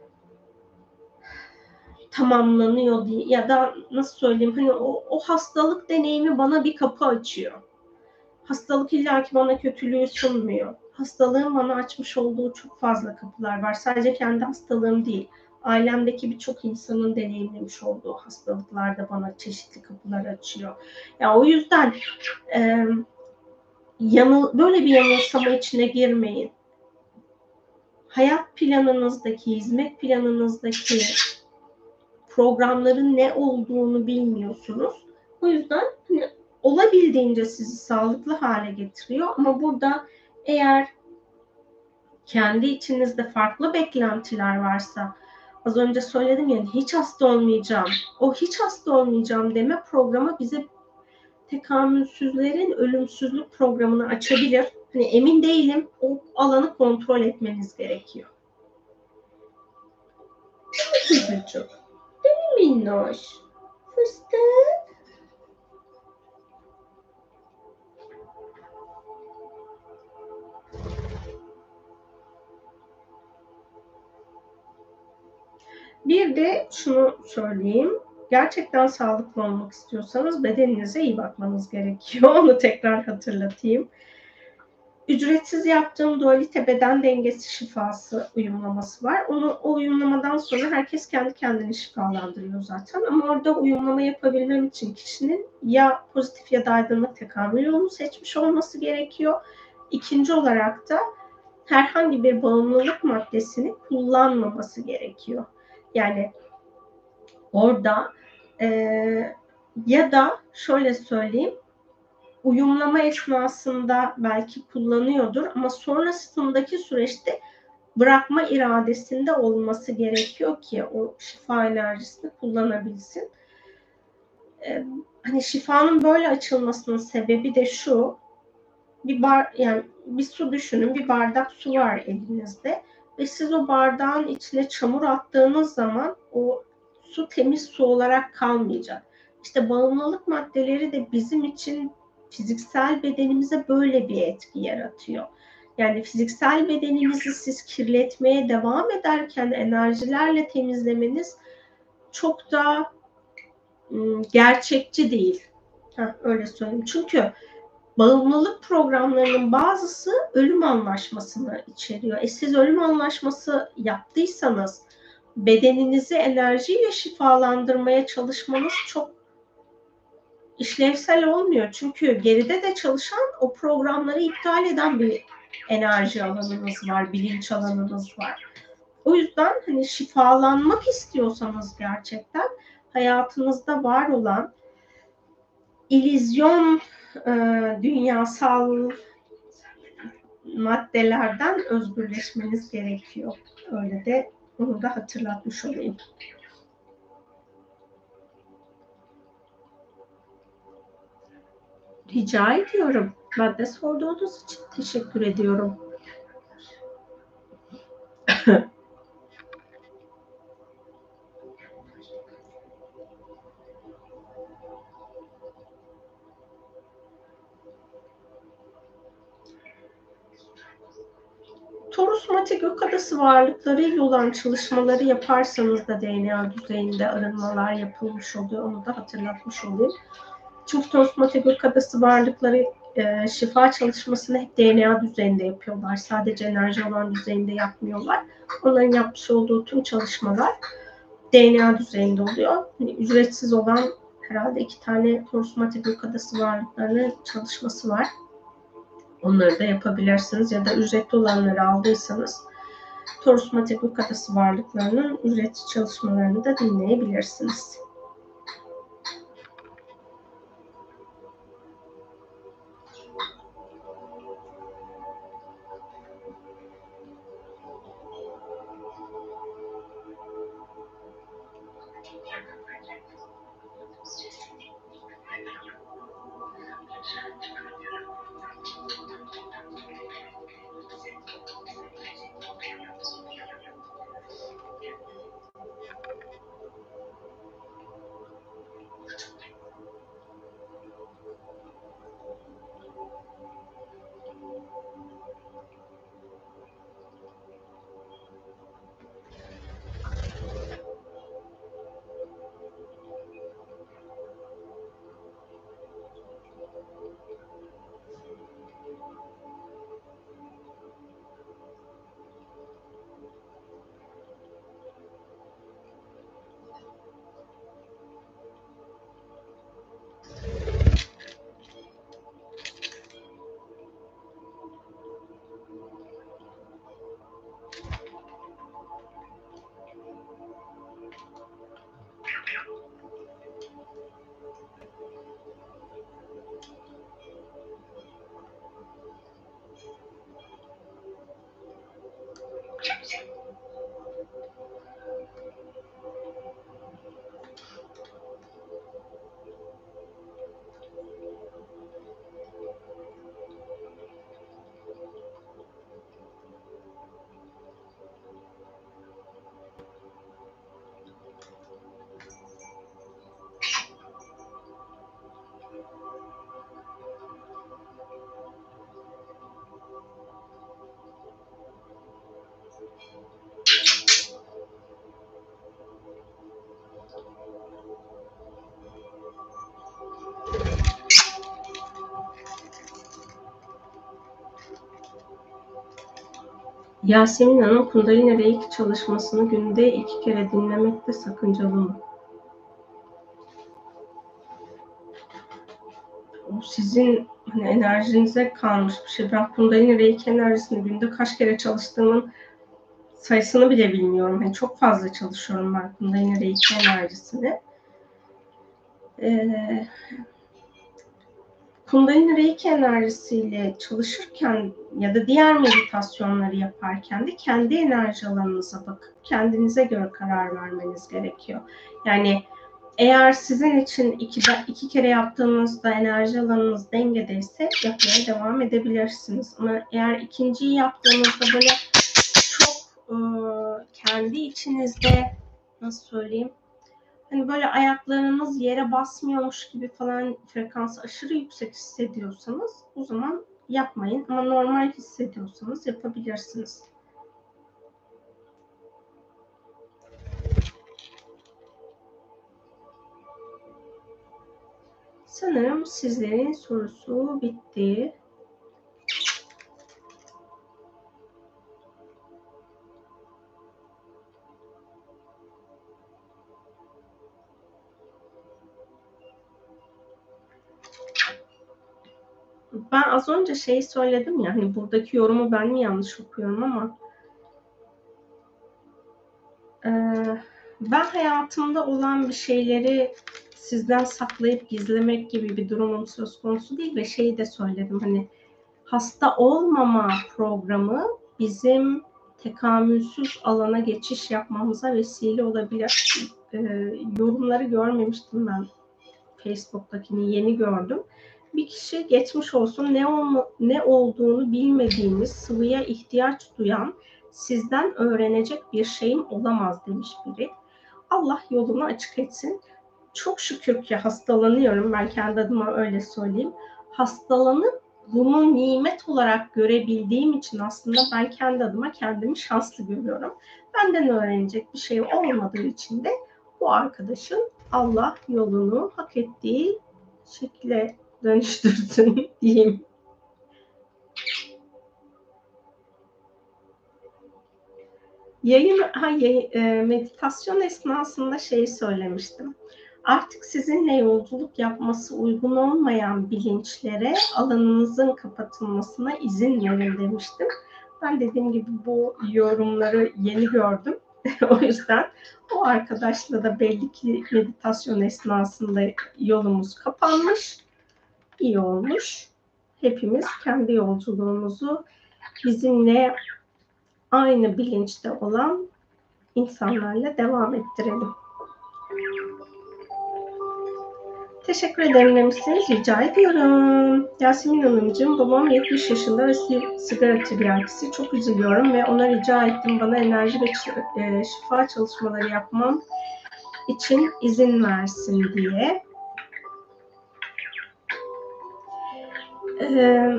tamamlanıyor diye ya da nasıl söyleyeyim, hani o, o hastalık deneyimi bana bir kapı açıyor. Hastalık illaki bana kötülüğü sunmuyor. Hastalığın bana açmış olduğu çok fazla kapılar var. Sadece kendi hastalığım değil. Ailemdeki birçok insanın deneyimlemiş olduğu hastalıklar da bana çeşitli kapılar açıyor. Ya o yüzden e, yanıl, böyle bir yanılsama içine girmeyin. Hayat planınızdaki, hizmet planınızdaki programların ne olduğunu bilmiyorsunuz. O yüzden hani, olabildiğince sizi sağlıklı hale getiriyor. Ama burada eğer kendi içinizde farklı beklentiler varsa, az önce söyledim yani hiç hasta olmayacağım, o hiç hasta olmayacağım deme programı bize tekamülsüzlerin ölümsüzlük programını açabilir. Hani emin değilim, o alanı kontrol etmeniz gerekiyor. Kuzucuk, değil mi minnoş? Fıstık. Bir de şunu söyleyeyim. Gerçekten sağlıklı olmak istiyorsanız bedeninize iyi bakmanız gerekiyor. Onu tekrar hatırlatayım. Ücretsiz yaptığım dualite beden dengesi şifası uyumlaması var. Onu o uyumlamadan sonra herkes kendi kendini şifalandırıyor zaten. Ama orada uyumlama yapabilmem için kişinin ya pozitif ya da aydınlık tekamül yolunu seçmiş olması gerekiyor. İkinci olarak da herhangi bir bağımlılık maddesini kullanmaması gerekiyor. Yani orada e, ya da şöyle söyleyeyim, uyumlama esnasında belki kullanıyordur ama sonrasındaki süreçte bırakma iradesinde olması gerekiyor ki o şifa enerjisini kullanabilsin. Ee, hani şifanın böyle açılmasının sebebi de şu: bir bar, yani bir su düşünün, bir bardak su var elinizde ve siz o bardağın içine çamur attığınız zaman o su temiz su olarak kalmayacak. İşte bağımlılık maddeleri de bizim için fiziksel bedenimize böyle bir etki yaratıyor. Yani fiziksel bedeninizi siz kirletmeye devam ederken enerjilerle temizlemeniz çok da ım, gerçekçi değil. Heh, öyle söyleyeyim. Çünkü bağımlılık programlarının bazısı ölüm anlaşmasını içeriyor. E siz ölüm anlaşması yaptıysanız bedeninizi enerjiyle şifalandırmaya çalışmanız çok işlevsel olmuyor. Çünkü geride de çalışan, o programları iptal eden bir enerji alanınız var, bilinç alanınız var. O yüzden hani şifalanmak istiyorsanız gerçekten hayatınızda var olan illüzyon e, dünyasal maddelerden özgürleşmeniz gerekiyor. Öyle de onu da hatırlatmış olayım. Rica ediyorum. Madde sorduğunuz için teşekkür ediyorum. Torus Mate Gökadası varlıklarıyla olan çalışmaları yaparsanız da D N A düzeyinde arınmalar yapılmış oluyor. Onu da hatırlatmış olayım. Çünkü Torus Mate Gökadası varlıkları e, şifa çalışmasını hep D N A düzeyinde yapıyorlar. Sadece enerji alan düzeyinde yapmıyorlar. Onların yapmış olduğu tüm çalışmalar D N A düzeyinde oluyor. Yani ücretsiz olan herhalde iki tane Torus Mate Gökadası varlıklarının çalışması var. Onları da yapabilirsiniz ya da ücretli olanları aldıysanız Torus Mate Gökadası varlıklarının ücretli çalışmalarını da dinleyebilirsiniz. Yasemin Hanım, Kundalini Reiki çalışmasını günde iki kere dinlemek de sakıncalı mı? O sizin hani enerjinize kalmış bir şey. Ben Kundalini Reiki enerjisini günde kaç kere çalıştığımın sayısını bile bilmiyorum. Yani çok fazla çalışıyorum ben Kundalini Reiki enerjisini. Ee, Kundalini Reiki enerjisiyle çalışırken ya da diğer meditasyonları yaparken de kendi enerji alanınıza bakıp kendinize göre karar vermeniz gerekiyor. Yani eğer sizin için iki, iki kere yaptığınızda enerji alanınız dengedeyse yapmaya devam edebilirsiniz. Ama eğer ikinciyi yaptığınızda böyle çok e, kendi içinizde, nasıl söyleyeyim, hani böyle ayaklarınız yere basmıyormuş gibi falan, frekansı aşırı yüksek hissediyorsanız o zaman yapmayın. Ama normal hissediyorsanız yapabilirsiniz. Sanırım sizlerin sorusu bitti. Ben az önce şey söyledim ya, hani buradaki yorumu ben mi yanlış okuyorum ama e, ben hayatımda olan bir şeyleri sizden saklayıp gizlemek gibi bir durumum söz konusu değil ve şeyi de söyledim, hani hasta olmama programı bizim tekamülsüz alana geçiş yapmamıza vesile olabilir. E, yorumları görmemiştim ben. Facebook'takini yeni gördüm. Bir kişi geçmiş olsun, ne, olma, ne olduğunu bilmediğimiz sıvıya ihtiyaç duyan, sizden öğrenecek bir şeyim olamaz demiş biri. Allah yolunu açık etsin. Çok şükür ki hastalanıyorum. Ben kendi adıma öyle söyleyeyim. Hastalanıp bunu nimet olarak görebildiğim için aslında ben kendi adıma kendimi şanslı görüyorum. Benden öğrenecek bir şey olmadığı için de bu arkadaşın Allah yolunu hak ettiği şekle dönüştürsün diyeyim. Yayın, ha, yayın, e, meditasyon esnasında şey söylemiştim. Artık sizinle yolculuk yapması uygun olmayan bilinçlere alanınızın kapatılmasına izin verin demiştim. Ben dediğim gibi bu yorumları yeni gördüm. O yüzden o arkadaşla da belli ki meditasyon esnasında yolumuz kapanmış. İyi olmuş. Hepimiz kendi yolculuğumuzu bizimle aynı bilinçte olan insanlarla devam ettirelim. Teşekkür ederim demişsiniz. Rica ediyorum. Yasemin Hanımcığım, babam yetmiş yaşında ve sigara tiryakisi. Çok üzülüyorum ve ona rica ettim bana enerji ve şifa çalışmaları yapmam için izin versin diye. Ee,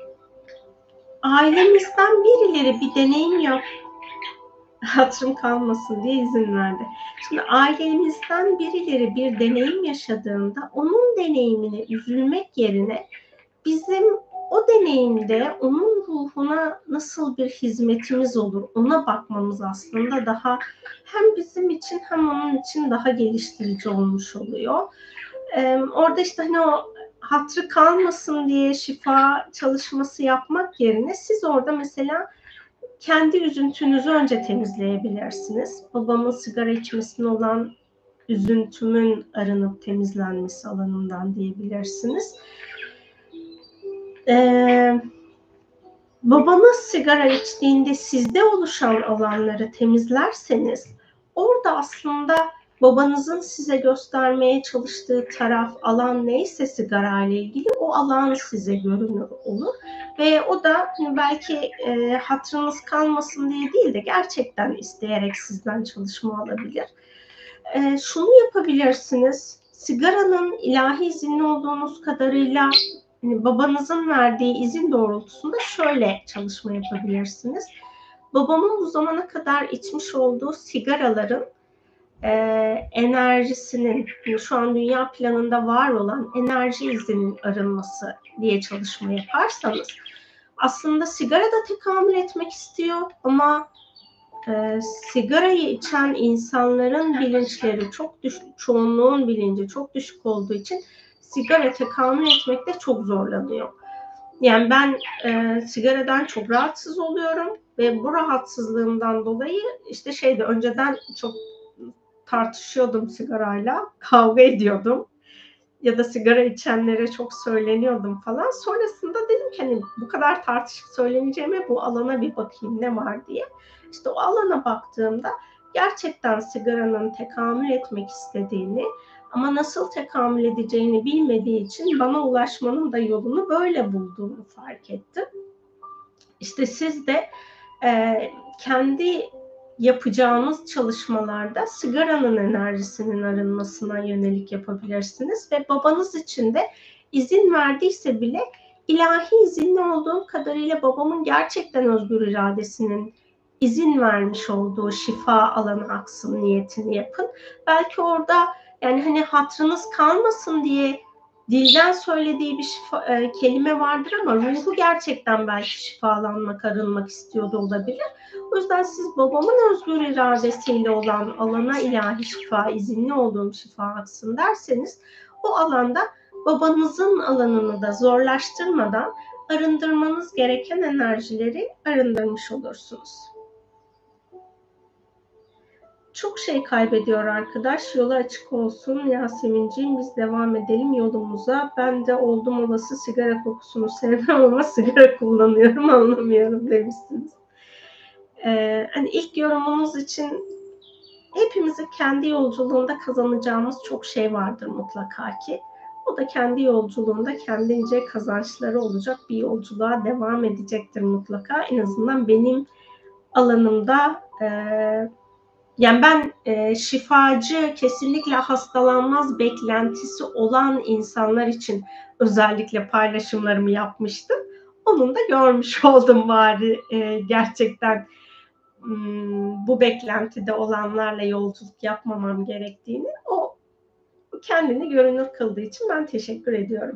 ailemizden birileri bir deneyim yap, hatırım kalmasın diye izin verdi. Şimdi ailemizden birileri bir deneyim yaşadığında onun deneyimine üzülmek yerine bizim o deneyimde onun ruhuna nasıl bir hizmetimiz olur ona bakmamız aslında daha hem bizim için hem onun için daha geliştirici olmuş oluyor. Ee, orada işte hani o hatırı kalmasın diye şifa çalışması yapmak yerine siz orada mesela kendi üzüntünüzü önce temizleyebilirsiniz. Babamın sigara içmesine olan üzüntümün arınıp temizlenmesi alanından diyebilirsiniz. Ee, babanız sigara içtiğinde sizde oluşan alanları temizlerseniz orada aslında babanızın size göstermeye çalıştığı taraf, alan neyse sigara ile ilgili o alan size görünür olur. Ve o da belki e, hatırınız kalmasın diye değil de gerçekten isteyerek sizden çalışma alabilir. E, şunu yapabilirsiniz. Sigaranın ilahi izinli olduğunuz kadarıyla yani babanızın verdiği izin doğrultusunda şöyle çalışma yapabilirsiniz. Babamın bu zamana kadar içmiş olduğu sigaraların e, enerjisinin, yani şu an dünya planında var olan enerji izinin arınması diye çalışma yaparsanız aslında sigara da tekamül etmek istiyor ama e, sigarayı içen insanların bilinçleri çok düşük, çoğunluğun bilinci çok düşük olduğu için sigara tekamül etmekte çok zorlanıyor. Yani ben e, sigaradan çok rahatsız oluyorum ve bu rahatsızlığımdan dolayı işte şeyde önceden çok tartışıyordum sigarayla, kavga ediyordum. ya da sigara içenlere çok söyleniyordum falan. Sonrasında dedim ki hani bu kadar tartışıp söyleneceğime bu alana bir bakayım ne var diye. İşte o alana baktığımda gerçekten sigaranın tekamül etmek istediğini ama nasıl tekamül edeceğini bilmediği için bana ulaşmanın da yolunu böyle bulduğunu fark ettim. İşte siz de e, kendi yapacağınız çalışmalarda sigaranın enerjisinin arınmasına yönelik yapabilirsiniz ve babanız için de izin verdiyse bile ilahi izinli olduğum kadarıyla babamın gerçekten özgür iradesinin izin vermiş olduğu şifa alanı aksın niyetini yapın. Belki orada yani hani hatırınız kalmasın diye dilden söylediği bir şifa, e, kelime vardır ama ruhu gerçekten belki şifalanmak, arınmak istiyordu olabilir. O yüzden siz babamın özgür iradesiyle olan alana ilahi şifa, izinli olduğum şifa aksın derseniz o alanda babanızın alanını da zorlaştırmadan arındırmanız gereken enerjileri arındırmış olursunuz. Çok şey kaybediyor arkadaş. Yolu açık olsun Yasemin'ciğim. Biz devam edelim yolumuza. Ben de oldum olası sigara kokusunu sevmem ama sigara kullanıyorum, anlamıyorum demişsiniz. Ee, hani ilk yorumunuz için hepimizin kendi yolculuğunda kazanacağımız çok şey vardır mutlaka ki. O da kendi yolculuğunda kendince kazançları olacak bir yolculuğa devam edecektir mutlaka. En azından benim alanımda e, yani ben e, şifacı, kesinlikle hastalanmaz beklentisi olan insanlar için özellikle paylaşımlarımı yapmıştım. Onun da görmüş oldum bari e, gerçekten hmm, bu beklentide olanlarla yolculuk yapmamam gerektiğini. O kendini görünür kıldığı için ben teşekkür ediyorum.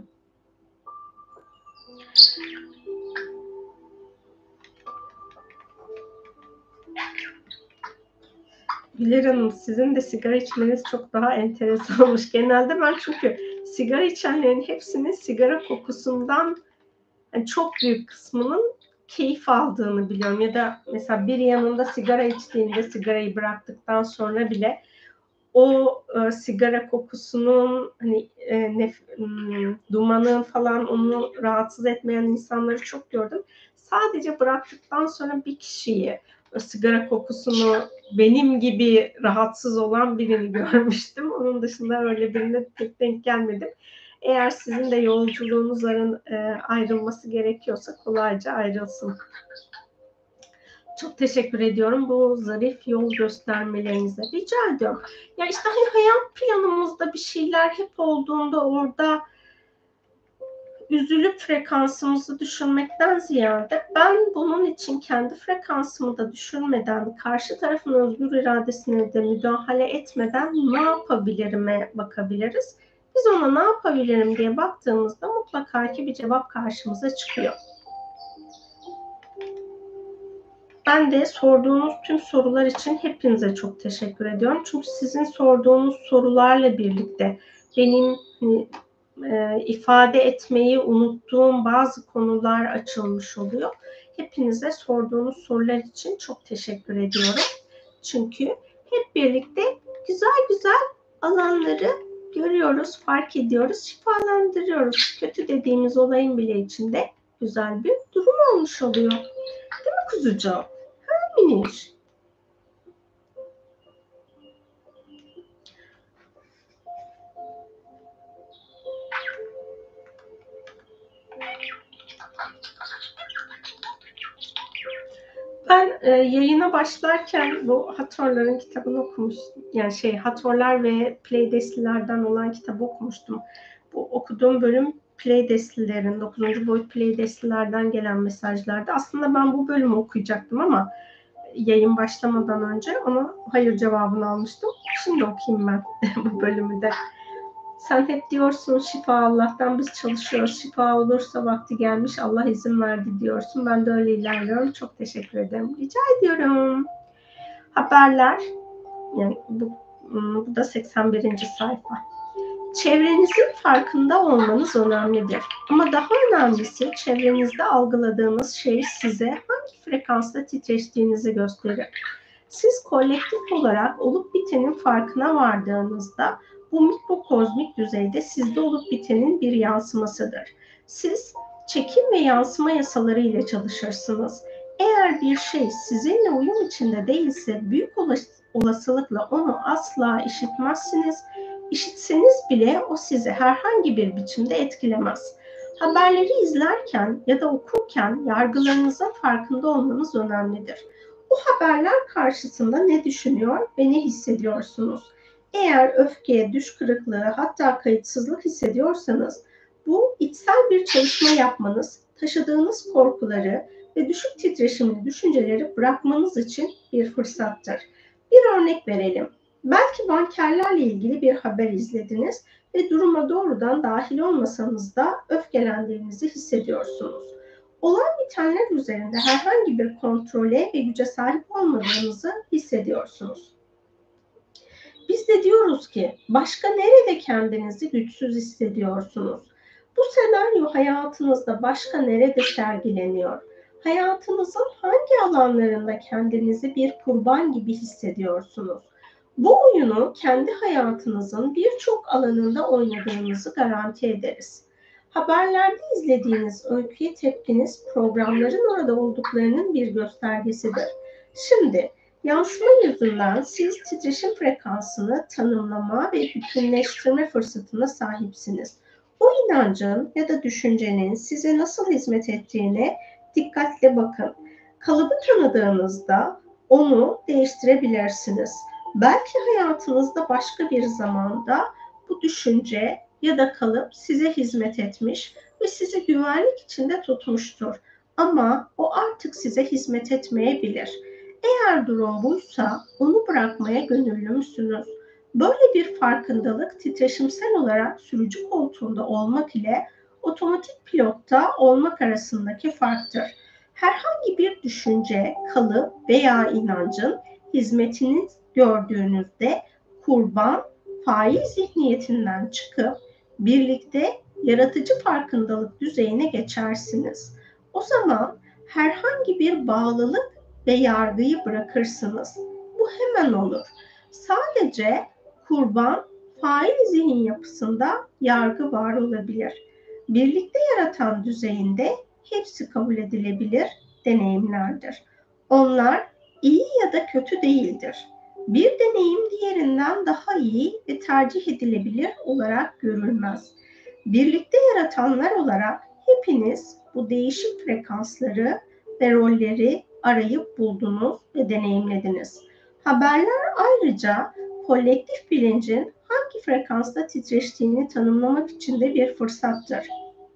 Güler Hanım, sizin de sigara içmeniz çok daha enteresan olmuş. Genelde ben çünkü sigara içenlerin hepsinin sigara kokusundan yani çok büyük kısmının keyif aldığını biliyorum. Ya da mesela bir yanında sigara içtiğinde sigarayı bıraktıktan sonra bile o e, sigara kokusunun hani e, nef- hmm, dumanı falan onu rahatsız etmeyen insanları çok gördüm. Sadece bıraktıktan sonra bir kişiyi o sigara kokusunu benim gibi rahatsız olan birini görmüştüm. Onun dışında öyle birine pek denk gelmedim. Eğer sizin de yolculuğunuzun e, ayrılması gerekiyorsa kolayca ayrılsın. Çok teşekkür ediyorum bu zarif yol göstermelerinize. Rica ediyorum. Ya işte hani hayat planımızda bir şeyler hep olduğunda orada üzülüp frekansımızı düşürmekten ziyade ben bunun için kendi frekansımı da düşürmeden, karşı tarafın özgür iradesine de müdahale etmeden ne yapabilirime bakabiliriz. Biz ona ne yapabilirim diye baktığımızda mutlaka ki bir cevap karşımıza çıkıyor. Ben de sorduğunuz tüm sorular için hepinize çok teşekkür ediyorum. Çünkü sizin sorduğunuz sorularla birlikte benim e, ifade etmeyi unuttuğum bazı konular açılmış oluyor. Hepinize sorduğunuz sorular için çok teşekkür ediyorum. Çünkü hep birlikte güzel güzel alanları görüyoruz, fark ediyoruz, şifalandırıyoruz. Kötü dediğimiz olayın bile içinde güzel bir durum olmuş oluyor. Değil mi kuzucuğum? Minir. Ben e, yayına başlarken bu Hatorların kitabını okumuştum. Yani şey Hatorlar ve Playdestlilerden olan kitabı okumuştum. Bu okuduğum bölüm Playdestlilerin, dokuzuncu boyut Playdestlilerden gelen mesajlardı. Aslında ben bu bölümü okuyacaktım ama yayın başlamadan önce ona hayır cevabını almıştım. Şimdi okuyayım ben bu bölümü de. Sen hep diyorsun şifa Allah'tan, biz çalışıyoruz. Şifa olursa vakti gelmiş, Allah izin verdi diyorsun. Ben de öyle ilerliyorum. Çok teşekkür ederim. Rica ediyorum. Haberler. Yani bu, bu da seksen birinci sayfa. Çevrenizin farkında olmanız önemlidir. Ama daha önemlisi çevrenizde algıladığınız şey size hangi frekansta titreştiğinizi gösterir. Siz kolektif olarak olup bitenin farkına vardığınızda bu mikrokozmik düzeyde sizde olup bitenin bir yansımasıdır. Siz çekim ve yansıma yasaları ile çalışırsınız. Eğer bir şey sizinle uyum içinde değilse büyük olasılıkla onu asla işitmezsiniz. İşitseniz bile o sizi herhangi bir biçimde etkilemez. Haberleri izlerken ya da okurken yargılarınızın farkında olmanız önemlidir. Bu haberler karşısında ne düşünüyor ve ne hissediyorsunuz? Eğer öfke, düş kırıklığı, hatta kayıtsızlık hissediyorsanız bu içsel bir çalışma yapmanız, taşıdığınız korkuları ve düşük titreşimli düşünceleri bırakmanız için bir fırsattır. Bir örnek verelim. Belki bankerlerle ilgili bir haber izlediniz ve duruma doğrudan dahil olmasanız da öfkelendiğinizi hissediyorsunuz. Olan bitenler üzerinde herhangi bir kontrole ve güce sahip olmadığınızı hissediyorsunuz. Biz de diyoruz ki başka nerede kendinizi güçsüz hissediyorsunuz? Bu senaryo hayatınızda başka nerede sergileniyor? Hayatınızın hangi alanlarında kendinizi bir kurban gibi hissediyorsunuz? Bu oyunu kendi hayatınızın birçok alanında oynadığınızı garanti ederiz. Haberlerde izlediğiniz öyküye tepkiniz programların orada olduklarının bir göstergesidir. Şimdi yansıma yüzünden siz titreşim frekansını tanımlama ve bütünleştirme fırsatına sahipsiniz. O inancın ya da düşüncenin size nasıl hizmet ettiğine dikkatle bakın. Kalıbı tanıdığınızda onu değiştirebilirsiniz. Belki hayatınızda başka bir zamanda bu düşünce ya da kalıp size hizmet etmiş ve sizi güvenlik içinde tutmuştur. Ama o artık size hizmet etmeyebilir. Eğer durum buysa onu bırakmaya gönüllü müsünüz? Böyle bir farkındalık titreşimsel olarak sürücü koltuğunda olmak ile otomatik pilotta olmak arasındaki farktır. Herhangi bir düşünce, kalıp veya inancın hizmetini gördüğünüzde kurban, fail zihniyetinden çıkıp birlikte yaratıcı farkındalık düzeyine geçersiniz. O zaman herhangi bir bağlılık ve yargıyı bırakırsınız. Bu hemen olur. Sadece kurban, fail zihin yapısında yargı var olabilir. Birlikte yaratan düzeyinde hepsi kabul edilebilir deneyimlerdir. Onlar iyi ya da kötü değildir. Bir deneyim diğerinden daha iyi ve tercih edilebilir olarak görülmez. Birlikte yaratanlar olarak hepiniz bu değişik frekansları ve rolleri arayıp buldunuz ve deneyimlediniz. Haberler ayrıca kolektif bilincin hangi frekansta titreştiğini tanımlamak için de bir fırsattır.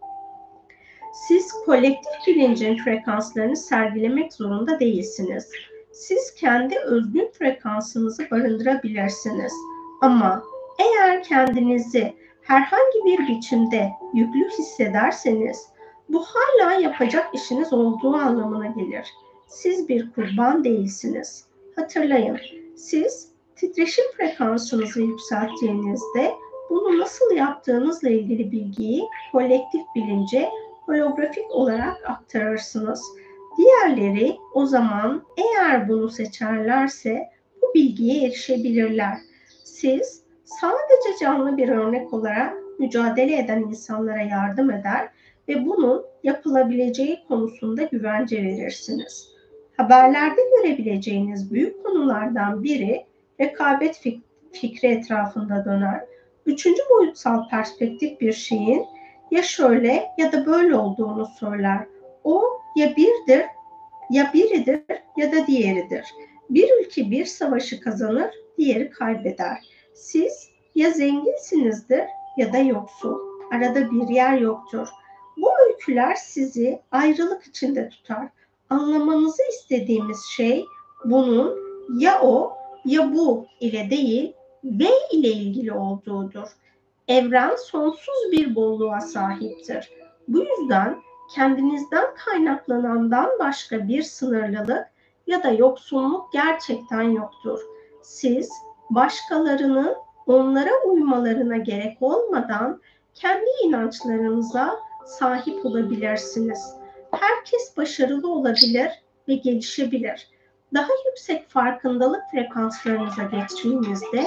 Siz kolektif bilincin frekanslarını sergilemek zorunda değilsiniz. Siz kendi özgün frekansınızı barındırabilirsiniz. Ama eğer kendinizi herhangi bir biçimde yüklü hissederseniz, bu hala yapacak işiniz olduğu anlamına gelir. Siz bir kurban değilsiniz. Hatırlayın, siz titreşim frekansınızı yükselttiğinizde bunu nasıl yaptığınızla ilgili bilgiyi kolektif bilince holografik olarak aktarırsınız. Diğerleri o zaman eğer bunu seçerlerse bu bilgiye erişebilirler. Siz sadece canlı bir örnek olarak mücadele eden insanlara yardım eder ve bunun yapılabileceği konusunda güvence verirsiniz. Haberlerde görebileceğiniz büyük konulardan biri rekabet fikri etrafında döner. Üçüncü boyutsal perspektif bir şeyin ya şöyle ya da böyle olduğunu söyler. O ya birdir, ya biridir ya da diğeridir. Bir ülke bir savaşı kazanır, diğeri kaybeder. Siz ya zenginsinizdir ya da yoksul. Arada bir yer yoktur. Bu öyküler sizi ayrılık içinde tutar. Anlamanızı istediğimiz şey bunun ya o ya bu ile değil ve ile ilgili olduğudur. Evren sonsuz bir bolluğa sahiptir. Bu yüzden kendinizden kaynaklanandan başka bir sınırlılık ya da yoksunluk gerçekten yoktur. Siz başkalarının onlara uymalarına gerek olmadan kendi inançlarınıza sahip olabilirsiniz. Herkes başarılı olabilir ve gelişebilir. Daha yüksek farkındalık frekanslarınıza geçtiğinizde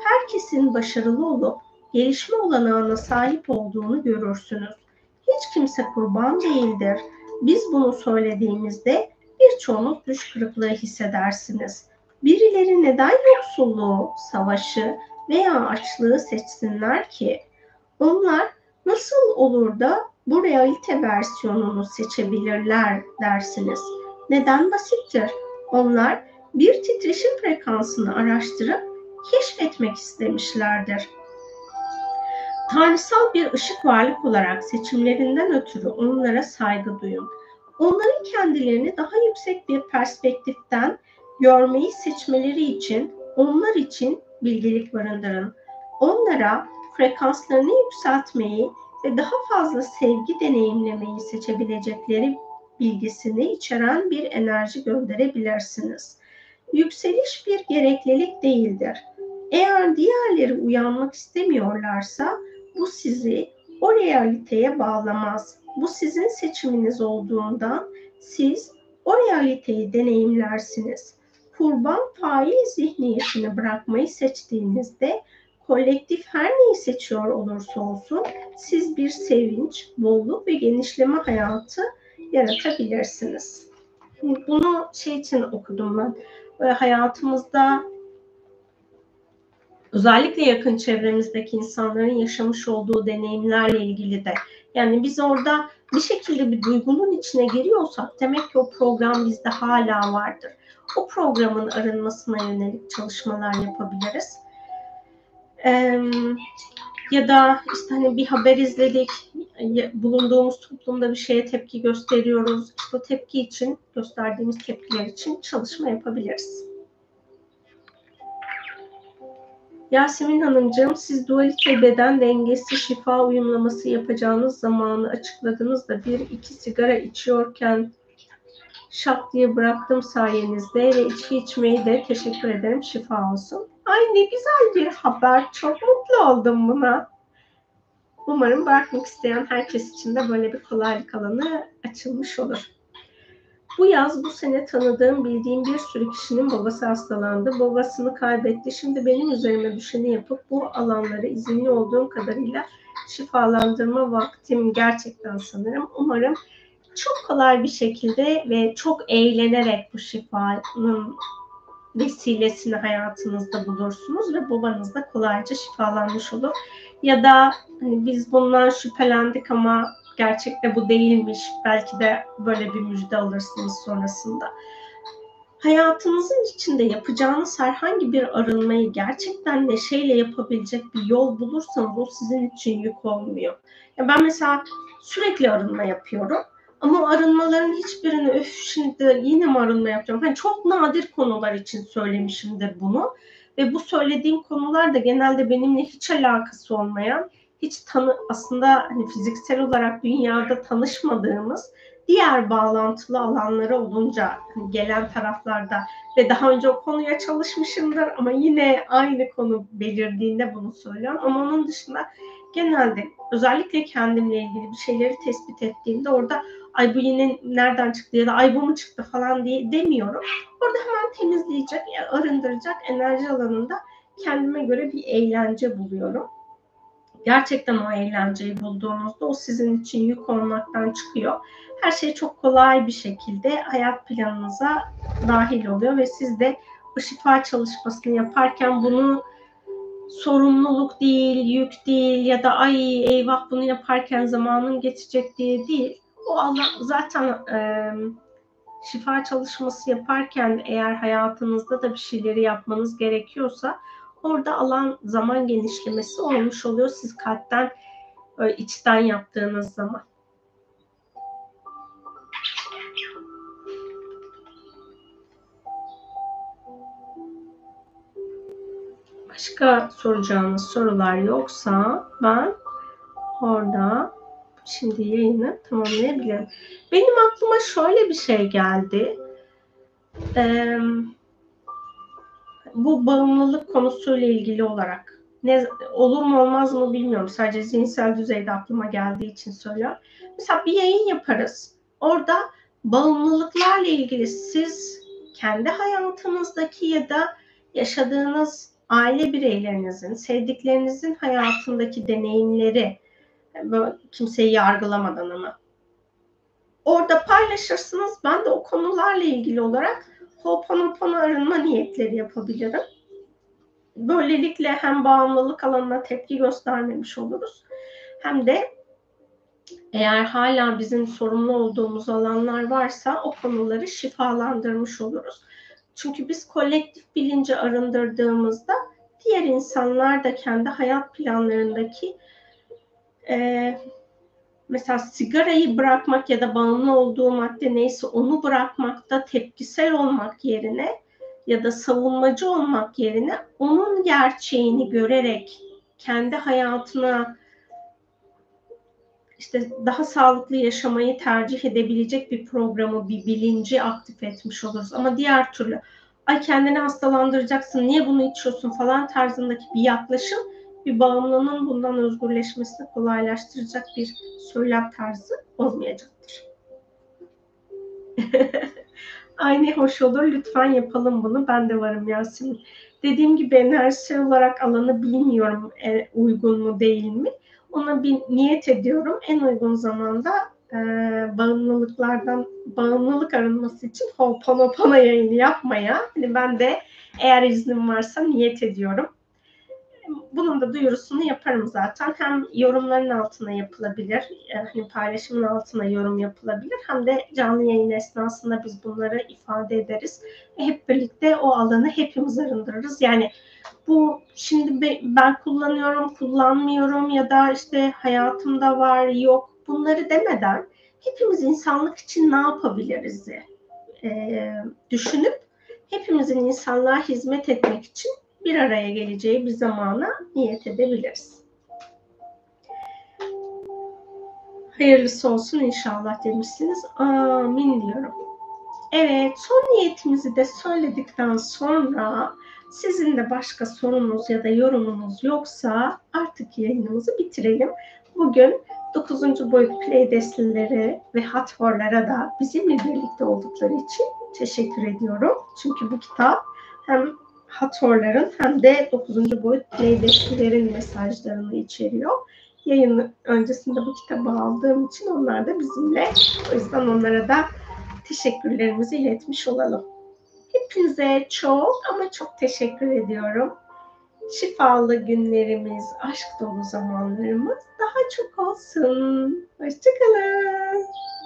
herkesin başarılı olup gelişme olanağına sahip olduğunu görürsünüz. Hiç kimse kurban değildir. Biz bunu söylediğimizde birçoğunuz düş kırıklığı hissedersiniz. Birileri neden yoksulluğu, savaşı veya açlığı seçsinler ki? Onlar nasıl olur da bu realite versiyonunu seçebilirler dersiniz. Neden basittir? Onlar bir titreşim frekansını araştırıp keşfetmek istemişlerdir. Tanrısal bir ışık varlık olarak seçimlerinden ötürü onlara saygı duyun. Onların kendilerini daha yüksek bir perspektiften görmeyi seçmeleri için onlar için bilgelik barındırın. Onlara frekanslarını yükseltmeyi ve daha fazla sevgi deneyimlemeyi seçebilecekleri bilgisini içeren bir enerji gönderebilirsiniz. Yükseliş bir gereklilik değildir. Eğer diğerleri uyanmak istemiyorlarsa bu sizi o realiteye bağlamaz. Bu sizin seçiminiz olduğundan siz o realiteyi deneyimlersiniz. Kurban fail zihniyetini bırakmayı seçtiğinizde kolektif her neyi seçiyor olursa olsun siz bir sevinç, bolluk ve genişleme hayatı yaratabilirsiniz. Bunu şey için okudum ben. Böyle hayatımızda özellikle yakın çevremizdeki insanların yaşamış olduğu deneyimlerle ilgili de. Yani biz orada bir şekilde bir duygunun içine giriyorsak demek ki o program bizde hala vardır. O programın arınmasına yönelik çalışmalar yapabiliriz. Ee, ya da işte hani bir haber izledik, bulunduğumuz toplumda bir şeye tepki gösteriyoruz. İşte o tepki için, gösterdiğimiz tepkiler için çalışma yapabiliriz. Yasemin Hanımcığım, siz dualite beden dengesi şifa uyumlaması yapacağınız zamanı açıkladınız da bir iki sigara içiyorken şak diye bıraktım sayenizde ve içki içmeyi de teşekkür ederim, şifa olsun. Ay ne güzel bir haber, çok mutlu oldum buna. Umarım bırakmak isteyen herkes için de böyle bir kolaylık alanı açılmış olur. Bu yaz bu sene tanıdığım, bildiğim bir sürü kişinin babası hastalandı. Babasını kaybetti. Şimdi benim üzerime düşeni yapıp bu alanları izinli olduğum kadarıyla şifalandırma vaktim gerçekten sanırım. Umarım çok kolay bir şekilde ve çok eğlenerek bu şifanın vesilesini hayatınızda bulursunuz ve babanız da kolayca şifalanmış olur. Ya da hani biz bundan şüphelendik ama gerçekte bu değilmiş. Belki de böyle bir müjde alırsınız sonrasında. Hayatınızın içinde yapacağınız herhangi bir arınmayı gerçekten neşeyle yapabilecek bir yol bulursanız o sizin için yük olmuyor. Ya ben mesela sürekli arınma yapıyorum. Ama o arınmaların hiçbirini öf şimdi yine mi arınma yapacağım? Hani çok nadir konular için söylemişimdir bunu. Ve bu söylediğim konular da genelde benimle hiç alakası olmayan, hiç tanı aslında hani fiziksel olarak dünyada tanışmadığımız diğer bağlantılı alanları olunca hani gelen taraflarda ve daha önce o konuya çalışmışımdır ama yine aynı konu belirdiğinde bunu söylüyorum. Ama onun dışında genelde özellikle kendimle ilgili bir şeyleri tespit ettiğimde orada ay bu yine nereden çıktı ya da ay bu mu çıktı falan diye demiyorum. Orada hemen temizleyecek, arındıracak enerji alanında kendime göre bir eğlence buluyorum. Gerçekten o eğlenceyi bulduğunuzda o sizin için yük olmaktan çıkıyor. Her şey çok kolay bir şekilde hayat planınıza dahil oluyor ve siz de bu şifa çalışmasını yaparken bunu sorumluluk değil, yük değil ya da ay eyvah bunu yaparken zamanım geçecek diye değil. O Allah zaten e, şifa çalışması yaparken eğer hayatınızda da bir şeyleri yapmanız gerekiyorsa orada alan zaman genişlemesi olmuş oluyor siz kalpten, e, içten yaptığınız zaman. Başka soracağınız sorular yoksa ben orada şimdi yayını tamamlayabilirim. Benim aklıma şöyle bir şey geldi. Ee, bu bağımlılık konusuyla ilgili olarak ne olur mu olmaz mı bilmiyorum. Sadece zihinsel düzeyde aklıma geldiği için söylüyorum. Mesela bir yayın yaparız. Orada bağımlılıklarla ilgili siz kendi hayatınızdaki ya da yaşadığınız aile bireylerinizin, sevdiklerinizin hayatındaki deneyimleri, böyle kimseyi yargılamadan ama orada paylaşırsınız. Ben de o konularla ilgili olarak Ho'oponopono arınma niyetleri yapabilirim. Böylelikle hem bağımlılık alanına tepki göstermemiş oluruz, hem de eğer hala bizim sorumlu olduğumuz alanlar varsa o konuları şifalandırmış oluruz. Çünkü biz kolektif bilinci arındırdığımızda diğer insanlar da kendi hayat planlarındaki e, mesela sigarayı bırakmak ya da bağımlı olduğu madde neyse onu bırakmakta tepkisel olmak yerine ya da savunmacı olmak yerine onun gerçeğini görerek kendi hayatına işte daha sağlıklı yaşamayı tercih edebilecek bir programı, bir bilinci aktif etmiş oluruz. Ama diğer türlü ay kendini hastalandıracaksın, niye bunu içiyorsun falan tarzındaki bir yaklaşım bir bağımlının bundan özgürleşmesini kolaylaştıracak bir söylem tarzı olmayacaktır. Ay ne hoş olur, lütfen yapalım bunu. Ben de varım Yasemin. Dediğim gibi enerjisel olarak alanı bilmiyorum e, uygun mu değil mi. Ona bir niyet ediyorum. En uygun zamanda e, bağımlılıklardan, bağımlılık arınması için Ho'oponopono yayını yapmaya. Hani ben de eğer iznim varsa niyet ediyorum. Bunun da duyurusunu yaparım zaten. Hem yorumların altına yapılabilir, hani paylaşımın altına yorum yapılabilir. Hem de canlı yayın esnasında biz bunları ifade ederiz. Ve hep birlikte o alanı hepimiz arındırırız. Yani bu şimdi ben kullanıyorum, kullanmıyorum ya da işte hayatımda var, yok bunları demeden hepimiz insanlık için ne yapabiliriz diye e, düşünüp hepimizin insanlığa hizmet etmek için bir araya geleceği bir zamana niyet edebiliriz. Hayırlısı olsun inşallah demişsiniz. Amin diyorum. Evet, son niyetimizi de söyledikten sonra sizin de başka sorunuz ya da yorumunuz yoksa artık yayınımızı bitirelim. Bugün dokuzuncu boyut playdestleri ve hatvorlara da bizimle birlikte oldukları için teşekkür ediyorum. Çünkü bu kitap hem hatvorların hem de dokuzuncu boyut playdestlerin mesajlarını içeriyor. Yayın öncesinde bu kitabı aldığım için onlar da bizimle. O yüzden onlara da teşekkürlerimizi iletmiş olalım. Hepinize çok ama çok teşekkür ediyorum. Şifalı günlerimiz, aşk dolu zamanlarımız daha çok olsun. Hoşça kalın.